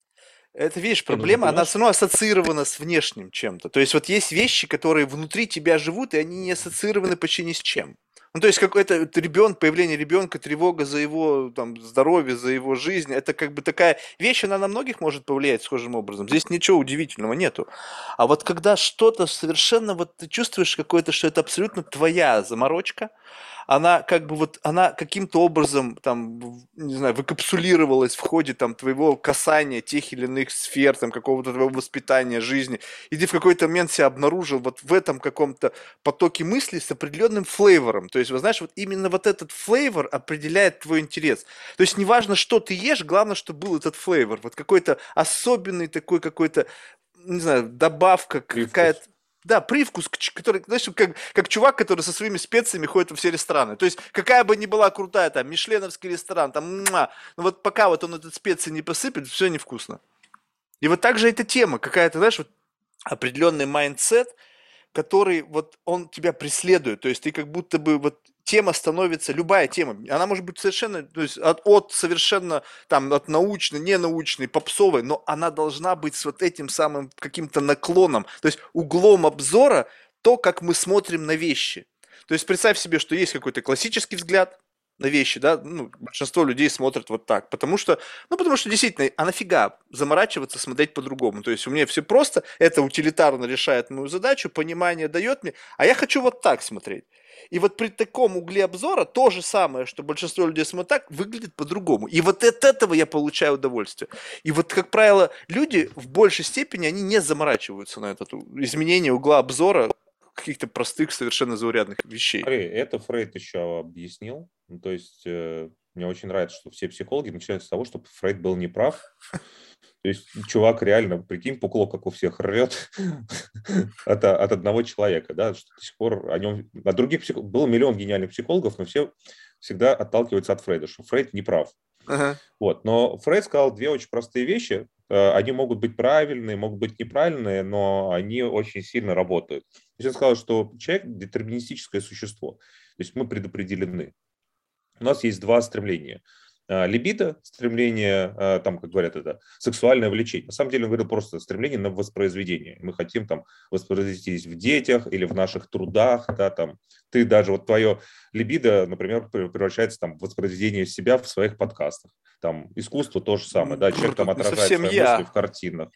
Это, видишь, Не, ну проблема, она понимаешь, все равно ассоциирована с внешним чем-то. То есть вот есть вещи, которые внутри тебя живут, и они не ассоциированы почти ни с чем. Ну, то есть какой-то ребенок, появление ребенка, тревога за его там, здоровье, за его жизнь, это как бы такая вещь, она на многих может повлиять схожим образом. Здесь ничего удивительного нету. А вот когда что-то совершенно, вот ты чувствуешь какое-то, что это абсолютно твоя заморочка, она как бы вот, она каким-то образом там, не знаю, выкапсулировалась в ходе там твоего касания тех или иных сфер, там какого-то твоего воспитания, жизни, и ты в какой-то момент себя обнаружил вот в этом каком-то потоке мыслей с определенным флейвором. То есть, вы знаешь, вот именно вот этот флейвор определяет твой интерес. То есть, неважно, что ты ешь, главное, чтобы был этот флейвор. Вот какой-то особенный такой какой-то, не знаю, добавка какая-то, привкус. да, привкус, который, знаешь, как чувак, который со своими специями ходит во все рестораны. То есть, какая бы ни была крутая, там, мишленовский ресторан, там, но вот пока вот он этот специи не посыпет, все невкусно. И вот так же эта тема какая-то, знаешь, вот определенный майндсет, который вот он тебя преследует, то есть ты как будто бы вот тема становится, любая тема, она может быть совершенно, то есть от совершенно там от научной, ненаучной, попсовой, но она должна быть с вот этим самым каким-то наклоном, то есть углом обзора, то, как мы смотрим на вещи. То есть представь себе, что есть какой-то классический взгляд на вещи, да, ну, большинство людей смотрят вот так, потому что действительно, а нафига заморачиваться, смотреть по-другому, то есть у меня все просто, это утилитарно решает мою задачу, понимание дает мне, а я хочу вот так смотреть. И вот при таком угле обзора то же самое, что большинство людей смотрят так, выглядит по-другому. И вот от этого я получаю удовольствие. И вот, как правило, люди в большей степени, они не заморачиваются на это изменение угла обзора каких-то простых, совершенно заурядных вещей. Смотри, это Фрейд еще объяснил. Ну, то есть мне очень нравится, что все психологи начинают с того, что Фрейд был неправ. То есть чувак реально, прикинь, пукло, как у всех, рвет от одного человека, да, что до сих пор о нем... Было миллион гениальных психологов, но все всегда отталкиваются от Фрейда, что Фрейд не прав. Ага. Вот. Но Фрейд сказал две очень простые вещи. Они могут быть правильные, могут быть неправильные, но они очень сильно работают. То есть он сказал, что человек – детерминистическое существо. То есть мы предопределены. У нас есть два стремления. Либидо, стремление, там, как говорят, это сексуальное влечение. На самом деле он говорил просто стремление на воспроизведение. Мы хотим там воспроизвестись в детях или в наших трудах, да, там. Ты даже, вот твое либидо, например, превращается там, в воспроизведение себя в своих подкастах. Там искусство то же самое, да, человек там Тут не отражает совсем свои мысли в я. картинах.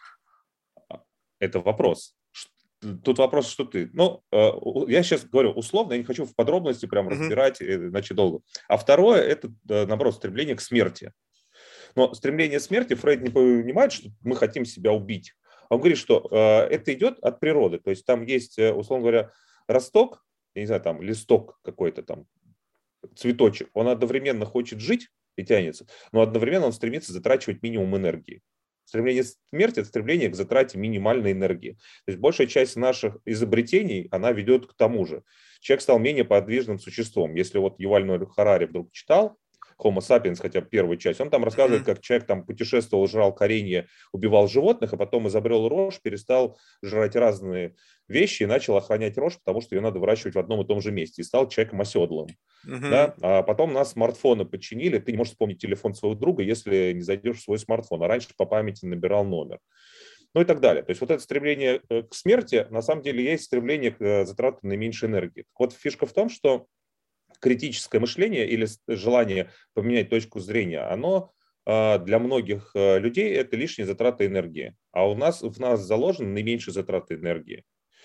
Это вопрос. Тут вопрос, что ты. Ну, я сейчас говорю условно, я не хочу в подробности прям Мгм. разбирать, иначе долго. А второе, это, наоборот, стремление к смерти. Но стремление к смерти Фрейд не понимает, что мы хотим себя убить. Он говорит, что это идет от природы. То есть там есть, условно говоря, росток, я не знаю, там листок какой-то там, цветочек. Он одновременно хочет жить и тянется, но одновременно он стремится затрачивать минимум энергии. Стремление смерти – это стремление к затрате минимальной энергии. То есть большая часть наших изобретений, она ведет к тому же. Человек стал менее подвижным существом. Если вот Юваль Ноэль Харари вдруг читал Homo sapiens, хотя бы первую часть, он там рассказывает, Мгм. как человек там путешествовал, жрал коренья, убивал животных, а потом изобрел рожь, перестал жрать разные вещи и начал охранять рожь, потому что ее надо выращивать в одном и том же месте. И стал человеком оседлым. Мгм. Да? А потом нас смартфоны подчинили. Ты не можешь вспомнить телефон своего друга, если не зайдешь в свой смартфон. А раньше по памяти набирал номер. Ну и так далее. То есть вот это стремление к смерти, на самом деле есть стремление к затратам наименьшей энергии. Так вот фишка в том, что критическое мышление или желание поменять точку зрения, оно для многих людей это лишние затраты энергии. А в нас заложены наименьшие затраты энергии.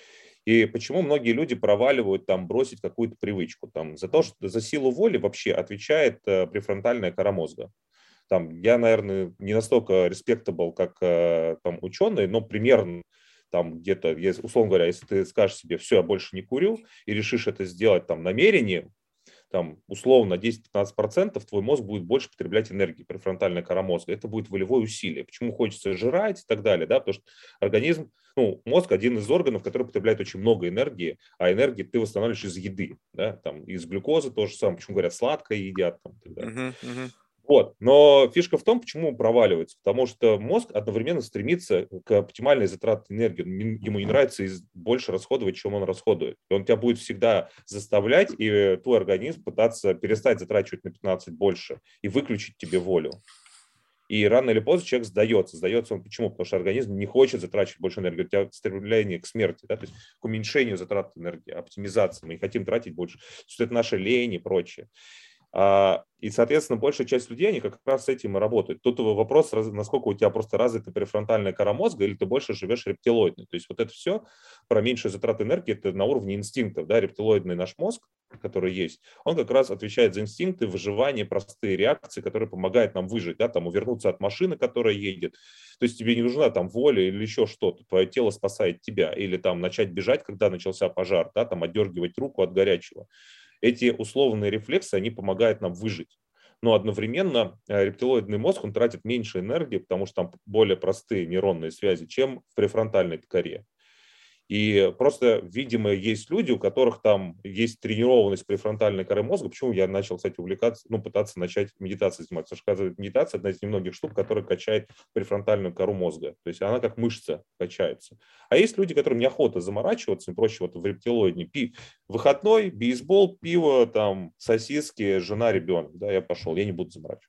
И почему многие люди проваливают там бросить какую-то привычку? Там, за то, что за силу воли вообще отвечает префронтальная кора мозга. Там, я, наверное, не настолько респектабл, как там, ученые, но примерно там где-то, условно говоря, если ты скажешь себе, все, я больше не курю, и решишь это сделать там намерением, там, условно 10-15% твой мозг будет больше потреблять энергии, префронтальная кора мозга. Это будет волевое усилие. Почему хочется жрать и так далее, да, потому что организм, ну, мозг один из органов, который потребляет очень много энергии, а энергии ты восстанавливаешь из еды, да, там, из глюкозы то же самое, почему говорят, сладкое едят, там, и так далее. Мгм. Мгм. Вот. Но фишка в том, почему проваливается. Потому что мозг одновременно стремится к оптимальной затрате энергии. Ему не нравится больше расходовать, чем он расходует. И он тебя будет всегда заставлять, и твой организм пытаться перестать затрачивать на 15 больше и выключить тебе волю. И рано или поздно человек сдается. Сдается он почему? Потому что организм не хочет затрачивать больше энергии. У тебя стремление к смерти, да? То есть к уменьшению затрат энергии, оптимизации. Мы не хотим тратить больше. Что это наша лень и прочее. И, соответственно, большая часть людей, они как раз с этим и работают. Тут вопрос, насколько у тебя просто развита префронтальная кора мозга, или ты больше живешь рептилоидной. То есть вот это все про меньшую затрату энергии, это на уровне инстинктов. Да? Рептилоидный наш мозг, который есть, он как раз отвечает за инстинкты, выживание, простые реакции, которые помогают нам выжить. Да? Там увернуться от машины, которая едет. То есть тебе не нужна там воля или еще что-то. Твое тело спасает тебя. Или там начать бежать, когда начался пожар, да? Там отдергивать руку от горячего. Эти условные рефлексы, они помогают нам выжить. Но одновременно рептилоидный мозг, он тратит меньше энергии, потому что там более простые нейронные связи, чем в префронтальной коре. И просто, видимо, есть люди, у которых там есть тренированность префронтальной коры мозга. Почему я начал, кстати, увлекаться, ну, пытаться начать медитацией заниматься? Потому что, оказывается, медитация – одна из немногих штук, которая качает префронтальную кору мозга. То есть она как мышца качается. А есть люди, которым неохота заморачиваться, им проще вот в рептилоидне. Выходной, бейсбол, пиво, там, сосиски, жена, ребенок. Да, я пошел, я не буду заморачиваться.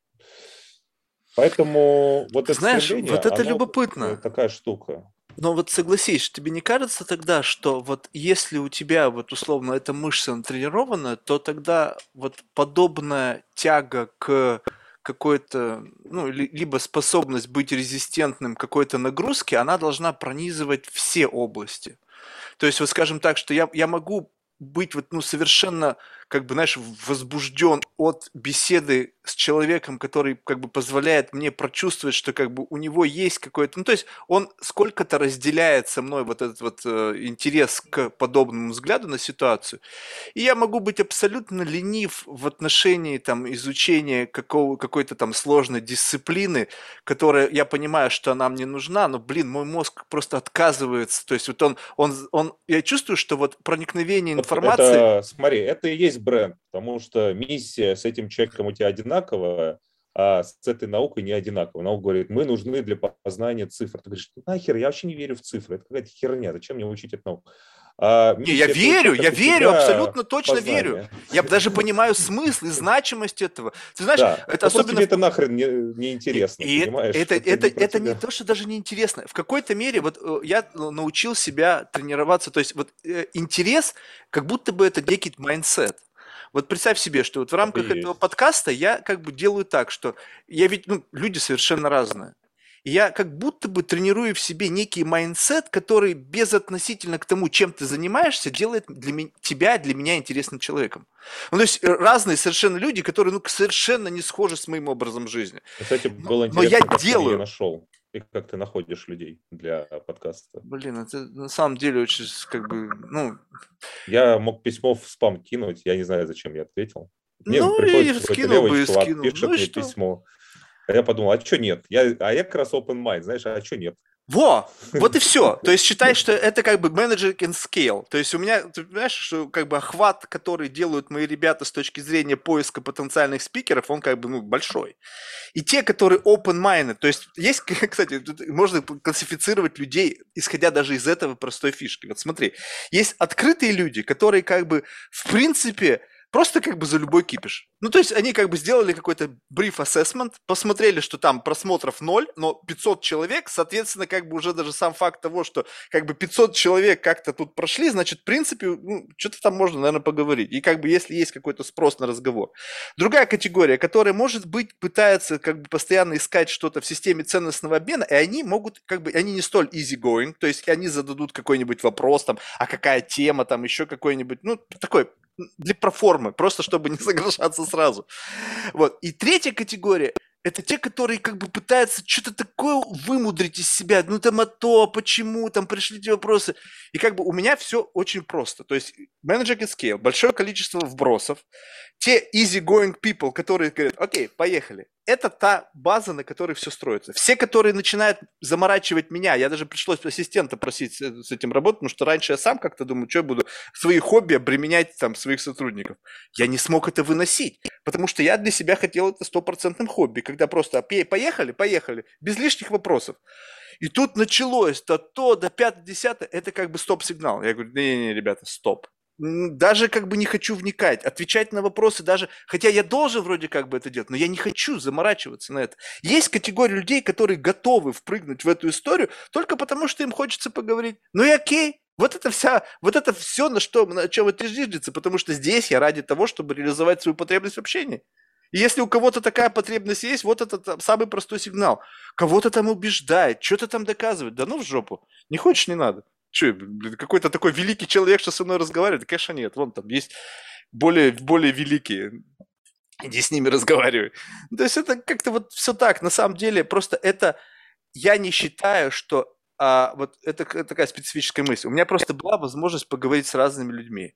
Поэтому вот Ты это знаешь, стремление, вот это оно любопытно. такая штука. Но вот согласись, тебе не кажется тогда, что вот если у тебя вот условно эта мышца натренирована, то тогда вот подобная тяга к какой-то, ну, либо способность быть резистентным к какой-то нагрузке, она должна пронизывать все области. То есть, вот скажем так, что я могу быть вот, ну, совершенно, как бы, знаешь, возбужден от беседы с человеком, который, как бы, позволяет мне прочувствовать, что, как бы, у него есть какой-то, ну, то есть, он сколько-то разделяет со мной вот этот вот интерес к подобному взгляду на ситуацию, и я могу быть абсолютно ленив в отношении там изучения какой-то там сложной дисциплины, которая, я понимаю, что она мне нужна, но, блин, мой мозг просто отказывается. То есть вот я чувствую, что вот проникновение Вот информации. это, смотри, это и есть бренд, потому что миссия с этим человеком у тебя одинаковая, а с этой наукой не одинаковая. Наука говорит, мы нужны для познания цифр. Ты говоришь, «Ну, нахер, я вообще не верю в цифры, это какая-то херня, зачем мне учить эту науку? А Не, миссия этого человека – я это у верю, тебя абсолютно точно верю. познание. Я даже понимаю смысл и значимость этого. Ты знаешь, Да, это но просто особенно тебе в это нахрен не И, интересно, и эт- понимаешь? это, Это это, не про это не тебя. то, что даже не интересно. В какой-то мере вот я научил себя тренироваться. То есть вот интерес, как будто бы это некий майндсет. Вот представь себе, что вот в Это и рамках этого есть. подкаста я как бы делаю так, что я ведь, ну, люди совершенно разные. И я как будто бы тренирую в себе некий майндсет, который безотносительно к тому, чем ты занимаешься, делает тебя, для меня интересным человеком. Ну, то есть разные совершенно люди, которые, ну, совершенно не схожи с моим образом жизни. Кстати, было Но я интересно, как ты меня делаю. нашел и как ты находишь людей для подкаста. Блин, это на самом деле очень, как бы, ну, Я мог письмо в спам кинуть, я не знаю, зачем я ответил. Мне ну приходит и какой-то скинул левый бы, и чувак, скинул. Ну пишет и мне что? письмо. А я подумал, а что нет? Я как раз open mind, знаешь, а что нет? Во! Вот и все. То есть считай, что это как бы manager can scale. То есть у меня, ты понимаешь, что как бы охват, который делают мои ребята с точки зрения поиска потенциальных спикеров, он как бы, ну, большой. И те, которые open-minded, то есть, кстати, тут можно классифицировать людей, исходя даже из этого простой фишки. Вот смотри, есть открытые люди, которые как бы, в принципе, просто как бы за любой кипиш. Ну, то есть они как бы сделали какой-то brief assessment, посмотрели, что там просмотров ноль, но 500 человек, соответственно, как бы уже даже сам факт того, что как бы 500 человек как-то тут прошли, значит, в принципе, ну, что-то там можно, наверное, поговорить. И как бы если есть какой-то спрос на разговор. Другая категория, которая, может быть, пытается как бы постоянно искать что-то в системе ценностного обмена, и они могут, как бы, они не столь easy going, то есть они зададут какой-нибудь вопрос, там, а какая тема, там, еще какой-нибудь, ну, такой, для проформы, просто чтобы не соглашаться сразу. Вот. И третья категория – это те, которые как бы пытаются что-то такое вымудрить из себя. Ну там то, почему, там пришли эти вопросы. И как бы у меня все очень просто. То есть менеджер can scale, большое количество вбросов. Те easy going people, которые говорят, окей, поехали. Это та база, на которой все строится. Все, которые начинают заморачивать меня, я даже пришлось ассистента просить с этим работать, потому что раньше я сам как-то думаю, что я буду свои хобби обременять там своих сотрудников. Я не смог это выносить, потому что я для себя хотел это стопроцентным хобби, когда просто поехали, поехали, без лишних вопросов. И тут началось то, до пятое, десятое, это как бы стоп-сигнал. Я говорю, не-не-не, ребята, стоп. Даже как бы не хочу вникать, отвечать на вопросы даже, хотя я должен вроде как бы это делать, но я не хочу заморачиваться на это. Есть категория людей, которые готовы впрыгнуть в эту историю только потому, что им хочется поговорить. Ну и окей, вот это все, на чем это зиждется, потому что здесь я ради того, чтобы реализовать свою потребность в общении. И если у кого-то такая потребность есть, вот это там самый простой сигнал. Кого-то там убеждает, что-то там доказывает. Да ну в жопу. Не хочешь, не надо. Че, какой-то такой великий человек, что со мной разговаривает? Да, конечно, нет. Вон там есть более великие. Иди с ними разговаривай. То есть это как-то вот все так. На самом деле просто это... Я не считаю, что вот это такая специфическая мысль. У меня просто была возможность поговорить с разными людьми.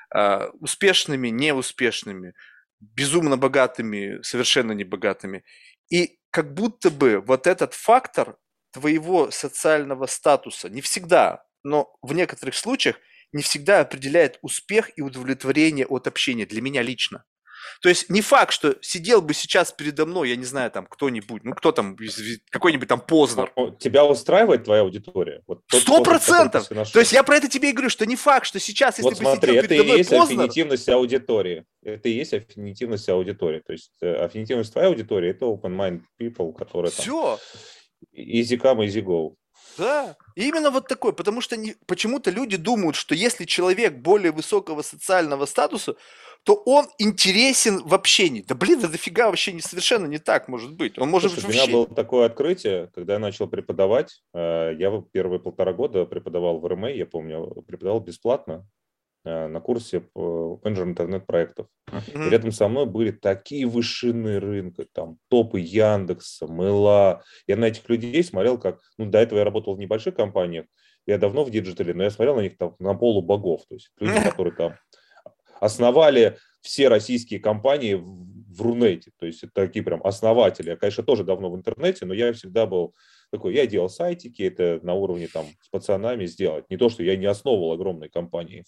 Успешными, неуспешными, безумно богатыми, совершенно небогатыми. И как будто бы вот этот фактор твоего социального статуса, не всегда, но в некоторых случаях не всегда определяет успех и удовлетворение от общения, для меня лично. То есть не факт, что сидел бы сейчас передо мной, я не знаю, там кто-нибудь, ну кто там, какой-нибудь там Познер. Тебя устраивает твоя аудитория? Вот тот Сто способ, который ты процентов. себе То есть нашел. я про это тебе и говорю, что не факт, что сейчас, если Вот бы смотри, сидел это и передо мной есть Познер, аффинитивность аудитории. Это и есть аффинитивность аудитории. То есть аффинитивность твоей аудитории – это open-mind people, которые там все, easy come, easy go. да. И именно вот такой, потому что почему-то люди думают, что если человек более высокого социального статуса, то он интересен в общении. Да блин, да дофига вообще совершенно не так может быть. Он может Слушай, у меня вообще... было такое открытие, когда я начал преподавать. Я первые 1,5 года преподавал в РМА, я помню, преподавал бесплатно на курсе по менеджеру интернет-проектов. И Мгм. рядом со мной были такие вершины рынка, там топы Яндекса, Мыла. Я на этих людей смотрел, как... Ну, до этого я работал в небольших компаниях, я давно в диджитале, но я смотрел на них там на полубогов. То есть люди, которые там основали все российские компании в Рунете. То есть это такие прям основатели. Я, конечно, тоже давно в интернете, но я всегда был такой, я делал сайтики, это на уровне там с пацанами сделать. Не то, что я не основывал огромной компании.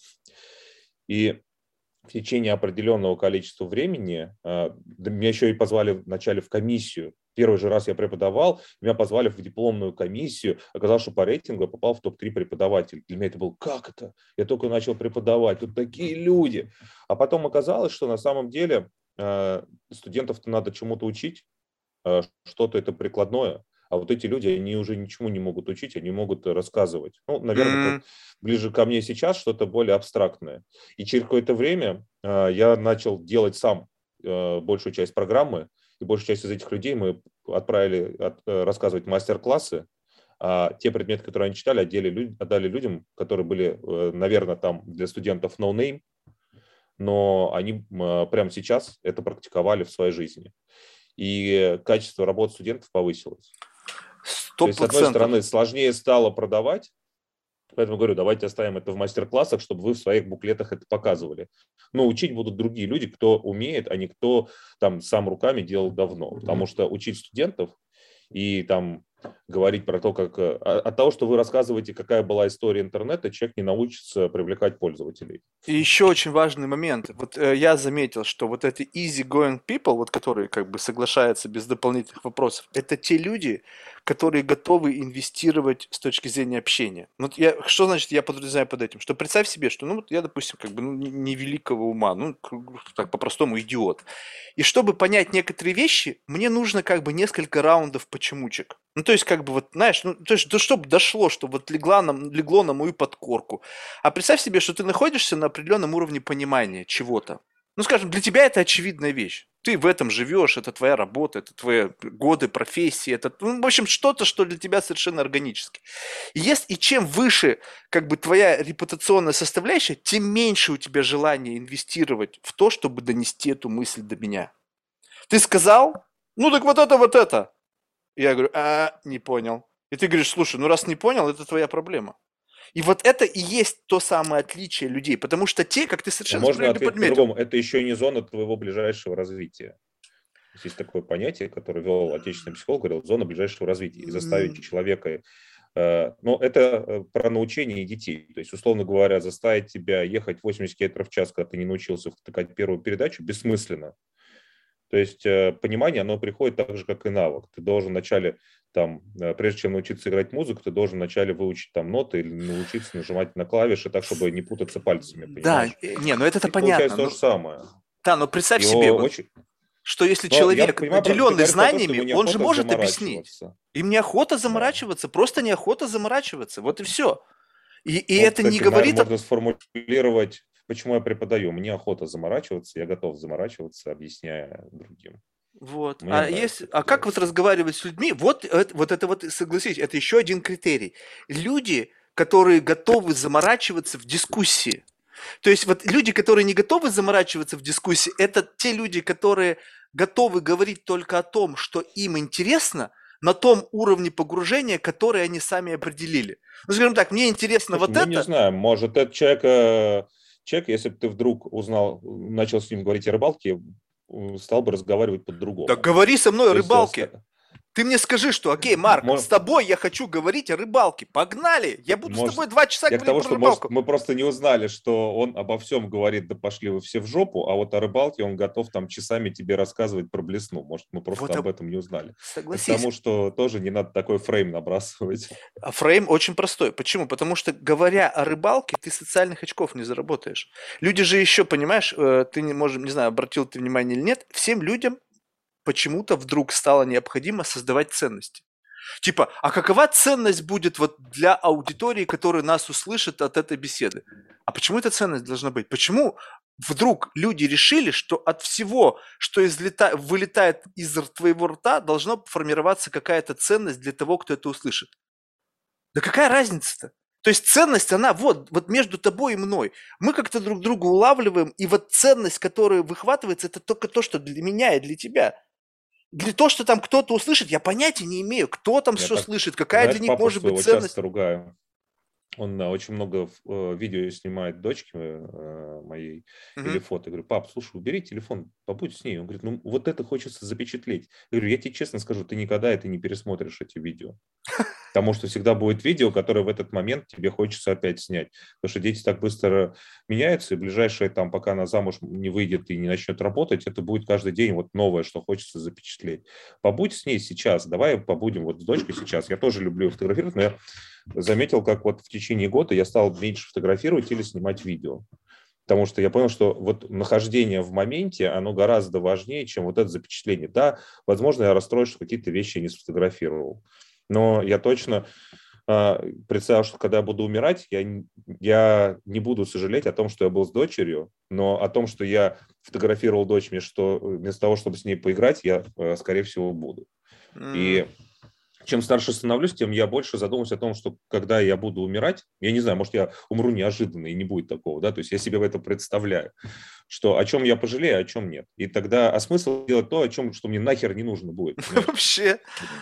И в течение определенного количества времени меня еще и позвали вначале в комиссию. Первый же раз я преподавал, меня позвали в дипломную комиссию. Оказалось, что по рейтингу я попал в топ-3 преподавателей. Для меня это было, как это? Я только начал преподавать, тут такие люди. А потом оказалось, что на самом деле студентов-то надо чему-то учить, что-то это прикладное. А вот эти люди, они уже ничему не могут учить, они могут рассказывать. Ну, наверное, М, как ближе ко мне сейчас что-то более абстрактное. И через какое-то время я начал делать сам большую часть программы, и большую часть из этих людей мы отправили рассказывать мастер-классы. А те предметы, которые они читали, отдали людям, которые были, наверное, там для студентов no name, но они прямо сейчас это практиковали в своей жизни. И качество работы студентов повысилось. Сто То есть, с одной процентов. стороны, сложнее стало продавать, поэтому говорю, давайте оставим это в мастер-классах, чтобы вы в своих буклетах это показывали. Но учить будут другие люди, кто умеет, а не кто там сам руками делал давно. Потому что учить студентов и там говорить про то, как... От того, что вы рассказываете, какая была история интернета, человек не научится привлекать пользователей. И еще очень важный момент. Вот я заметил, что вот эти easy going people, вот которые как бы соглашаются без дополнительных вопросов, это те люди, которые готовы инвестировать с точки зрения общения. Вот что значит я подразумеваю под этим? Что представь себе, что ну вот я, допустим, как бы ну, не великого ума, ну так по-простому идиот. И чтобы понять некоторые вещи, мне нужно как бы несколько раундов почемучек. Ну, то есть, как бы вот, знаешь, ну, то есть, чтобы дошло, чтобы вот легло на мою подкорку. А представь себе, что ты находишься на определенном уровне понимания чего-то. Ну, скажем, для тебя это очевидная вещь. Ты в этом живешь, это твоя работа, это твои годы, профессии, это, ну, в общем, что-то, что для тебя совершенно органически. И чем выше как бы твоя репутационная составляющая, тем меньше у тебя желания инвестировать в то, чтобы донести эту мысль до меня. Ты сказал, ну так вот это, вот это. Я говорю, не понял. И ты говоришь, слушай, ну раз не понял, это твоя проблема. И вот это и есть то самое отличие людей, потому что те, как ты Но совершенно можно справедливо ответить подметил, по-другому. Это еще и не зона твоего ближайшего развития. Есть такое понятие, которое вел отечественный психолог, говорил, зона ближайшего развития. И заставить человека... Но это про научение детей. То есть, условно говоря, заставить тебя ехать 80 км в час, когда ты не научился втыкать первую передачу, бессмысленно. То есть понимание, оно приходит так же, как и навык. Ты должен вначале, там, прежде чем научиться играть музыку, ты должен вначале выучить там ноты или научиться нажимать на клавиши так, чтобы не путаться пальцами, да, понимаешь? не, ну это-то Здесь понятно, получается то же ну, самое. да, но представь себе, Его вот, очень... что если Но я человек понимаю, ты наделенный говоришь про то, что знаниями, ему он же неохота может объяснить. заморачиваться. Им неохота Да. заморачиваться, просто неохота заморачиваться, вот и все. И Вот, это не кстати, наверное, говорит о... можно сформулировать, почему я преподаю. Мне охота заморачиваться, я готов заморачиваться, объясняя другим. Вот. Мне нравится А это как делать. вот разговаривать с людьми? Вот это, согласитесь, это еще один критерий. Люди, которые готовы заморачиваться в дискуссии. То есть вот люди, которые не готовы заморачиваться в дискуссии, это те люди, которые готовы говорить только о том, что им интересно, на том уровне погружения, который они сами определили. Ну, скажем так, мне интересно Слушай, вот мы не это. знаем, может, этот человек, если бы ты вдруг узнал, начал с ним говорить о рыбалке, стал бы разговаривать Да по-другому. говори со мной о То есть рыбалке. Ты мне скажи, что, окей, Марк, с Мо- тобой я хочу говорить о рыбалке. Погнали! Я буду с Может, тобой 2 часа я к говорить тому, про что, может, рыбалку. мы просто не узнали, что он обо всем говорит, да пошли вы все в жопу, а вот о рыбалке он готов там часами тебе рассказывать про блесну. Может, мы просто Вот, об этом не узнали. Это к согласись. тому, что тоже не надо такой фрейм набрасывать. А фрейм очень простой. Почему? Потому что, говоря о рыбалке, ты социальных очков не заработаешь. Люди же еще, понимаешь, ты не можешь, не знаю, обратил ты внимание или нет, всем людям почему-то вдруг стало необходимо создавать ценности. Типа, а какова ценность будет вот для аудитории, которая нас услышит от этой беседы? А почему эта ценность должна быть? Почему вдруг люди решили, что от всего, что вылетает из твоего рта, должна формироваться какая-то ценность для того, кто это услышит? Да какая разница-то? То есть ценность, она вот между тобой и мной. Мы как-то друг друга улавливаем, и вот ценность, которая выхватывается, это только то, что для меня и для тебя. Для того, что там кто-то услышит, я понятия не имею, кто там Я что так, слышит, какая для знаешь, них папу может быть своего ценность. часто ругаю. Он очень много видео снимает дочки моей или Мгм. фото. Я говорю, пап, слушай, убери телефон, побудь с ней. Он говорит, ну вот это хочется запечатлеть. Я говорю, я тебе честно скажу, ты никогда это не пересмотришь, эти видео. Потому что всегда будет видео, которое в этот момент тебе хочется опять снять. Потому что дети так быстро меняются, и ближайшее, там, пока она замуж не выйдет и не начнет работать, это будет каждый день вот новое, что хочется запечатлеть. Побудь с ней сейчас, давай побудем вот с дочкой сейчас. Я тоже люблю фотографировать, но я заметил, как вот в течение года я стал меньше фотографировать или снимать видео. Потому что я понял, что вот нахождение в моменте, оно гораздо важнее, чем вот это запечатление. Да, возможно, я расстроюсь, что какие-то вещи я не сфотографировал. Но я точно представил, что когда я буду умирать, я не буду сожалеть о том, что я был с дочерью, но о том, что я фотографировал дочь, вместо того, чтобы с ней поиграть, я, скорее всего, буду. М, И чем старше становлюсь, тем я больше задумываюсь о том, что когда я буду умирать, я не знаю, может, я умру неожиданно, и не будет такого, да, то есть я себе это представляю, что о чем я пожалею, а о чем нет. И тогда, а смысл делать то, что мне нахер не нужно будет, понимаешь? Вообще.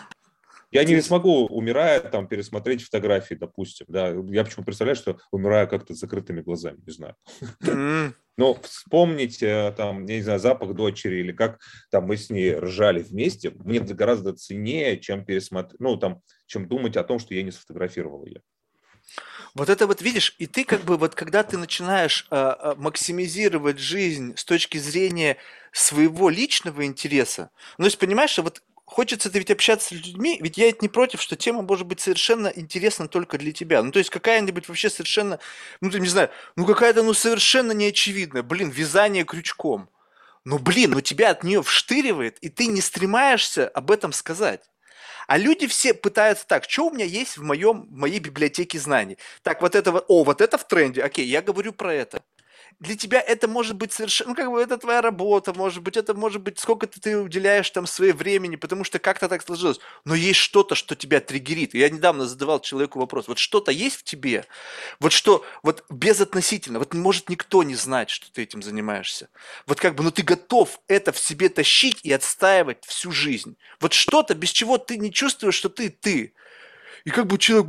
Я То не есть, смогу, умирая, там, пересмотреть фотографии, допустим, да. Я почему представляю, что умираю как-то с закрытыми глазами, не знаю. м, Но вспомнить, там, я не знаю, запах дочери или как там мы с ней ржали вместе, мне это гораздо ценнее, чем пересмотреть, ну, там, чем думать о том, что я не сфотографировал ее. вот это вот видишь, и ты как бы вот когда ты начинаешь максимизировать жизнь с точки зрения своего личного интереса, ну, то есть понимаешь, что вот хочется-то ведь общаться с людьми, ведь я это не против, что тема может быть совершенно интересна только для тебя. Ну, то есть какая-нибудь вообще совершенно, ну, ты не знаю, ну, какая-то, ну, совершенно неочевидная, блин, вязание крючком. Ну, блин, ну тебя от нее вштыривает, и ты не стремаешься об этом сказать. А люди все пытаются так, что у меня есть в моей библиотеке знаний? Так, вот это вот, о, вот это в тренде, окей, я говорю про это. Для тебя это может быть совершенно, ну, как бы это твоя работа, это может быть, сколько ты уделяешь там своего времени, потому что как-то так сложилось. Но есть что-то, что тебя триггерит. Я недавно задавал человеку вопрос, вот что-то есть в тебе, вот что, вот безотносительно, вот может никто не знать, что ты этим занимаешься. Вот как бы, ну ты готов это в себе тащить и отстаивать всю жизнь. Вот что-то, без чего ты не чувствуешь, что ты ты. И как бы человек,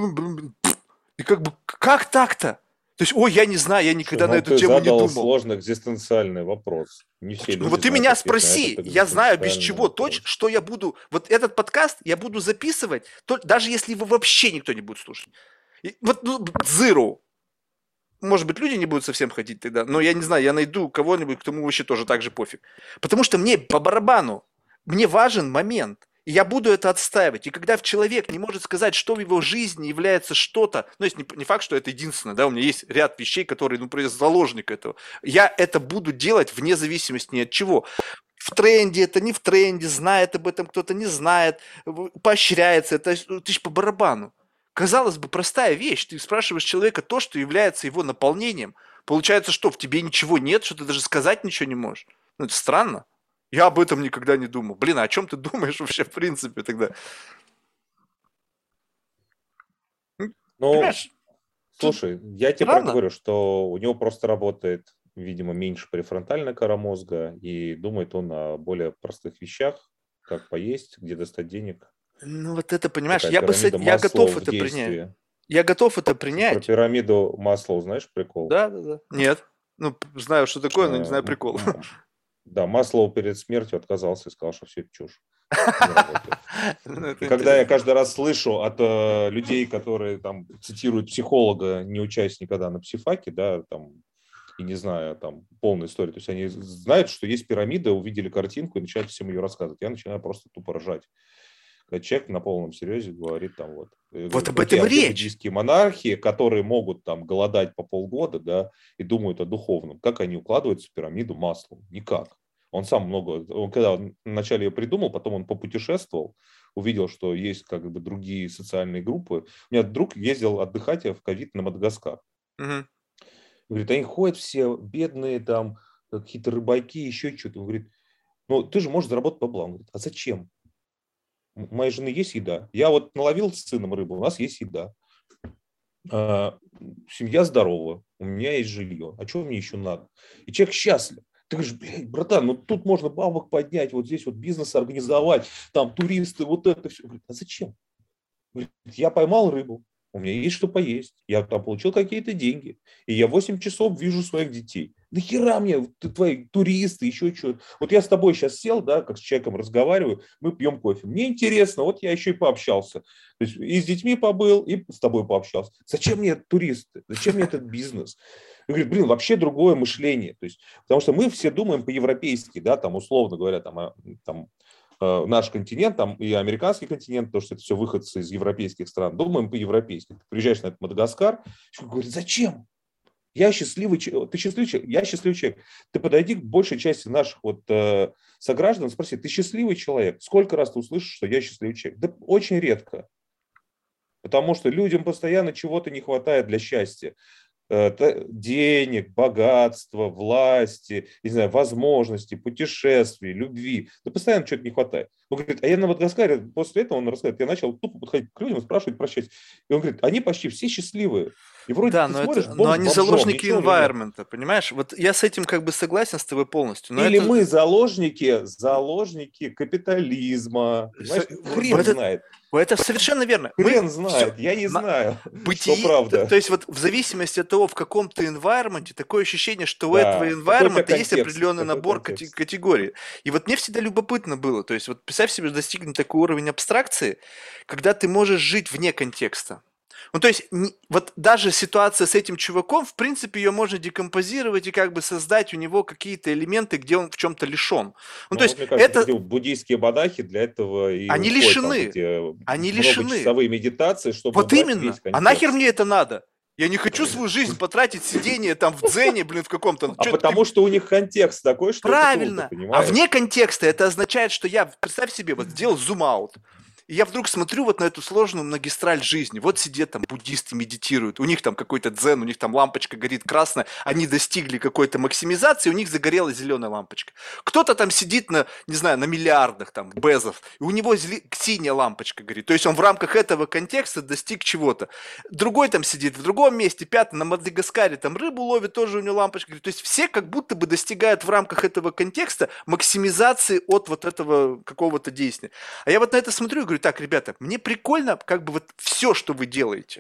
и как бы, как так-то? То есть, ой, я не знаю, я Слушай, никогда на ну эту ты тему не задал думал. сложный экзистенциальный вопрос. Не все Ну люди вот ты знают меня ответ на этот спроси, я знаю, без экзистенциальный чего точно, вопрос. что я буду, вот этот подкаст я буду записывать, даже если его вообще никто не будет слушать. Вот, ну, zero. Может быть, люди не будут совсем ходить тогда, но я не знаю, я найду кого-нибудь, кому вообще тоже так же пофиг. Потому что мне по барабану, мне важен момент, и я буду это отстаивать. И когда человек не может сказать, что в его жизни является что-то, ну, есть не факт, что это единственное, да, у меня есть ряд вещей, которые, ну, просто заложник этого. Я это буду делать вне зависимости ни от чего. В тренде это, не в тренде, знает об этом кто-то, не знает, поощряется, это ты ж по барабану. Казалось бы, простая вещь. Ты спрашиваешь человека то, что является его наполнением. Получается, что в тебе ничего нет, что ты даже сказать ничего не можешь. Ну, это странно. Я об этом никогда не думал. Блин, а о чем ты думаешь вообще в принципе тогда? Ну, Понимаешь, тут слушай, я тебе про это странно. говорю, что у него просто работает, видимо, меньше префронтальная кора мозга, и думает он о более простых вещах, как поесть, где достать денег. Ну вот это, понимаешь, Такая пирамида я Маслоу готов в это принять. действии. Я готов это Про принять. пирамиду Маслоу знаешь прикол? Да, да, да. Нет. Ну, знаю, что такое, но не Э, знаю прикол. Да, Маслоу перед смертью отказался и сказал, что все это чушь. Не работает. Ну, И это когда я интересно. каждый раз слышу от людей, которые там цитируют психолога, не учась никогда на психфаке, да, там, и не зная там полной истории, то есть они знают, что есть пирамида, увидели картинку и начинают всем ее рассказывать. Я начинаю просто тупо ржать. Когда человек на полном серьезе говорит там вот, я Вот говорю, об окей, этом а и где речь. буддийские монархи, которые могут там голодать по полгода, да, и думают о духовном, как они укладываются в пирамиду Маслоу? Никак. Он сам много, он когда вначале ее придумал, потом он попутешествовал, увидел, что есть как бы другие социальные группы. У меня друг ездил отдыхать в ковид на Мадагаскар. Мгм. Говорит, они ходят все бедные там, какие-то рыбаки, еще что-то. Он говорит, ну ты же можешь заработать бабла. Он говорит, а зачем? У моей жены есть еда. Я вот наловил с сыном рыбу, у нас есть еда. А, семья здорова, у меня есть жилье. А что мне еще надо? И человек счастлив. Ты говоришь, блядь, братан, ну тут можно бабок поднять, вот здесь вот бизнес организовать, там туристы, вот это все. Говорит, а зачем? Говорит, я поймал рыбу, у меня есть что поесть, я там получил какие-то деньги, и я 8 часов вижу своих детей. Нахера мне твои туристы, еще что-то. Вот я с тобой сейчас сел, да, как с человеком разговариваю, мы пьем кофе. Мне интересно, вот я еще и пообщался. То есть и с детьми побыл, и с тобой пообщался. Зачем мне туристы? Зачем мне этот бизнес? Я говорю, блин, вообще другое мышление. То есть, потому что мы все думаем по-европейски, да, там условно говоря, там наш континент там, и американский континент, потому что это все выходцы из европейских стран, думаем по-европейски. Ты приезжаешь на этот Мадагаскар, говорит, зачем? Я счастливый человек, ты счастливый человек, я счастливый человек. Ты подойди к большей части наших вот сограждан, спроси, ты счастливый человек? Сколько раз ты услышишь, что я счастливый человек? Да очень редко. Потому что людям постоянно чего-то не хватает для счастья. Денег, богатства, власти, не знаю, возможностей, путешествий, любви. Да постоянно что-то не хватает. Он говорит, а я на Мадагаскаре, после этого он рассказывает, я начал тупо подходить к людям и спрашивать про счастье. И он говорит, они почти все счастливые. И вроде Да, ты но смотришь, но бомж они бомжом, заложники ничего у него нет. environment, понимаешь? Вот я с этим как бы согласен с тобой полностью, но Или это мы заложники капитализма. Понимаешь, хрен это знает. это совершенно верно. Мы Хрен все знает. Я не знаю, что бытии, то правда. есть вот в зависимости от того, в каком ты environment, такое ощущение, что у этого Да. Какой у тебя environment есть контекст? определенный Какой набор контекст? категорий. И вот мне всегда любопытно было, то есть вот представь себе достигнуть такой уровень абстракции, когда ты можешь жить вне контекста. Ну, то есть, вот даже ситуация с этим чуваком, в принципе, ее можно декомпозировать и как бы создать у него какие-то элементы, где он в чем-то лишен. Ну, то Ну, есть, вот мне кажется, это буддийские монахи для этого и они уходят там в лишены, эти они лишены. многочасовые медитации, чтобы Вот убрать весь именно. А нахер контекст. мне это надо? Я не хочу свою жизнь потратить сидение там в дзене, блин, в каком-то. Ну, А чё потому ты. что у них контекст такой, что это круто, Правильно. А вне понимаешь? контекста это означает, что я, представь себе, вот сделал зум-аут. И я вдруг смотрю вот на эту сложную магистраль жизни. Вот сидят там буддисты, медитируют. У них там какой-то дзен, у них там лампочка горит красная. Они достигли какой-то максимизации, у них загорелась зеленая лампочка. Кто-то там сидит на, не знаю, на миллиардах там безов, и у него синяя лампочка горит. То есть он в рамках этого контекста достиг чего-то. Другой там сидит в другом месте, пятый на Мадагаскаре там рыбу ловит, тоже у него лампочка горит. То есть все как будто бы достигают в рамках этого контекста максимизации от вот этого какого-то действия. А я вот на это смотрю и говорю, так, ребята, мне прикольно как бы вот все, что вы делаете.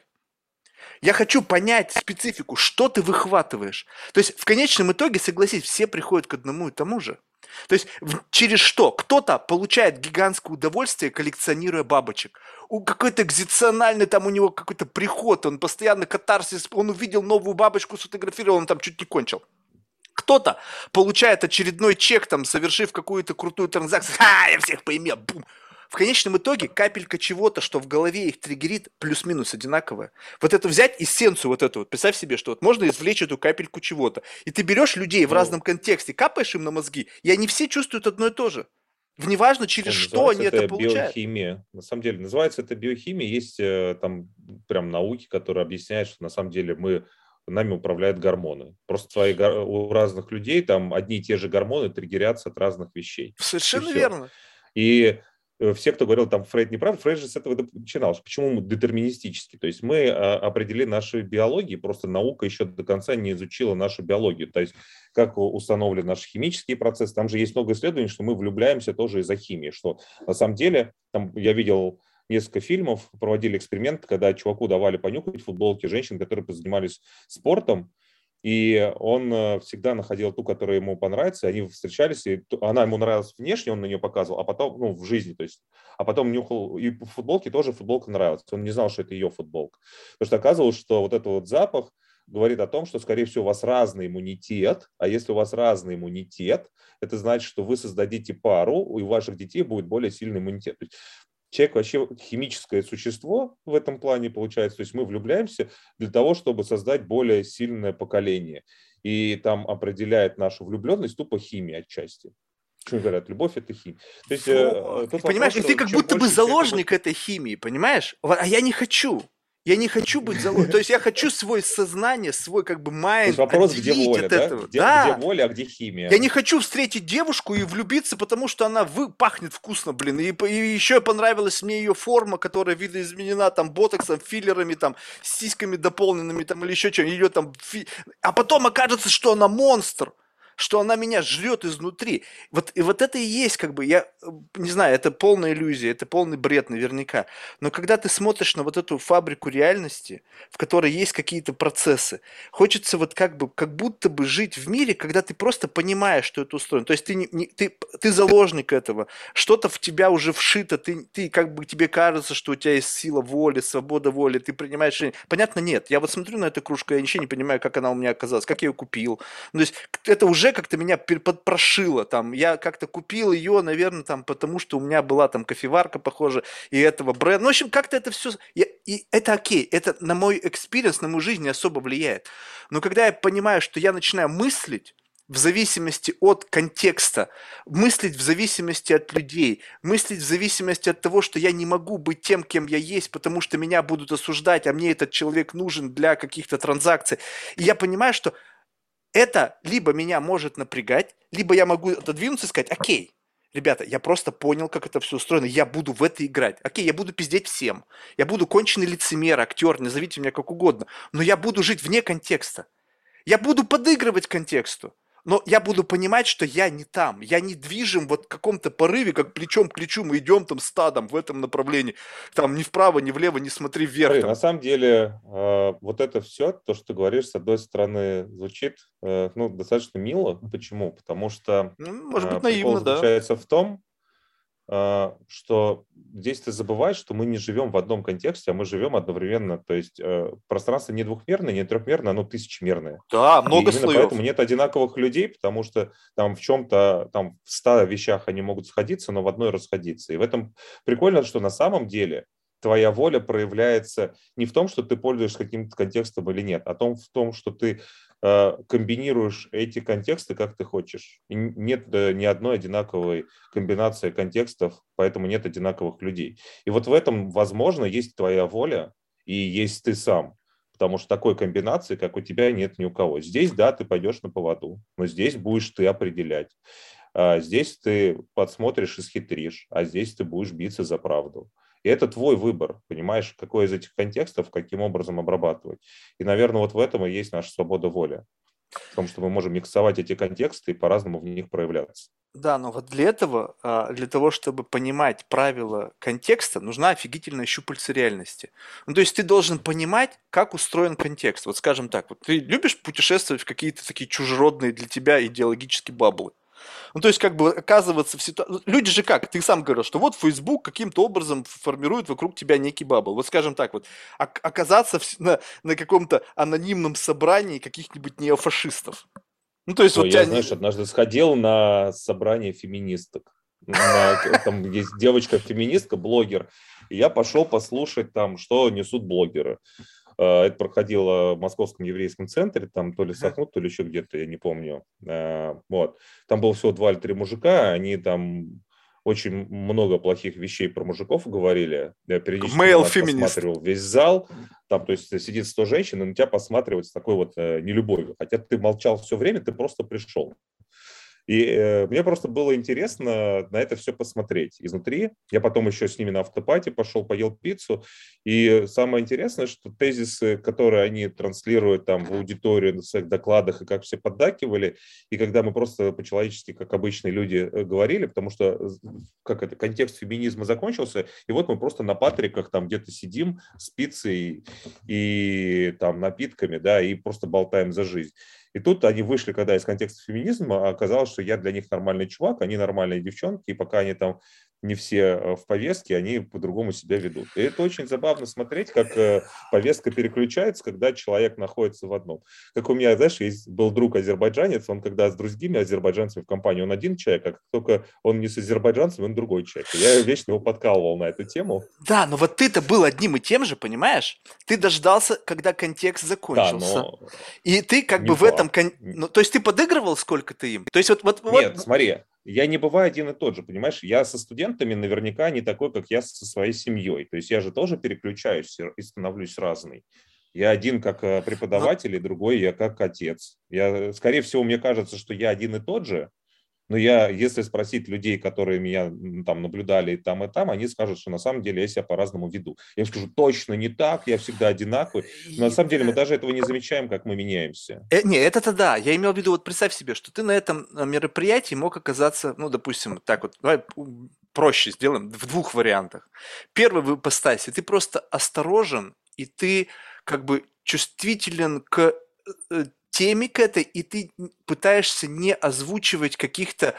Я хочу понять специфику, что ты выхватываешь. То есть в конечном итоге, согласись, все приходят к одному и тому же. То есть через что? Кто-то получает гигантское удовольствие, коллекционируя бабочек. У какой-то экзициональный там у него какой-то приход, он постоянно катарсис, он увидел новую бабочку, сфотографировал, он там чуть не кончил. Кто-то получает очередной чек, там, совершив какую-то крутую транзакцию. Ха, я всех поимел, бум. В конечном итоге капелька чего-то, что в голове их триггерит, плюс-минус одинаковое. Вот это взять эссенцию вот эту вот, представь себе, что вот можно извлечь эту капельку чего-то. И ты берешь людей в разном Ну, контексте, капаешь им на мозги, и они все чувствуют одно и то же. Неважно, через что называется они это это получают. биохимия. На самом деле, называется это биохимия. Есть там прям науки, которые объясняют, что на самом деле нами управляют гормоны. Просто у разных людей там одни и те же гормоны триггерятся от разных вещей. И Совершенно все. верно. И все, кто говорил, там, Фрейд не прав, Фрейд же с этого начинал. Почему мы детерминистически? То есть мы определили наши биологии, просто наука еще до конца не изучила нашу биологию. То есть как установлены наши химические процессы. Там же есть много исследований, что мы влюбляемся тоже из-за химии. Что на самом деле, там, я видел несколько фильмов, проводили эксперимент, когда чуваку давали понюхать футболки женщин, которые занимались спортом, И он всегда находил ту, которая ему понравится, и они встречались, и она ему нравилась внешне, он на нее показывал, а потом, ну, в жизни, то есть, а потом нюхал, и по футболке тоже футболка нравилась, он не знал, что это ее футболка. Потому что оказывалось, что вот этот вот запах говорит о том, что, скорее всего, у вас разный иммунитет, а если у вас разный иммунитет, это значит, что вы создадите пару, и у ваших детей будет более сильный иммунитет. То есть человек вообще химическое существо в этом плане получается. То есть мы влюбляемся для того, чтобы создать более сильное поколение. И там определяет нашу влюбленность тупо химия отчасти. Почему говорят, любовь – это химия. То есть Вот. И тот понимаешь, вопрос, и ты что как чем будто бы больше человек заложник этой химии, понимаешь? А я не хочу. Я не хочу быть заложником. То есть я хочу свое сознание, свой как бы То есть майнд вопрос, где отделить воля, от да? этого. Где Да. воля, а где Я химия? не хочу встретить девушку и влюбиться, потому что она пахнет вкусно, блин. И еще понравилась мне ее форма, которая видоизменена там ботоксом, филлерами, там, с сиськами дополненными там или еще чем. Ее там... А потом окажется, что она монстр, что она меня жрет изнутри. Вот, и вот это и есть, как бы, я не знаю, это полная иллюзия, это полный бред наверняка. Но когда ты смотришь на вот эту фабрику реальности, в которой есть какие-то процессы, хочется вот как бы, как будто бы жить в мире, когда ты просто понимаешь, что это устроено. То есть ты заложник этого, что-то в тебя уже вшито, ты как бы тебе кажется, что у тебя есть сила воли, свобода воли, ты принимаешь решение. Понятно, нет. Я вот смотрю на эту кружку, я ничего не понимаю, как она у меня оказалась, как я ее купил. Ну, то есть это уже как-то меня подпрошило. Там, я как-то купил ее, наверное, там, потому что у меня была там кофеварка, похоже, и этого бренда. Ну, в общем, как-то это все... И это окей, это на мой экспириенс, на мою жизнь не особо влияет. Но когда я понимаю, что я начинаю мыслить в зависимости от контекста, мыслить в зависимости от людей, мыслить в зависимости от того, что я не могу быть тем, кем я есть, потому что меня будут осуждать, а мне этот человек нужен для каких-то транзакций. И я понимаю, что это либо меня может напрягать, либо я могу отодвинуться и сказать, окей, ребята, я просто понял, как это все устроено, я буду в это играть. Окей, я буду пиздеть всем, я буду конченый лицемер, актер, назовите меня как угодно, но я буду жить вне контекста. Я буду подыгрывать контексту, но я буду понимать, что я не там, я не движим вот в каком-то порыве, как плечом к плечу мы идем там стадом в этом направлении, там ни вправо, ни влево, не смотри вверх Смотри, на там. самом деле, вот это все, то, что ты говоришь, с одной стороны, звучит ну, достаточно мило. Почему? Потому что Ну, может быть, прикол наивно, да. заключается в том, что здесь ты забываешь, что мы не живем в одном контексте, а мы живем одновременно. То есть пространство не двухмерное, не трехмерное, оно тысячемерное. Да, И много именно поэтому слоев. нет одинаковых людей, потому что там в чем-то, там в 100 вещах они могут сходиться, но в одной расходиться. И в этом прикольно, что на самом деле твоя воля проявляется не в том, что ты пользуешься каким-то контекстом или нет, а в том, что ты комбинируешь эти контексты, как ты хочешь. И нет ни одной одинаковой комбинации контекстов, поэтому нет одинаковых людей. И вот в этом, возможно, есть твоя воля и есть ты сам. Потому что такой комбинации, как у тебя, нет ни у кого. Здесь, да, ты пойдешь на поводу, но здесь будешь ты определять. Здесь ты подсмотришь и схитришь, а здесь ты будешь биться за правду. И это твой выбор, понимаешь, какой из этих контекстов, каким образом обрабатывать. И, наверное, вот в этом и есть наша свобода воли. В том, что мы можем миксовать эти контексты и по-разному в них проявляться. Да, но вот для этого, для того, чтобы понимать правила контекста, нужна офигительная щупальца реальности. Ну, то есть ты должен понимать, как устроен контекст. Вот скажем так, вот ты любишь путешествовать в какие-то такие чужеродные для тебя идеологические баблы? Ну, то есть, как бы оказываться в ситуации... Люди же как? Ты сам говорил, что вот Facebook каким-то образом формирует вокруг тебя некий бабл. Вот скажем так, вот оказаться на каком-то анонимном собрании каких-нибудь неофашистов. Ну, то есть, Ой, вот я, тебя... знаешь, однажды сходил на собрание феминисток. Там есть девочка-феминистка, блогер. И я пошел послушать там, что несут блогеры. Это проходило в Московском еврейском центре, там то ли Сахнут, то ли еще где-то, я не помню. Вот. Там было всего 2 или 3 мужика, они там очень много плохих вещей про мужиков говорили. Я периодически на Male нас feminist. посматривал весь зал. Там, то есть, сидит 100 женщин, и на тебя посматривают с такой вот нелюбовью. Хотя ты молчал все время, ты просто пришел. И мне просто было интересно на это все посмотреть изнутри. Я потом еще с ними на автопати пошел, поел пиццу. И самое интересное, что тезисы, которые они транслируют там в аудиторию на своих докладах, и как все поддакивали, и когда мы просто по-человечески, как обычные люди, говорили, потому что как это, контекст феминизма закончился, и вот мы просто на патриках там где-то сидим с пиццей и там напитками, да, и просто болтаем за жизнь. И тут они вышли, когда из контекста феминизма, а оказалось, что я для них нормальный чувак, они нормальные девчонки, и пока они там не все в повестке, они по-другому себя ведут. И это очень забавно смотреть, как повестка переключается, когда человек находится в одном. Как у меня, знаешь, был друг азербайджанец, он когда с другими азербайджанцами в компании, он один человек, а как только он не с азербайджанцем, он другой человек. И я вечно его подкалывал на эту тему. Да, но вот ты-то был одним и тем же, понимаешь? Ты дождался, когда контекст Да, закончился. но И ты как не бы в этом... факт. Ну, то есть ты подыгрывал сколько-то им? То есть вот... Нет, смотри, я не бываю один и тот же, понимаешь? Я со студентами наверняка не такой, как я со своей семьей. То есть я же тоже переключаюсь и становлюсь разный. Я один как Но преподаватель, и другой я как отец. Скорее всего, мне кажется, что я один и тот же, но если спросить людей, которые меня там наблюдали и там, они скажут, что на самом деле я себя по-разному веду. Я им скажу, точно не так, я всегда одинаковый. Но на самом деле мы даже этого не замечаем, как мы меняемся. Не, это-то да. Я имел в виду, вот представь себе, что ты на этом мероприятии мог оказаться, ну, допустим, так вот, давай проще сделаем, в двух вариантах. Первый в ипостаси, ты просто осторожен, и ты как бы чувствителен к теме к этой, и ты пытаешься не озвучивать каких-то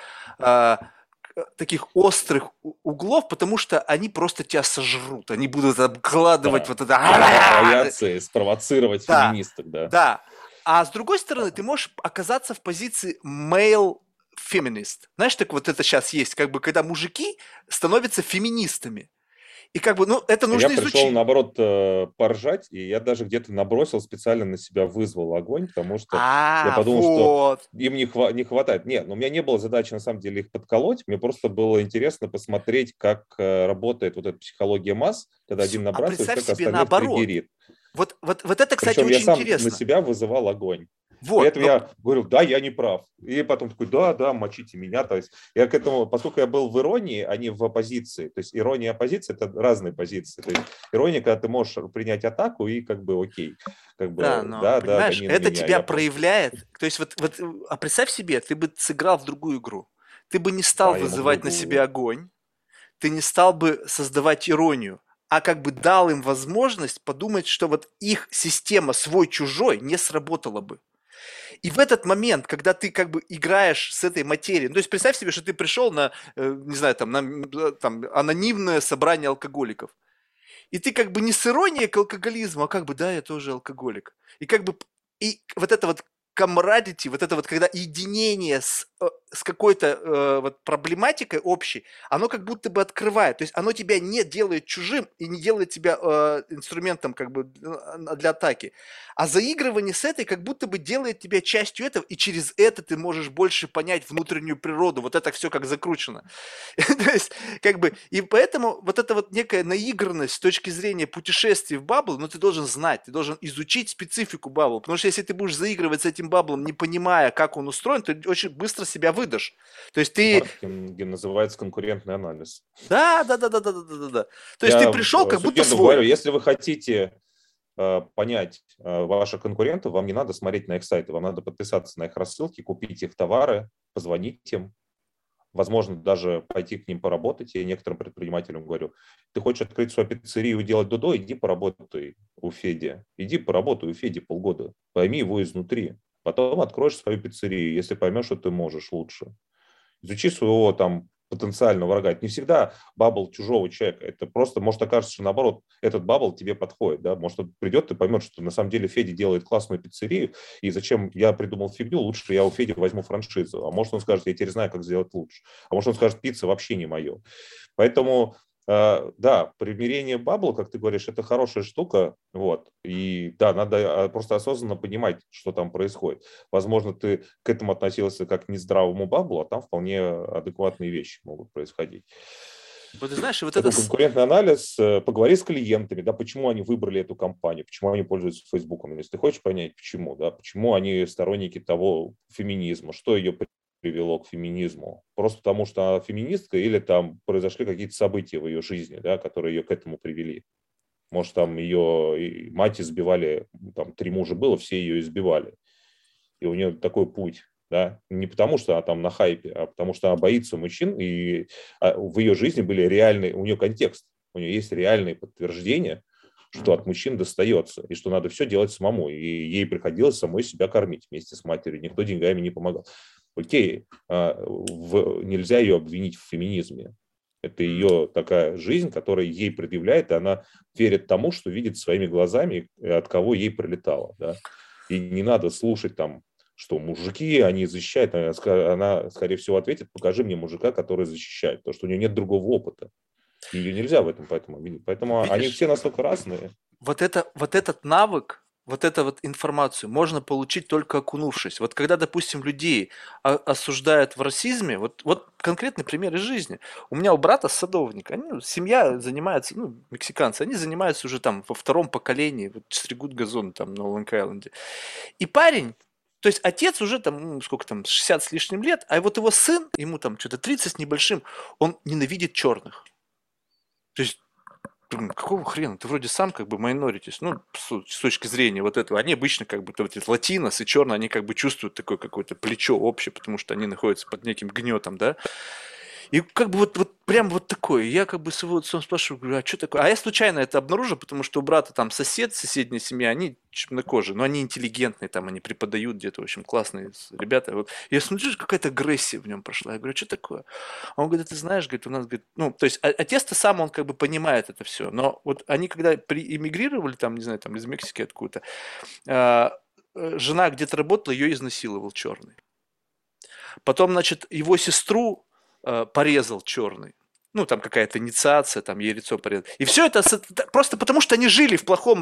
таких острых углов, потому что они просто тебя сожрут, они будут обкладывать Да, вот боятся спровоцировать Да, феминисток, да. да. А с другой стороны, ты можешь оказаться в позиции male feminist. Знаешь, так вот это сейчас есть, как бы, когда мужики становятся феминистами. И как бы, ну, это Я нужно пришел, изучить. наоборот, поржать, и я даже где-то набросил, специально на себя вызвал огонь, потому что я подумал, что Вот. им не хватает. Нет, но у меня не было задачи, на самом деле, их подколоть. Мне просто было интересно посмотреть, как работает вот эта психология масс, когда один А набрасывает, представь как себе остальных наоборот. триггерит. Вот это, кстати, Причем я очень сам на интересно. себя вызывал огонь. При Вот, этом но я говорил, да, я не прав. И потом такой, да, мочите меня. То есть я к этому, поскольку я был в иронии, а не в оппозиции. То есть ирония и оппозиция – это разные позиции. То есть ирония, когда ты можешь принять атаку и как бы окей. Как да, бы, но да, понимаешь, гони на это меня, тебя я прав. проявляет. То есть а представь себе, ты бы сыграл в другую игру. Ты бы не стал Да, я мог вызывать на себе другую. огонь, ты не стал бы создавать иронию, а как бы дал им возможность подумать, что вот их система свой-чужой не сработала бы. И в этот момент, когда ты как бы играешь с этой материей, ну, то есть представь себе, что ты пришел на, не знаю, там, там, анонимное собрание алкоголиков, и ты как бы не с иронией к алкоголизму, а как бы, да, я тоже алкоголик. И как бы, и вот это вот камрадити, вот это вот, когда единение с какой-то вот проблематикой общей, оно как будто бы открывает, то есть оно тебя не делает чужим и не делает тебя инструментом как бы для атаки, а заигрывание с этой как будто бы делает тебя частью этого, и через это ты можешь больше понять внутреннюю природу, вот это все как закручено. То есть, как бы, и поэтому вот эта вот некая наигранность с точки зрения путешествий в бабл, ну, ты должен знать, ты должен изучить специфику бабл, потому что если ты будешь заигрывать с этим баблом, не понимая, как он устроен, ты очень быстро себя выдашь. То есть В ты, маркетинге называется конкурентный анализ. да, да, да, да, да, да, да, да, да. То есть ты Я пришел как будто студентам говорю, свой. если вы хотите понять ваших конкурентов, вам не надо смотреть на их сайты, вам надо подписаться на их рассылки, купить их товары, позвонить им, возможно, даже пойти к ним поработать. Я некоторым предпринимателям говорю, ты хочешь открыть свою пиццерию и делать дудо, иди поработай у Феди. Иди поработай у Феди полгода, пойми его изнутри. Потом откроешь свою пиццерию, если поймешь, что ты можешь лучше. Изучи своего там потенциального врага. Это не всегда бабл чужого человека. Это просто может окажется, что наоборот, этот бабл тебе подходит. Да? Может, он придет и поймет, что на самом деле Федя делает классную пиццерию, и зачем я придумал фигню, лучше я у Феди возьму франшизу. А может, он скажет, я теперь знаю, как сделать лучше. А может, он скажет, пицца вообще не мое. Поэтому да, примирение бабла, как ты говоришь, это хорошая штука, вот, и да, надо просто осознанно понимать, что там происходит. Возможно, ты к этому относился как к нездравому баблу, а там вполне адекватные вещи могут происходить. Вот ты знаешь, и вот это... Поэтому конкурентный анализ, поговори с клиентами, да, почему они выбрали эту компанию, почему они пользуются Фейсбуком. Если ты хочешь понять, почему, да, почему они сторонники того феминизма, что ее привело к феминизму? Просто потому, что она феминистка или там произошли какие-то события в ее жизни, да, которые ее к этому привели? Может, там ее мать избивали, там 3 мужа было, все ее избивали. И у нее такой путь, да, не потому, что она там на хайпе, а потому, что она боится мужчин, и в ее жизни были реальные, у нее контекст, у нее есть реальные подтверждения, что от мужчин достается, и что надо все делать самому, и ей приходилось самой себя кормить вместе с матерью, никто деньгами не помогал. Окей, нельзя ее обвинить в феминизме. Это ее такая жизнь, которая ей предъявляет, и она верит тому, что видит своими глазами, от кого ей прилетало. Да? И не надо слушать там, что мужики, они защищают. Она, скорее всего, ответит, покажи мне мужика, который защищает, потому что у нее нет другого опыта. Ее нельзя в этом поэтому видеть. Поэтому они Видишь, все настолько разные. вот этот навык, вот эту вот информацию можно получить только окунувшись. Вот когда, допустим, людей осуждают в расизме, вот конкретный пример из жизни. У меня у брата садовник, они, ну, семья занимается, ну, мексиканцы, они занимаются уже там во втором поколении, вот стригут газон там на Лонг-Айленде. И парень, то есть отец уже там, ну, сколько там, 60 с лишним лет, а вот его сын, ему там что-то 30 с небольшим, он ненавидит черных. То есть блин, какого хрена? Ты вроде сам как бы майноритис, ну, с точки зрения вот этого. Они обычно как бы, вот эти латинос и черные, они как бы чувствуют такое какое-то плечо общее, потому что они находятся под неким гнетом, да. И как бы вот прям вот такое. Я как бы своего отца спрашиваю, говорю, а что такое? А я случайно это обнаружил, потому что у брата там сосед, соседняя семья, они темнокожие, но они интеллигентные, там они преподают где-то, в общем, классные ребята. Вот. Я смотрю, какая-то агрессия в нем прошла. Я говорю, а что такое? А он говорит, ты знаешь, говорит, у нас, говорит, ну, то есть отец-то сам, он как бы понимает это все, но вот они когда эмигрировали, там, не знаю, там из Мексики откуда-то, жена где-то работала, ее изнасиловал черный. Потом, значит, его сестру порезал черный. Ну, там какая-то инициация, там ей лицо порезал. И все это просто потому, что они жили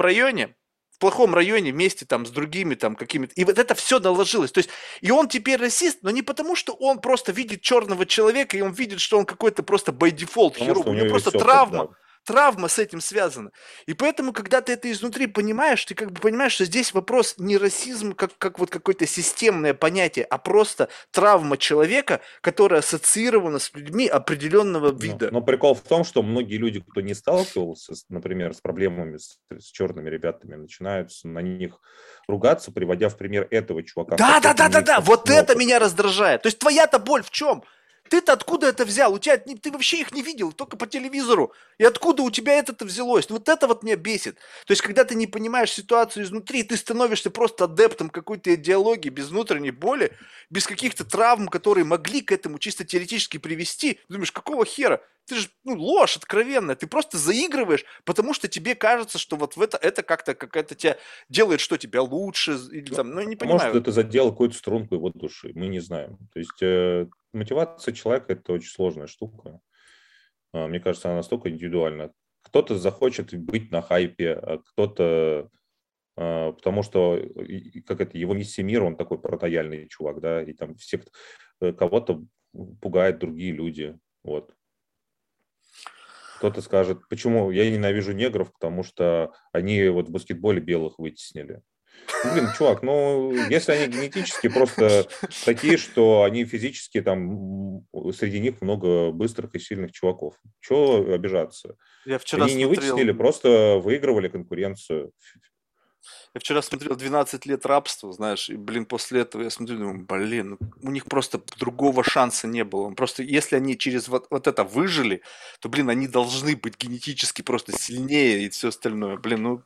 в плохом районе вместе там с другими там какими-то. И вот это все наложилось. То есть, и он теперь расист, но не потому, что он просто видит черного человека, и он видит, что он какой-то просто by default Потому херов. что У у него него просто есть опыт, да. травма с этим связана. И поэтому, когда ты это изнутри понимаешь, ты как бы понимаешь, что здесь вопрос не расизм, как вот какое-то системное понятие, а просто травма человека, которая ассоциирована с людьми определенного вида. Но прикол в том, что многие люди, кто не сталкивался, например, с проблемами с черными ребятами, начинают на них ругаться, приводя в пример этого чувака, Да, да, хотя это да, не да, их да, вот собственный это опыт. меня раздражает. То есть твоя-то боль в чем? Ты-то откуда это взял? У тебя ты вообще их не видел, только по телевизору. И откуда у тебя это-то взялось? Вот это вот меня бесит. То есть, когда ты не понимаешь ситуацию изнутри, ты становишься просто адептом какой-то идеологии без внутренней боли, без каких-то травм, которые могли к этому чисто теоретически привести. Ты думаешь, какого хера? Ты же, ну, ложь откровенная. Ты просто заигрываешь, потому что тебе кажется, что вот в это как-то какая-то тебя делает, что тебя лучше, или там, ну, я не Может, понимаю. это задело какую-то струнку его души, мы не знаем. То есть мотивация человека – это очень сложная штука. Мне кажется, она настолько индивидуальна. Кто-то захочет быть на хайпе, а кто-то, потому что как это, его миссия мира, он такой протояльный чувак, да, и там всех кого-то пугают другие люди. Вот. Кто-то скажет, почему я ненавижу негров, потому что они вот в баскетболе белых вытеснили. Ну, блин, чувак, ну, если они генетически просто такие, что они физически там, среди них много быстрых и сильных чуваков. Чего обижаться? Я вчера Они не вытеснили, смотрел просто выигрывали конкуренцию. Я вчера смотрел «12 лет рабства», знаешь, и, блин, после этого я смотрю, думаю, блин, ну, у них просто другого шанса не было. Просто если они через вот это выжили, то, блин, они должны быть генетически просто сильнее и все остальное. Блин, ну...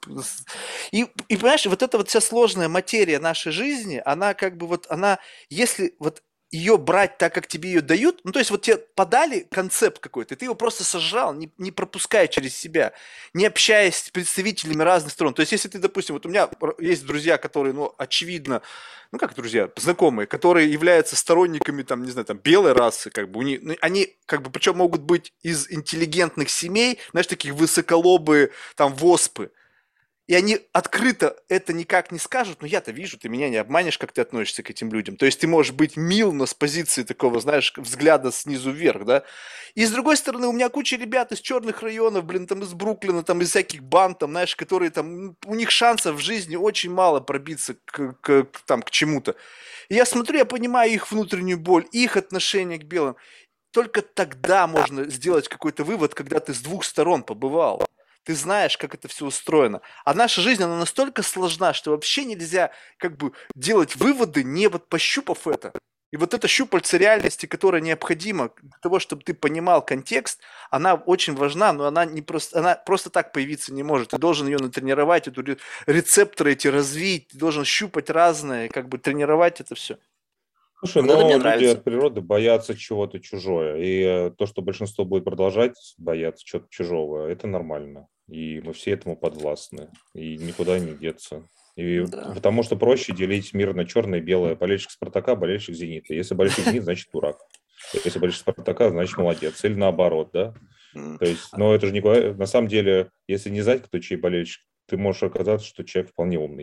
И понимаешь, вот эта вот вся сложная материя нашей жизни, она как бы вот, она, если вот ее брать так, как тебе ее дают, ну, то есть вот тебе подали концепт какой-то, и ты его просто сожрал, не пропуская через себя, не общаясь с представителями разных сторон. То есть, если ты, допустим, вот у меня есть друзья, которые, ну, очевидно, ну, как друзья, знакомые, которые являются сторонниками, там, не знаю, там, белой расы, как бы, ну, они, как бы, причем могут быть из интеллигентных семей, знаешь, таких высоколобые, там, воспы. И они открыто это никак не скажут, но я-то вижу, ты меня не обманешь, как ты относишься к этим людям. То есть ты можешь быть мил, но с позиции такого, знаешь, взгляда снизу вверх, да. И с другой стороны, у меня куча ребят из черных районов, блин, там из Бруклина, там из всяких банд, там, знаешь, которые там, у них шансов в жизни очень мало пробиться там, к чему-то. И я смотрю, я понимаю их внутреннюю боль, их отношение к белым. Только тогда можно сделать какой-то вывод, когда ты с двух сторон побывал. Ты знаешь, как это все устроено. А наша жизнь, она настолько сложна, что вообще нельзя как бы делать выводы, не вот пощупав это. И вот эта щупальца реальности, которая необходима для того, чтобы ты понимал контекст, она очень важна, но она просто так появиться не может. Ты должен ее натренировать, рецепторы эти развить, ты должен щупать разное, как бы тренировать это все. Слушай, Вот это мне но люди нравится. от природы боятся чего-то чужое. И то, что большинство будет продолжать бояться чего-то чужого, это нормально. И мы все этому подвластны. И никуда не деться. И Да. потому что проще делить мир на черное и белое. Болельщик Спартака, болельщик Зенита. Если болельщик Зенит, значит дурак. Если болельщик Спартака, значит молодец. Или наоборот, да? М. То есть, но это же не на самом деле, если не знать, кто чей болельщик, ты можешь оказаться, что человек вполне умный.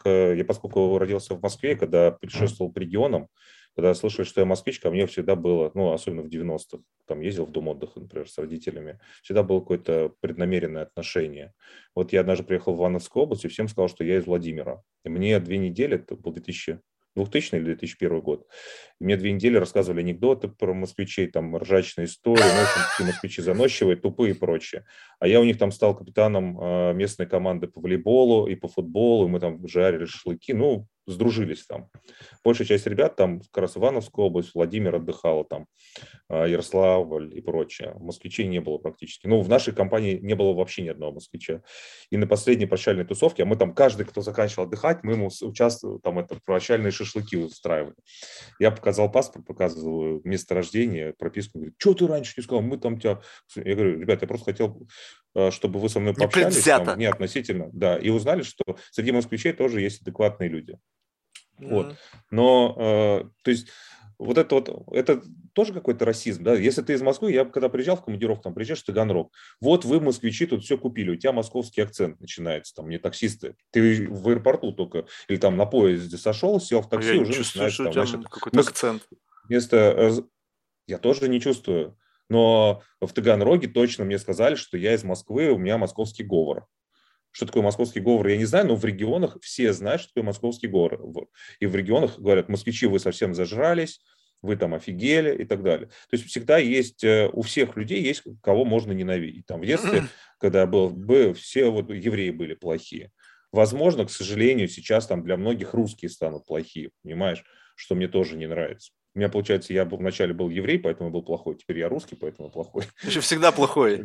Я поскольку родился в Москве, когда путешествовал по регионам, когда слышали, что я москвич, ко мне всегда было, ну, особенно в 90-х, там ездил в дом отдыха, например, с родителями, всегда было какое-то преднамеренное отношение. Вот я однажды приехал в Ивановскую область и всем сказал, что я из Владимира. И мне 2 недели, это был 2000 или 2001 год. И мне 2 недели рассказывали анекдоты про москвичей, там ржачные истории, ну, в общем, такие москвичи заносчивые, тупые и прочее. А я у них там стал капитаном местной команды по волейболу и по футболу, и мы там жарили шашлыки, ну, сдружились там. Большая часть ребят там, как раз Ивановская область, Владимир отдыхала там, Ярославль и прочее. Москвичей не было практически. Ну, в нашей компании не было вообще ни одного москвича. И на последней прощальной тусовке, а мы там, каждый, кто заканчивал отдыхать, мы ему участвовали, там, это, прощальные шашлыки устраивали. Я показал паспорт, показываю место рождения, прописку. Говорит, что ты раньше не сказал? Мы там тебя... Я говорю, ребята, я просто хотел, чтобы вы со мной пообщались, там, Непредвзято. не относительно, да, и узнали, что среди москвичей тоже есть адекватные люди. Вот. Мгм. Но, то есть, вот, это тоже какой-то расизм, да? Если ты из Москвы, я когда приезжал в командировку, там, приезжаешь в Таганрог, вот вы, москвичи, тут все купили, у тебя московский акцент начинается, там, мне таксисты, ты в аэропорту только, или там на поезде сошел, сел в А я такси, не уже чувствую, начинается что у там, тебя знаешь, это, какой-то акцент. вместо, я тоже не чувствую, но в Таганроге точно мне сказали, что я из Москвы, у меня московский говор. Что такое московский говор, я не знаю, но в регионах все знают, что такое московский говор. И в регионах говорят, москвичи, вы совсем зажрались, вы там офигели и так далее. То есть всегда есть, у всех людей есть, кого можно ненавидеть. Там в детстве, когда я был, все вот евреи были плохие. Возможно, к сожалению, сейчас там для многих русские станут плохие, понимаешь, что мне тоже не нравится. У меня, получается, я вначале был еврей, поэтому я был плохой, теперь я русский, поэтому плохой. Еще всегда плохой.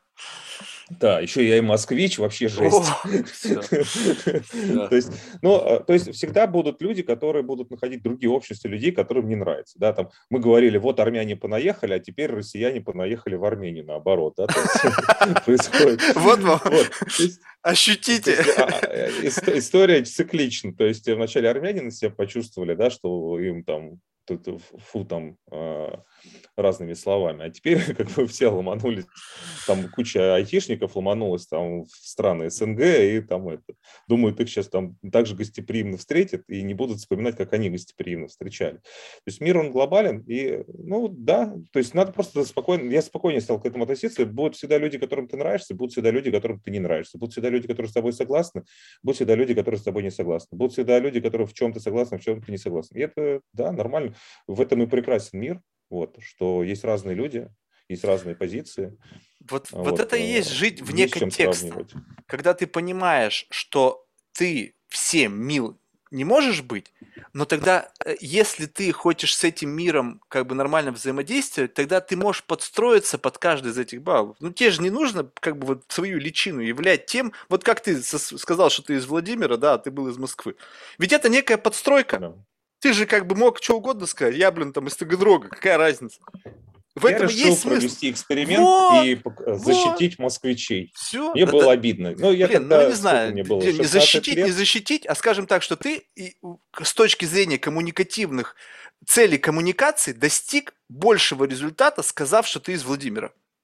Да, еще я и москвич, вообще О, жесть. все, То все. есть, ну, то есть всегда будут люди, которые будут находить другие общества людей, которым не нравится. Да, там мы говорили, вот армяне понаехали, а теперь россияне понаехали в Армению, наоборот, да, то есть происходит. Вот вам, Вот, то ощутите. есть история циклична. То есть вначале армяне на себя почувствовали, да, что им там фу, там разными словами. А теперь как бы все ломанулись, там куча айтишников ломанулась там в страны СНГ, и там это, думают, их сейчас там также гостеприимно встретят и не будут вспоминать, как они гостеприимно встречали. То есть мир, он глобален, и, ну, да, то есть надо просто спокойно, я спокойнее стал к этому относиться, будут всегда люди, которым ты нравишься, будут всегда люди, которым ты не нравишься, будут всегда люди, которые с тобой согласны, будут всегда люди, которые с тобой не согласны, будут всегда люди, которые в чем-то согласны, в чем-то не согласны. И это, да, нормально. В этом и прекрасен мир, вот, что есть разные люди, есть разные позиции, Вот вот, это и есть жить вне есть с чем контекста. сравнивать. Когда ты понимаешь, что ты всем мил не можешь быть, но тогда, если ты хочешь с этим миром как бы нормально взаимодействовать, тогда ты можешь подстроиться под каждый из этих баллов. Ну, тебе же не нужно как бы вот свою личину являть тем, вот как ты сказал, что ты из Владимира, да, а ты был из Москвы. Ведь это некая подстройка. Да. Ты же как бы мог что угодно сказать, я, блин, там из Таганрога, какая разница? В Я этом и решил есть смысл. провести эксперимент Вот, и вот, защитить москвичей. все. Мне было обидно. Ну, я Блин, ну не тогда, сколько знаю, мне было, не 16 защитить, не лет. защитить, а скажем так, что ты с точки зрения коммуникативных целей коммуникации достиг большего результата, сказав, что ты из Владимира.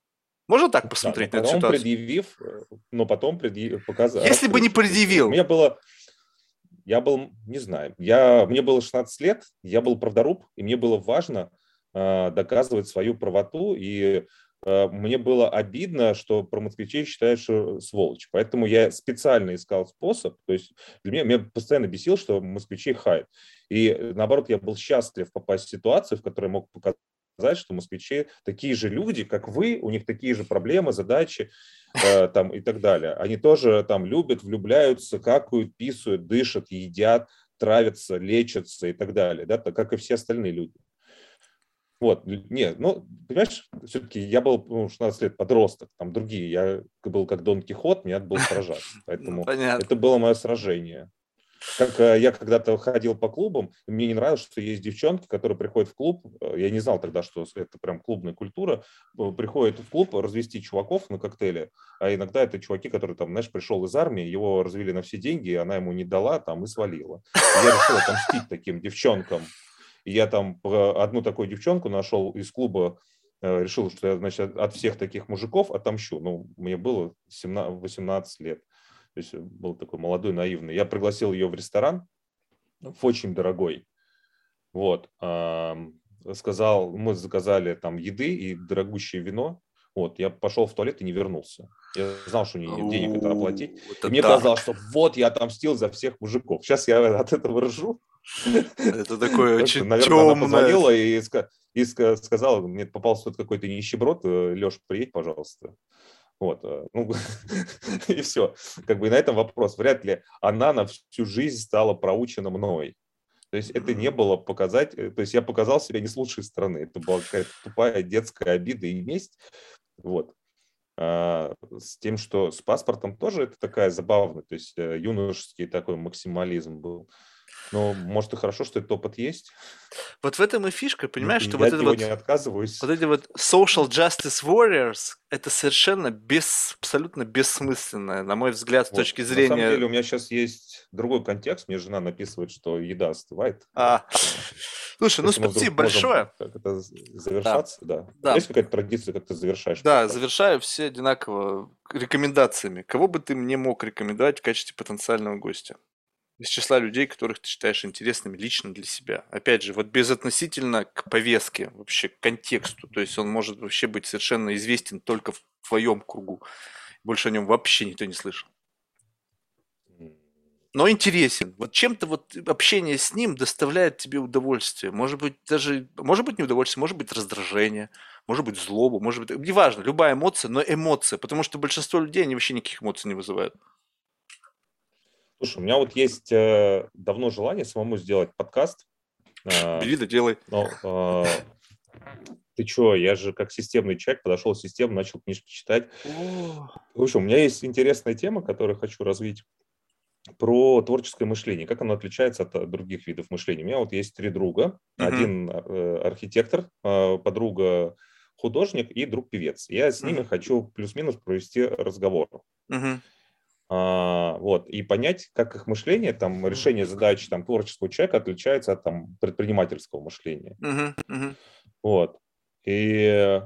Можно так Да, посмотреть на эту ситуацию? но потом показал, Если бы не раскрывшись. То есть у предъявил, меня было, я был, не знаю, мне было 16 лет, я был правдоруб, и мне было важно доказывать свою правоту, и мне было обидно, что про москвичей считают, что сволочь. Поэтому я специально искал способ, то есть меня постоянно бесило, что москвичи хаят. И наоборот, я был счастлив попасть в ситуацию, в которой я мог показать, что москвичи такие же люди, как вы, у них такие же проблемы, задачи там, и так далее. Они тоже там любят, влюбляются, какают, писают, дышат, едят, травятся, лечатся и так далее, да, так как и все остальные люди. Вот, нет, ну, понимаешь, все-таки я был 16 лет подросток, там другие, я был как Дон Кихот, мне надо было сражаться, ну, поэтому понятно. это было мое сражение. Как я когда-то ходил по клубам, мне не нравилось, что есть девчонки, которые приходят в клуб, я не знал тогда, что это прям клубная культура, приходят в клуб развести чуваков на коктейле, а иногда это чуваки, которые там, знаешь, пришел из армии, его развели на все деньги, она ему не дала там и свалила. И я решил отомстить таким девчонкам. И я там одну такую девчонку нашел из клуба, решил, что я, значит, от всех таких мужиков отомщу. Ну, мне было 18 лет. То есть был такой молодой, наивный. Я пригласил ее в ресторан, в очень дорогой. Вот. Сказал, мы заказали там еды и дорогущее вино. Вот. Я пошел в туалет и не вернулся. Я знал, что у нее нет денег это оплатить. Это И мне казалось, дарк. что вот я отомстил за всех мужиков. Сейчас я от этого ржу. Это такое Потому что, очень наверное, она темное. позвонила и сказала, мне попался тут какой-то нищеброд, Леш, приедь, пожалуйста. Вот, ну, и все. Как бы и на этом вопрос. Вряд ли она на всю жизнь стала проучена мной. То есть это не было показать, то есть я показал себя не с лучшей стороны. Это была какая-то тупая детская обида и месть. Вот. С тем, что с паспортом тоже это такая забавная, то есть юношеский такой максимализм был. Но может и хорошо, что этот опыт есть. Вот в этом и фишка, понимаешь, что Я от него не отказываюсь. вот эти вот social justice warriors, это совершенно абсолютно бессмысленное, на мой взгляд, с Вот. точки На самом зрения... деле у меня сейчас есть другой контекст. Мне жена написывает, что еда остывает. Вот. А, слушай, ну Если мы спасибо вдруг можем большое. как это Да, завершаться, да. У тебя да, есть какая-то традиция, как ты завершаешь да, подкаст? завершаю все одинаково рекомендациями. Кого бы ты мне мог рекомендовать в качестве потенциального гостя? Из числа людей, которых ты считаешь интересными лично для себя. Опять же, вот безотносительно к повестке, вообще к контексту. То есть он может вообще быть совершенно известен только в твоем кругу. Больше о нем вообще никто не слышал. Но интересен. Вот чем-то вот общение с ним доставляет тебе удовольствие. Может быть, даже, может быть, не удовольствие, может быть, раздражение, может быть, злобу, может быть, неважно, любая эмоция, но эмоция, потому что большинство людей, они вообще никаких эмоций не вызывают. Слушай, у меня вот есть давно желание самому сделать подкаст. Бери да делай. Но ты что, я же как системный человек подошел в систему, начал книжки читать. О, В общем, у меня есть интересная тема, которую хочу развить, про творческое мышление, как оно отличается от других видов мышления. У меня вот есть три друга. мгм, Один архитектор, подруга художник и друг певец. Я с ними мгм, хочу плюс-минус провести разговор. мгм, Вот, и понять, как их мышление, там, решение задач там, творческого человека отличается от там, предпринимательского мышления. мгм, мгм. Вот. И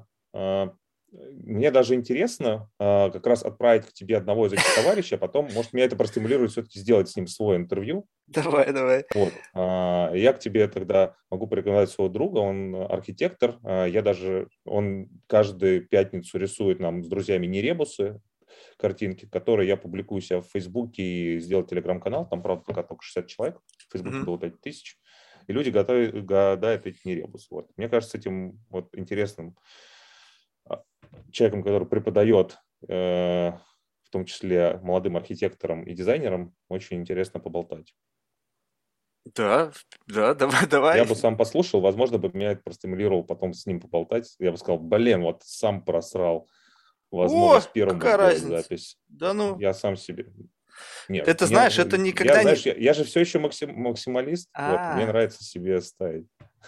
мне даже интересно как раз отправить к тебе одного из этих товарищей, а потом, может, меня это простимулирует все-таки сделать с ним свое интервью. Давай, давай. Вот. Я к тебе тогда могу порекомендовать своего друга, он архитектор. Он каждую пятницу рисует нам с друзьями неребусы, картинки, которые я публикую у себя в Фейсбуке и сделал телеграм-канал. Там, правда, пока только 60 человек. В Фейсбуке Мгм. было 5000. И люди гадают эти неребусы. Вот. Мне кажется, этим вот интересным человеком, который преподает, в том числе молодым архитекторам и дизайнерам, очень интересно поболтать. Да, да, давай, Я давай. бы сам послушал, возможно, бы меня это простимулировало потом с ним поболтать. Я бы сказал, блин, вот сам просрал О, возможность первому какая сделать разница? запись. Да ну, Я сам себе... Нет, это знаешь, это я, никогда знаешь, не... я же все еще максималист, вот, мне А, нравится себе ставить.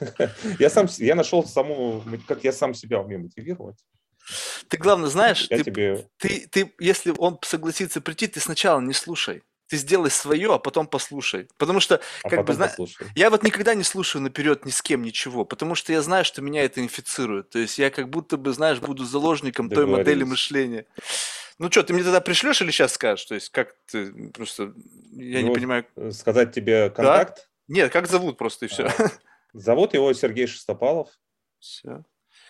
Я нашел как я сам себя умею мотивировать. ты главное знаешь, Я тебе... если он согласится прийти, ты сначала не слушай. Ты сделай свое, а потом послушай. Потому что, А как бы, потом послушай. я вот никогда не слушаю наперед ни с кем ничего, потому что я знаю, что меня это инфицирует. То есть я как будто бы, знаешь, буду заложником той модели Договорились. мышления. Ну что, ты мне тогда пришлешь или сейчас скажешь? То есть как ты просто, я не Ну, понимаю. сказать тебе Да? контакт. Нет, как зовут просто и все. А, Зовут его Сергей Шестопалов. Все.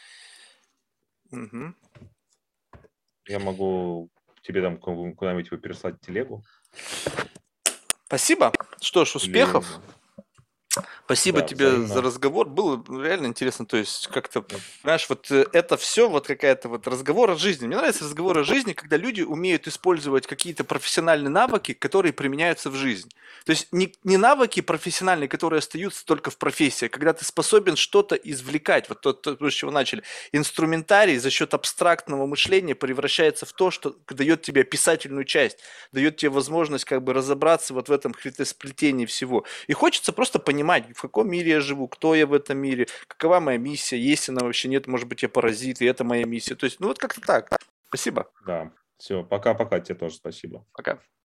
Мгм. Я могу тебе там куда-нибудь его переслать в телегу. Спасибо. Что ж, Или, успехов. Спасибо да, тебе за взаимно. разговор. Было реально интересно. То есть, как-то, знаешь, вот это все вот какая-то вот разговор о жизни. Мне нравится разговор о жизни, когда люди умеют использовать какие-то профессиональные навыки, которые применяются в жизнь. То есть не навыки профессиональные, которые остаются только в профессии, а когда ты способен что-то извлекать. Вот то, с чего начали. Инструментарий за счет абстрактного мышления превращается в то, что дает тебе описательную часть, дает тебе возможность как бы разобраться вот в этом хитросплетении всего. И хочется просто понимать, в каком мире я живу, кто я в этом мире, какова моя миссия, есть она вообще, нет, может быть, я паразит, и это моя миссия. То есть, ну вот как-то так. Спасибо. Да, все, пока-пока, тебе тоже спасибо. Пока.